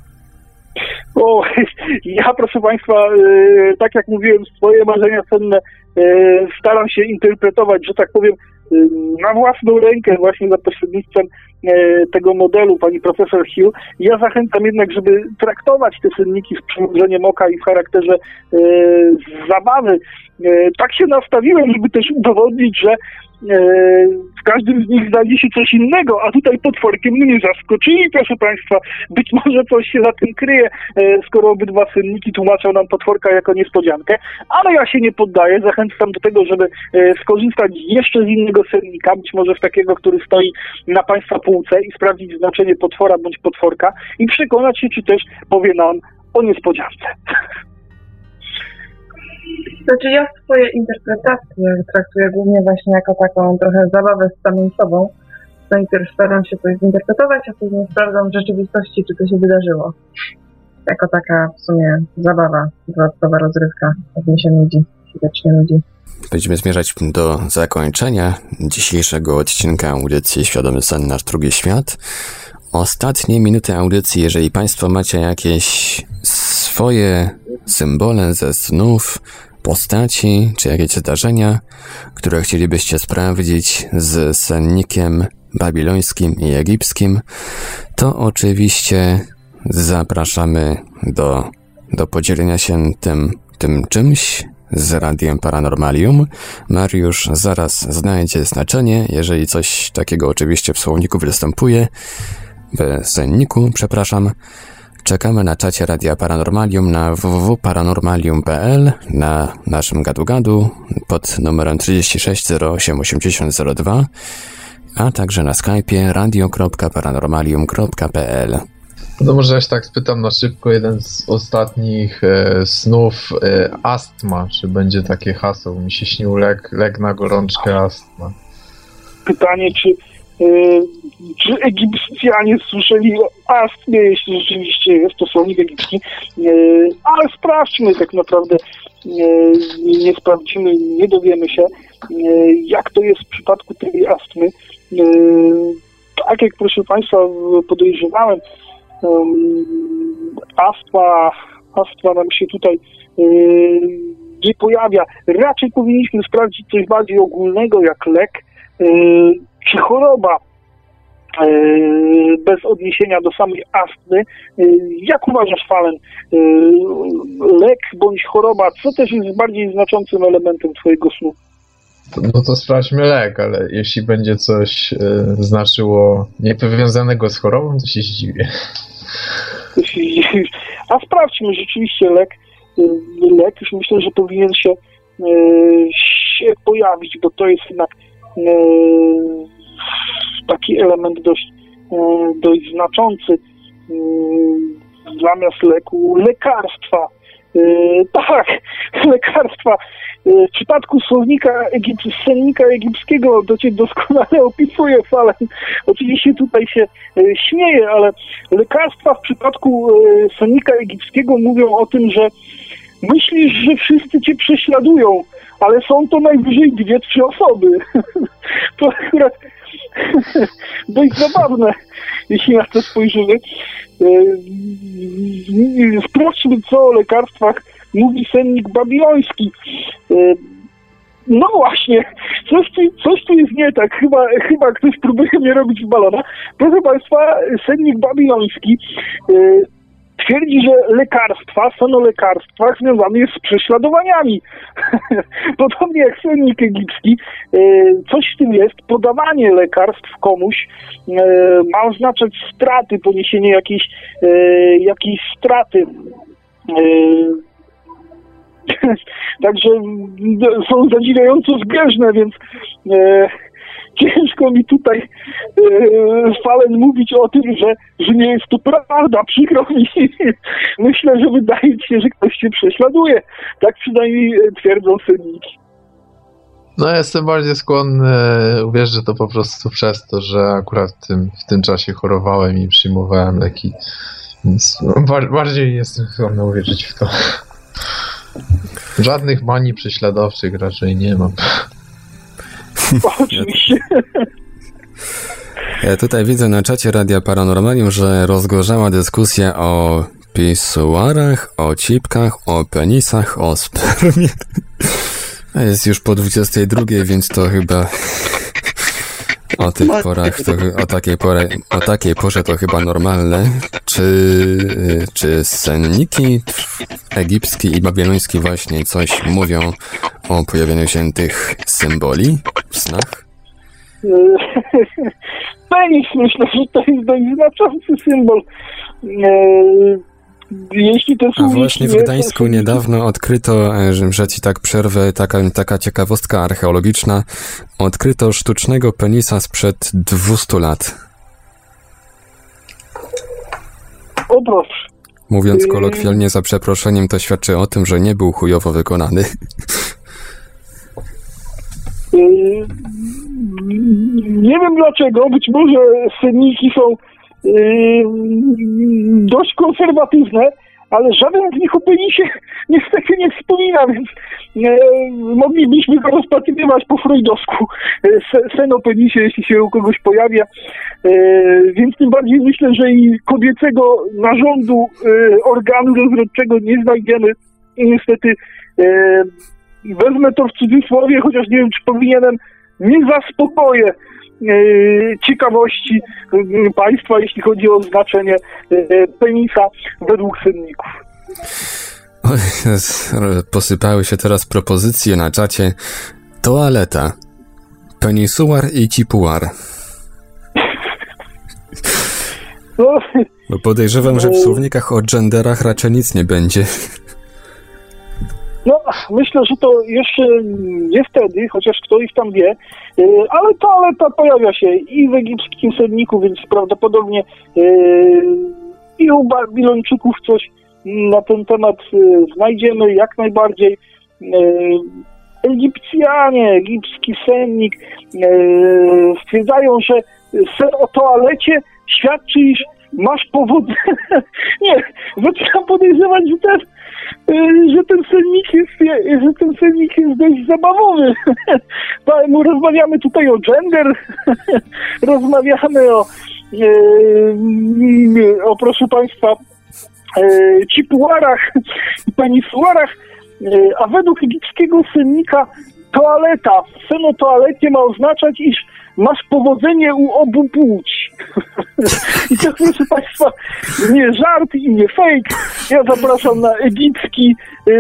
S5: Ja, proszę Państwa, tak jak mówiłem, swoje marzenia senne staram się interpretować, że tak powiem, na własną rękę, właśnie za pośrednictwem tego modelu pani profesor Hill. Ja zachęcam jednak, żeby traktować te senniki z przymrużeniem oka i w charakterze zabawy. Tak się nastawiłem, żeby też udowodnić, że w każdym z nich znajdzie się coś innego, a tutaj potworkiem mnie zaskoczyli, proszę Państwa. Być może coś się za tym kryje, skoro obydwa senniki tłumaczą nam potworka jako niespodziankę, ale ja się nie poddaję, zachęcam do tego, żeby skorzystać jeszcze z innego sennika, być może z takiego, który stoi na Państwa półce i sprawdzić znaczenie potwora bądź potworka i przekonać się, czy też powie nam o niespodziance.
S4: Znaczy ja swoje interpretacje traktuję głównie właśnie jako taką trochę zabawę z samym sobą. Najpierw staram się coś zinterpretować, a później sprawdzam w rzeczywistości, czy to się wydarzyło. Jako taka w sumie zabawa, dodatkowa rozrywka, jak mi się nudzi, wiecznie nudzi.
S1: Będziemy zmierzać do zakończenia dzisiejszego odcinka audycji Świadomy Sen, Nasz Drugi Świat. Ostatnie minuty audycji, jeżeli Państwo macie jakieś swoje symbole ze snów, postaci, czy jakieś zdarzenia, które chcielibyście sprawdzić z sennikiem babilońskim i egipskim, to oczywiście zapraszamy do podzielenia się tym czymś z Radiem Paranormalium. Mariusz zaraz znajdzie znaczenie, jeżeli coś takiego oczywiście w słowniku występuje, w senniku, przepraszam. Czekamy na czacie Radia Paranormalium na www.paranormalium.pl, na naszym gadu-gadu pod numerem 36 08 80 02, a także na Skype'ie radio.paranormalium.pl.
S2: No może ja się tak spytam na szybko, jeden z ostatnich snów, astma, czy będzie takie hasło? Mi się śnił lek na gorączkę, astma.
S5: Pytanie, czy Egipcjanie słyszeli o astmie, jeśli rzeczywiście jest to słownik egipski, ale sprawdźmy tak naprawdę, nie sprawdzimy, nie dowiemy się, jak to jest w przypadku tej astmy. Tak jak, proszę Państwa, podejrzewałem, astma nam się tutaj nie pojawia. Raczej powinniśmy sprawdzić coś bardziej ogólnego, jak lek, czy choroba, bez odniesienia do samej astmy. Jak uważasz, Fallen, lek bądź choroba, co też jest bardziej znaczącym elementem twojego snu?
S2: No to sprawdźmy lek, ale jeśli będzie coś znaczyło niepowiązanego z chorobą, to się zdziwię.
S5: A sprawdźmy rzeczywiście lek. Lek już myślę, że powinien się pojawić, bo to jest jednak taki element dość znaczący. Zamiast leku, lekarstwa. Tak, lekarstwa. W przypadku słownika sennika egipskiego to cię doskonale opisuje, Fallen. Oczywiście tutaj się śmieję, ale lekarstwa w przypadku sennika egipskiego mówią o tym, że myślisz, że wszyscy cię prześladują, ale są to najwyżej 2-3 osoby. To akurat dość zabawne, jeśli na to spojrzymy. Sprawdźmy, co o lekarstwach mówi sennik babiloński. No właśnie, coś tu jest nie tak. Chyba ktoś próbuje mnie robić w balona. Proszę Państwa, sennik babiloński twierdzi, że lekarstwa, sen o lekarstwach związany jest z prześladowaniami. Podobnie jak sennik egipski, coś w tym jest. Podawanie lekarstw komuś ma oznaczać straty, poniesienie jakiejś straty. Także są zadziwiająco zbieżne, więc ciężko mi tutaj Fallen mówić o tym, że nie jest to prawda, przykro mi. Myślę, że wydaje ci się, że ktoś cię prześladuje. Tak przynajmniej twierdzą senniki.
S2: No jestem bardziej skłonny uwierzyć, że to po prostu przez to, że akurat w tym czasie chorowałem i przyjmowałem leki. Więc bardziej jestem skłonny uwierzyć w to. Żadnych manii prześladowczych raczej nie mam.
S5: Oczywiście.
S1: Ja tutaj widzę na czacie Radia Paranormalium, że rozgorzała dyskusja o pisuarach, o cipkach, o penisach, o spermie. A jest już po 22, więc to chyba o tych porach, o takiej porze to chyba normalne. Czy senniki egipski i babiloński właśnie coś mówią o pojawieniu się tych symboli w snach?
S5: Penis, myślę, że to jest dość znaczący symbol. Jeśli to
S1: A właśnie w Gdańsku niedawno odkryto, że ci tak przerwę, taka ciekawostka archeologiczna, odkryto sztucznego penisa sprzed 200 lat.
S5: O proszę.
S1: Mówiąc kolokwialnie, za przeproszeniem, to świadczy o tym, że nie był chujowo wykonany.
S5: Nie wiem dlaczego, być może senniki są dość konserwatywne, ale żaden z nich o penisie niestety nie wspomina, więc moglibyśmy go rozpatrywać po freudowsku. Sen o penisie, jeśli się u kogoś pojawia. Więc tym bardziej myślę, że i kobiecego narządu organu rozrodczego nie znajdziemy. I niestety wezmę to w cudzysłowie, chociaż nie wiem, czy powinienem, nie zaspokoję ciekawości Państwa, jeśli chodzi o znaczenie penisa według senników.
S1: Oj, posypały się teraz propozycje na czacie. Toaleta, penisuar i cipuar.
S5: No,
S1: Bo podejrzewam, że w słownikach o genderach raczej nic nie będzie.
S5: no, myślę, że to jeszcze nie wtedy, chociaż ktoś tam wie, ale toaleta pojawia się i w egipskim słowniku, więc prawdopodobnie i u Babilończyków coś na ten temat znajdziemy jak najbardziej. Egipcjanie, egipski sennik stwierdzają, że sen o toalecie świadczy, iż masz powód. Nie, zaczynam podejrzewać, że ten sennik jest dość zabawowy. No, rozmawiamy tutaj o gender, rozmawiamy o proszę państwa, cipuarach i penisuarach, a według egipskiego sennika toaleta, sen o toalecie ma oznaczać, iż masz powodzenie u obu płci. I to, proszę państwa, nie żart i nie fake. Ja zapraszam na egipski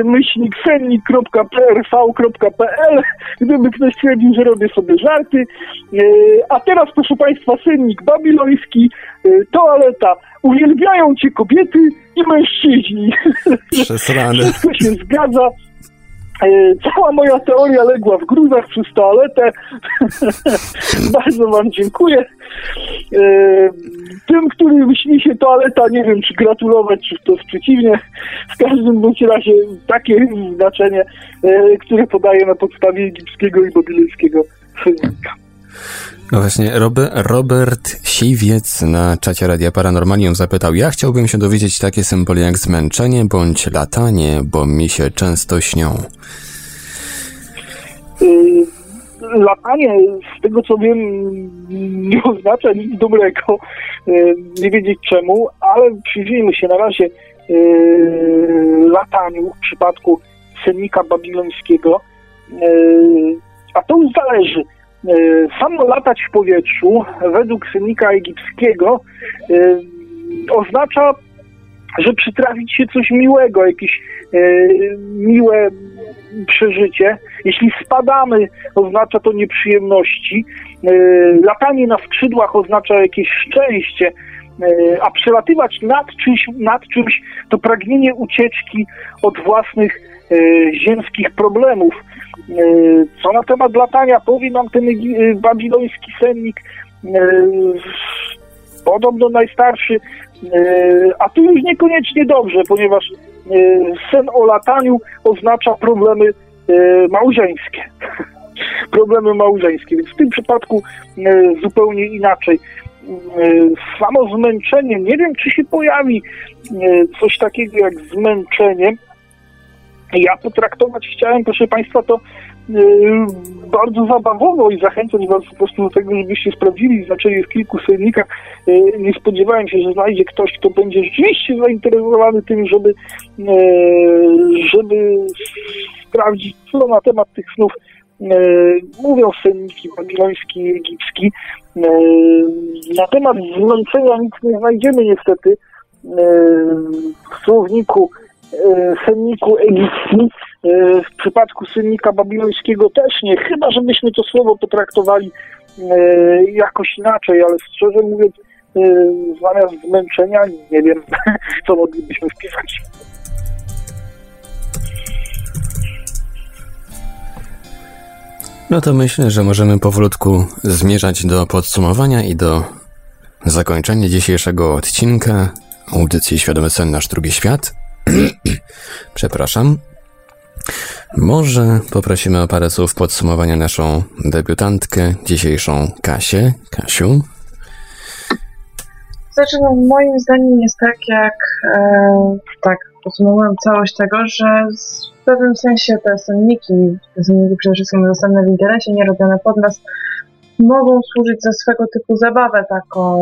S5: _sennik.prv.pl, gdyby ktoś twierdził, że robię sobie żarty. A teraz, proszę państwa, sennik babiloński, toaleta. Uwielbiają cię kobiety i mężczyźni.
S1: Przesrane.
S5: Wszystko się zgadza. Cała moja teoria legła w gruzach przez toaletę. Bardzo wam dziękuję. Tym, którym śni się toaleta, nie wiem, czy gratulować, czy to przeciwnie. W każdym bądź razie takie znaczenie, które podaję na podstawie egipskiego i babilońskiego słownika.
S1: No właśnie, Robert Siwiec na czacie Radia Paranormalium zapytał: ja chciałbym się dowiedzieć takie symbole jak zmęczenie bądź latanie, bo mi się często śnią.
S5: Latanie, z tego co wiem, nie oznacza nic dobrego. Nie wiedzieć czemu, ale przyjrzyjmy się na razie lataniu w przypadku sennika babilońskiego. A to już zależy. Samo latać w powietrzu według sennika egipskiego oznacza, że przytrafi się coś miłego, jakieś miłe przeżycie. Jeśli spadamy, oznacza to nieprzyjemności. Latanie na skrzydłach oznacza jakieś szczęście, a przelatywać nad czymś to pragnienie ucieczki od własnych ziemskich problemów. Co na temat latania powie nam ten babiloński sennik, podobno najstarszy, a tu już niekoniecznie dobrze, ponieważ sen o lataniu oznacza problemy małżeńskie. Problemy małżeńskie, więc w tym przypadku zupełnie inaczej. Samo zmęczenie, nie wiem, czy się pojawi coś takiego jak zmęczenie. Ja potraktować chciałem, proszę państwa, to bardzo zabawowo i zachęcać was po prostu do tego, żebyście sprawdzili, zaczęli w kilku sennikach. Nie spodziewałem się, że znajdzie ktoś, kto będzie rzeczywiście zainteresowany tym, żeby sprawdzić, co na temat tych snów mówią senniki babiloński i egipski. Na temat zmęczenia nic nie znajdziemy niestety w słowniku senniku egipskim. W przypadku sennika babilońskiego też nie, chyba żebyśmy to słowo potraktowali jakoś inaczej, ale szczerze mówiąc, zamiast zmęczenia nie wiem, co moglibyśmy wpisać.
S1: No to myślę, że możemy powolutku zmierzać do podsumowania i do zakończenia dzisiejszego odcinka audycji Świadomy Sen, Nasz Drugi Świat. Przepraszam. Może poprosimy o parę słów podsumowania naszą debiutantkę dzisiejszą Kasię. Kasiu?
S4: Znaczy, no, moim zdaniem jest tak, jak podsumowując całość tego, że w pewnym sensie te senniki przede wszystkim dostępne w internecie, nie robione pod nas, mogą służyć za swego typu zabawę taką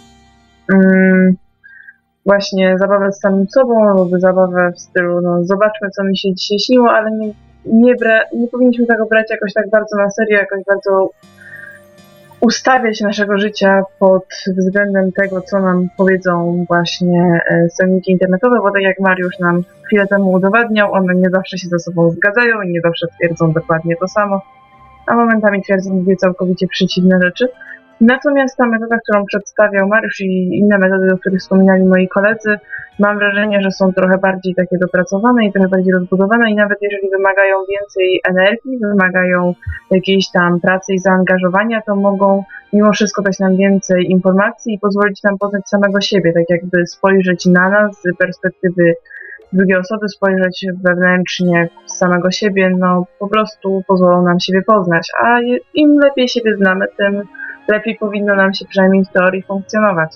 S4: właśnie zabawę z samym sobą lub zabawę w stylu zobaczmy, co mi się dzisiaj śniło, ale nie powinniśmy tego brać jakoś tak bardzo na serio, jakoś bardzo ustawiać naszego życia pod względem tego, co nam powiedzą właśnie stroniki internetowe, bo tak jak Mariusz nam chwilę temu udowadniał, one nie zawsze się ze sobą zgadzają i nie zawsze twierdzą dokładnie to samo, a momentami twierdzą dwie całkowicie przeciwne rzeczy. Natomiast ta metoda, którą przedstawiał Mariusz i inne metody, o których wspominali moi koledzy, mam wrażenie, że są trochę bardziej takie dopracowane i trochę bardziej rozbudowane i nawet jeżeli wymagają więcej energii, wymagają jakiejś tam pracy i zaangażowania, to mogą mimo wszystko dać nam więcej informacji i pozwolić nam poznać samego siebie, tak jakby spojrzeć na nas z perspektywy drugiej osoby, spojrzeć wewnętrznie z samego siebie, no po prostu pozwolą nam siebie poznać, a im lepiej siebie znamy, tym lepiej powinno nam się przynajmniej w teorii funkcjonować.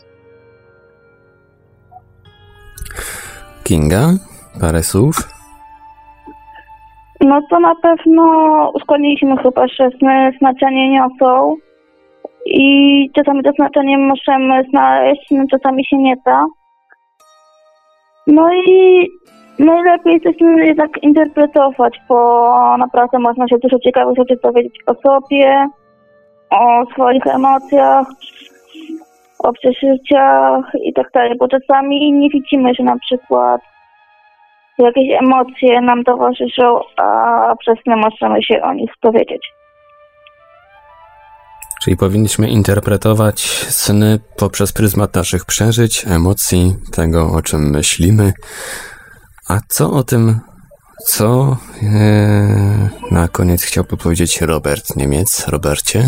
S1: Kinga, parę słów?
S6: No to na pewno ustaliliśmy chyba, że sny znaczenie niosą i czasami to znaczenie możemy znaleźć, no czasami się nie da. No i najlepiej jest jednak interpretować, bo naprawdę można się dużo ciekawych rzeczy dowiedzieć o sobie, o swoich emocjach, o przeżyciach i tak dalej, bo czasami nie widzimy, że na przykład jakieś emocje nam towarzyszą, a przez nie możemy się o nich dowiedzieć.
S1: Czyli powinniśmy interpretować sny poprzez pryzmat naszych przeżyć, emocji, tego, o czym myślimy. A co o tym, na koniec chciałby powiedzieć Robert Niemiec? Robercie?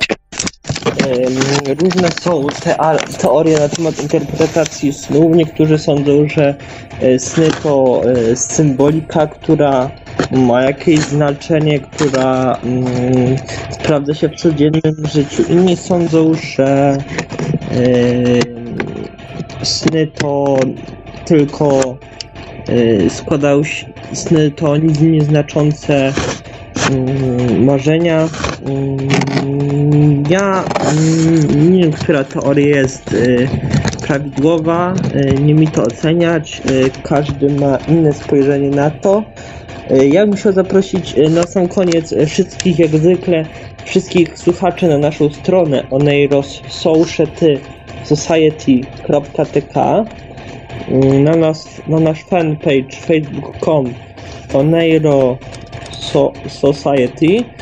S3: Różne są teorie na temat interpretacji snów. Niektórzy sądzą, że sny to symbolika, która ma jakieś znaczenie, która sprawdza się w codziennym życiu. Inni sądzą, że sny to tylko sny to nic nieznaczące marzenia. Ja nie wiem, która teoria jest prawidłowa, nie mi to oceniać, każdy ma inne spojrzenie na to. Ja bym chciał zaprosić na sam koniec wszystkich, jak zwykle, wszystkich słuchaczy na naszą stronę oneirosociety.tk, na nasz fanpage facebook.com Oneiro Society,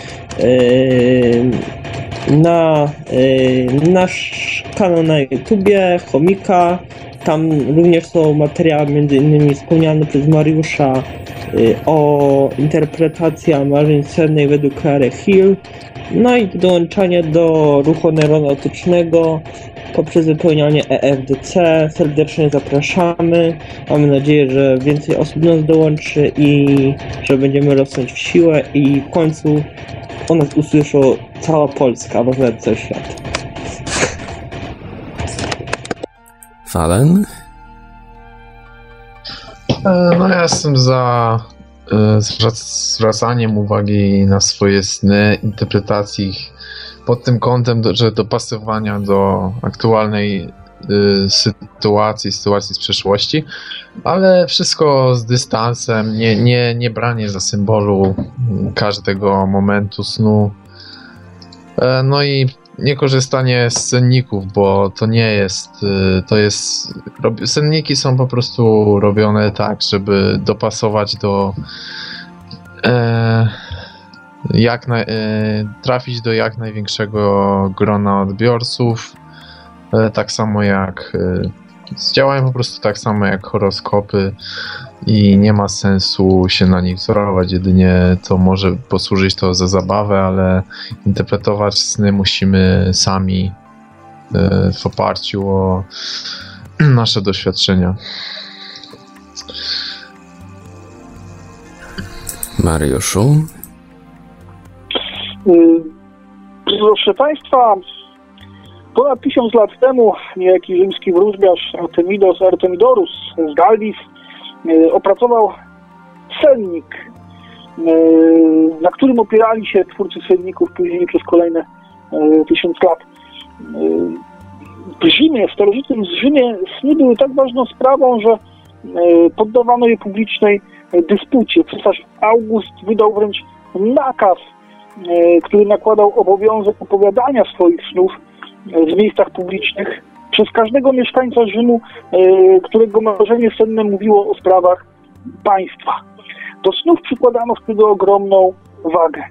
S3: na nasz kanał na YouTubie, Chomika. Tam również są materiały między innymi wspomniane przez Mariusza o interpretacji marzeń sennej według Clary Hill. No i dołączanie do ruchu neuronautycznego poprzez wypełnianie EFDC. Serdecznie zapraszamy. Mamy nadzieję, że więcej osób nas dołączy i że będziemy rosnąć w siłę i w końcu o nas usłyszą cała Polska, a może nawet cały świat.
S1: Fallen?
S2: No ja jestem za zwracaniem uwagi na swoje sny, interpretacji ich pod tym kątem, że dopasowania do aktualnej sytuacji z przeszłości, ale wszystko z dystansem, nie branie za symbolu każdego momentu snu. No i nie korzystanie z senników, bo senniki są po prostu robione tak, żeby dopasować do trafić do jak największego grona odbiorców, tak samo jak działają po prostu tak samo jak horoskopy i nie ma sensu się na nich wzorować, jedynie to może posłużyć to za zabawę, ale interpretować sny musimy sami w oparciu o nasze doświadczenia.
S1: Mariuszu?
S5: Proszę Państwa, ponad 1000 lat temu niejaki rzymski wróżbiarz Artemidorus z Gallis opracował sennik, na którym opierali się twórcy senników później przez kolejne 1000 lat. W starożytnym Rzymie sny były tak ważną sprawą, że poddawano je publicznej dyspucie. Cesarz August wydał wręcz nakaz który nakładał obowiązek opowiadania swoich snów w miejscach publicznych przez każdego mieszkańca Rzymu, którego marzenie senne mówiło o sprawach państwa. Do snów przykładano wtedy ogromną wagę.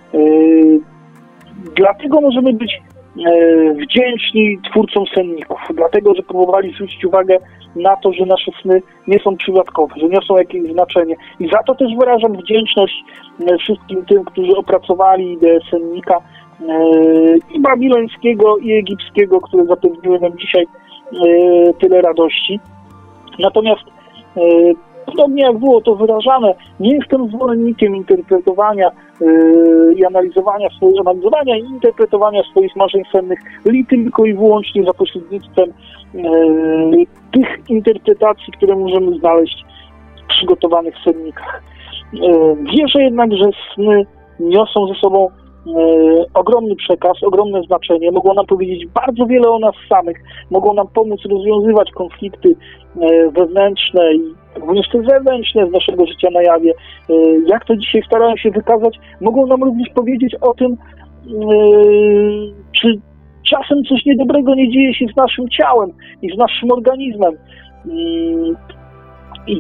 S5: Dlatego możemy być wdzięczni twórcom senników, dlatego, że próbowali zwrócić uwagę na to, że nasze sny nie są przypadkowe, że niosą jakieś znaczenie. I za to też wyrażam wdzięczność wszystkim tym, którzy opracowali ideę sennika i babilońskiego, i egipskiego, które zapewniły nam dzisiaj tyle radości. Natomiast podobnie jak było to wyrażane, nie jestem zwolennikiem interpretowania i analizowania i interpretowania swoich marzeń sennych tylko i wyłącznie za pośrednictwem tych interpretacji, które możemy znaleźć w przygotowanych sennikach. Wierzę jednak, że sny niosą ze sobą ogromny przekaz, ogromne znaczenie, mogą nam powiedzieć bardzo wiele o nas samych, mogą nam pomóc rozwiązywać konflikty wewnętrzne i również te zewnętrzne z naszego życia na jawie. Jak to dzisiaj starają się wykazać, mogą nam również powiedzieć o tym, czy czasem coś niedobrego nie dzieje się z naszym ciałem i z naszym organizmem. I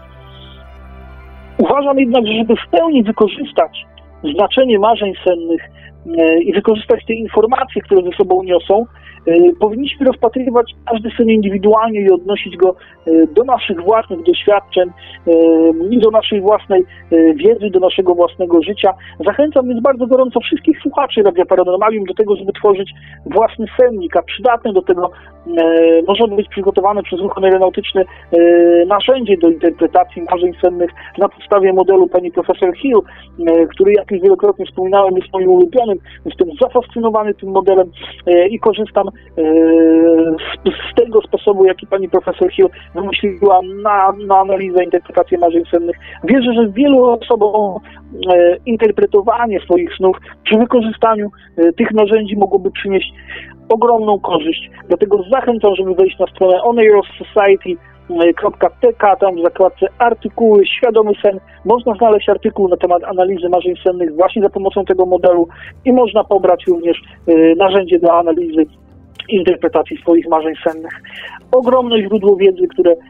S5: uważam jednak, że żeby w pełni wykorzystać znaczenie marzeń sennych i wykorzystać te informacje, które ze sobą niosą, powinniśmy rozpatrywać każdy sen indywidualnie i odnosić go do naszych własnych doświadczeń i do naszej własnej wiedzy, do naszego własnego życia. Zachęcam więc bardzo gorąco wszystkich słuchaczy Radia Paranormalium do tego, żeby tworzyć własny sennik, a przydatne do tego może być przygotowane przez Ruch Aeronautyczny narzędzie do interpretacji marzeń sennych na podstawie modelu pani profesor Hill, który, jak już wielokrotnie wspominałem, jest moim ulubionym. Jestem zafascynowany tym modelem i korzystam z tego sposobu, jaki pani profesor Hill wymyśliła na analizę, interpretację marzeń sennych. Wierzę, że wielu osobom interpretowanie swoich snów przy wykorzystaniu tych narzędzi mogłoby przynieść ogromną korzyść. Dlatego zachęcam, żeby wejść na stronę oneirofsociety.tk, tam w zakładce artykuły, świadomy sen, można znaleźć artykuł na temat analizy marzeń sennych właśnie za pomocą tego modelu i można pobrać również narzędzie do analizy interpretacji swoich marzeń sennych. Ogromne źródło wiedzy,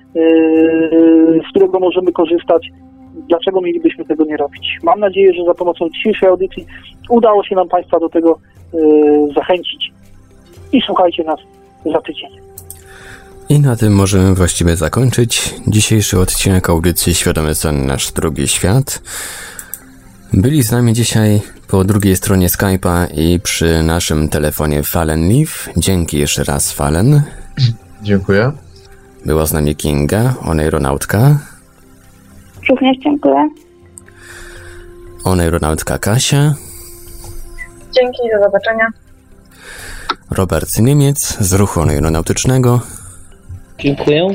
S5: z którego możemy korzystać. Dlaczego mielibyśmy tego nie robić? Mam nadzieję, że za pomocą dzisiejszej audycji udało się nam Państwa do tego zachęcić. I słuchajcie nas za tydzień.
S1: I na tym możemy właściwie zakończyć dzisiejszy odcinek audycji Świadomy Sen, nasz drugi świat. Byli z nami dzisiaj po drugiej stronie Skype'a i przy naszym telefonie Fallen Leaf. Dzięki jeszcze raz, Fallen.
S2: Dziękuję.
S1: Była z nami Kinga, oneironautka.
S6: Również dziękuję.
S1: Oneironautka Kasia.
S4: Dzięki, do zobaczenia.
S1: Robert Niemiec z Ruchu Oneironautycznego.
S3: Dziękuję.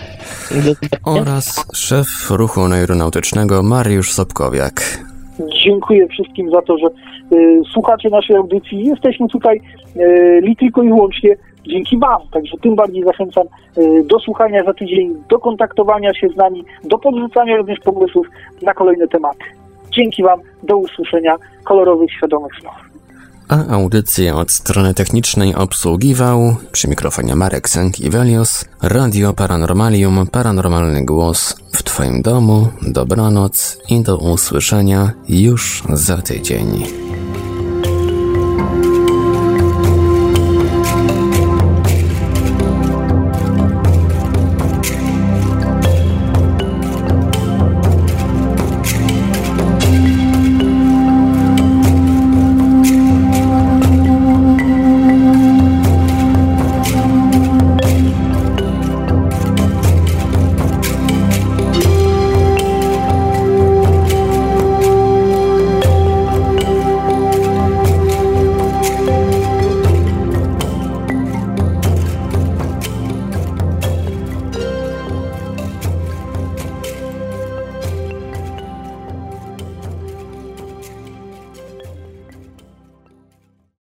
S1: Oraz szef Ruchu Oneironautycznego Mariusz Sobkowiak.
S5: Dziękuję wszystkim za to, że słuchacie naszej audycji. Jesteśmy tutaj tylko i wyłącznie dzięki Wam. Także tym bardziej zachęcam do słuchania za tydzień, do kontaktowania się z nami, do podrzucania również pomysłów na kolejne tematy. Dzięki Wam, do usłyszenia, kolorowych, świadomych snów.
S1: A audycję od strony technicznej obsługiwał przy mikrofonie Marek Sęk-Iwelios, Radio Paranormalium, paranormalny głos w Twoim domu. Dobranoc i do usłyszenia już za tydzień.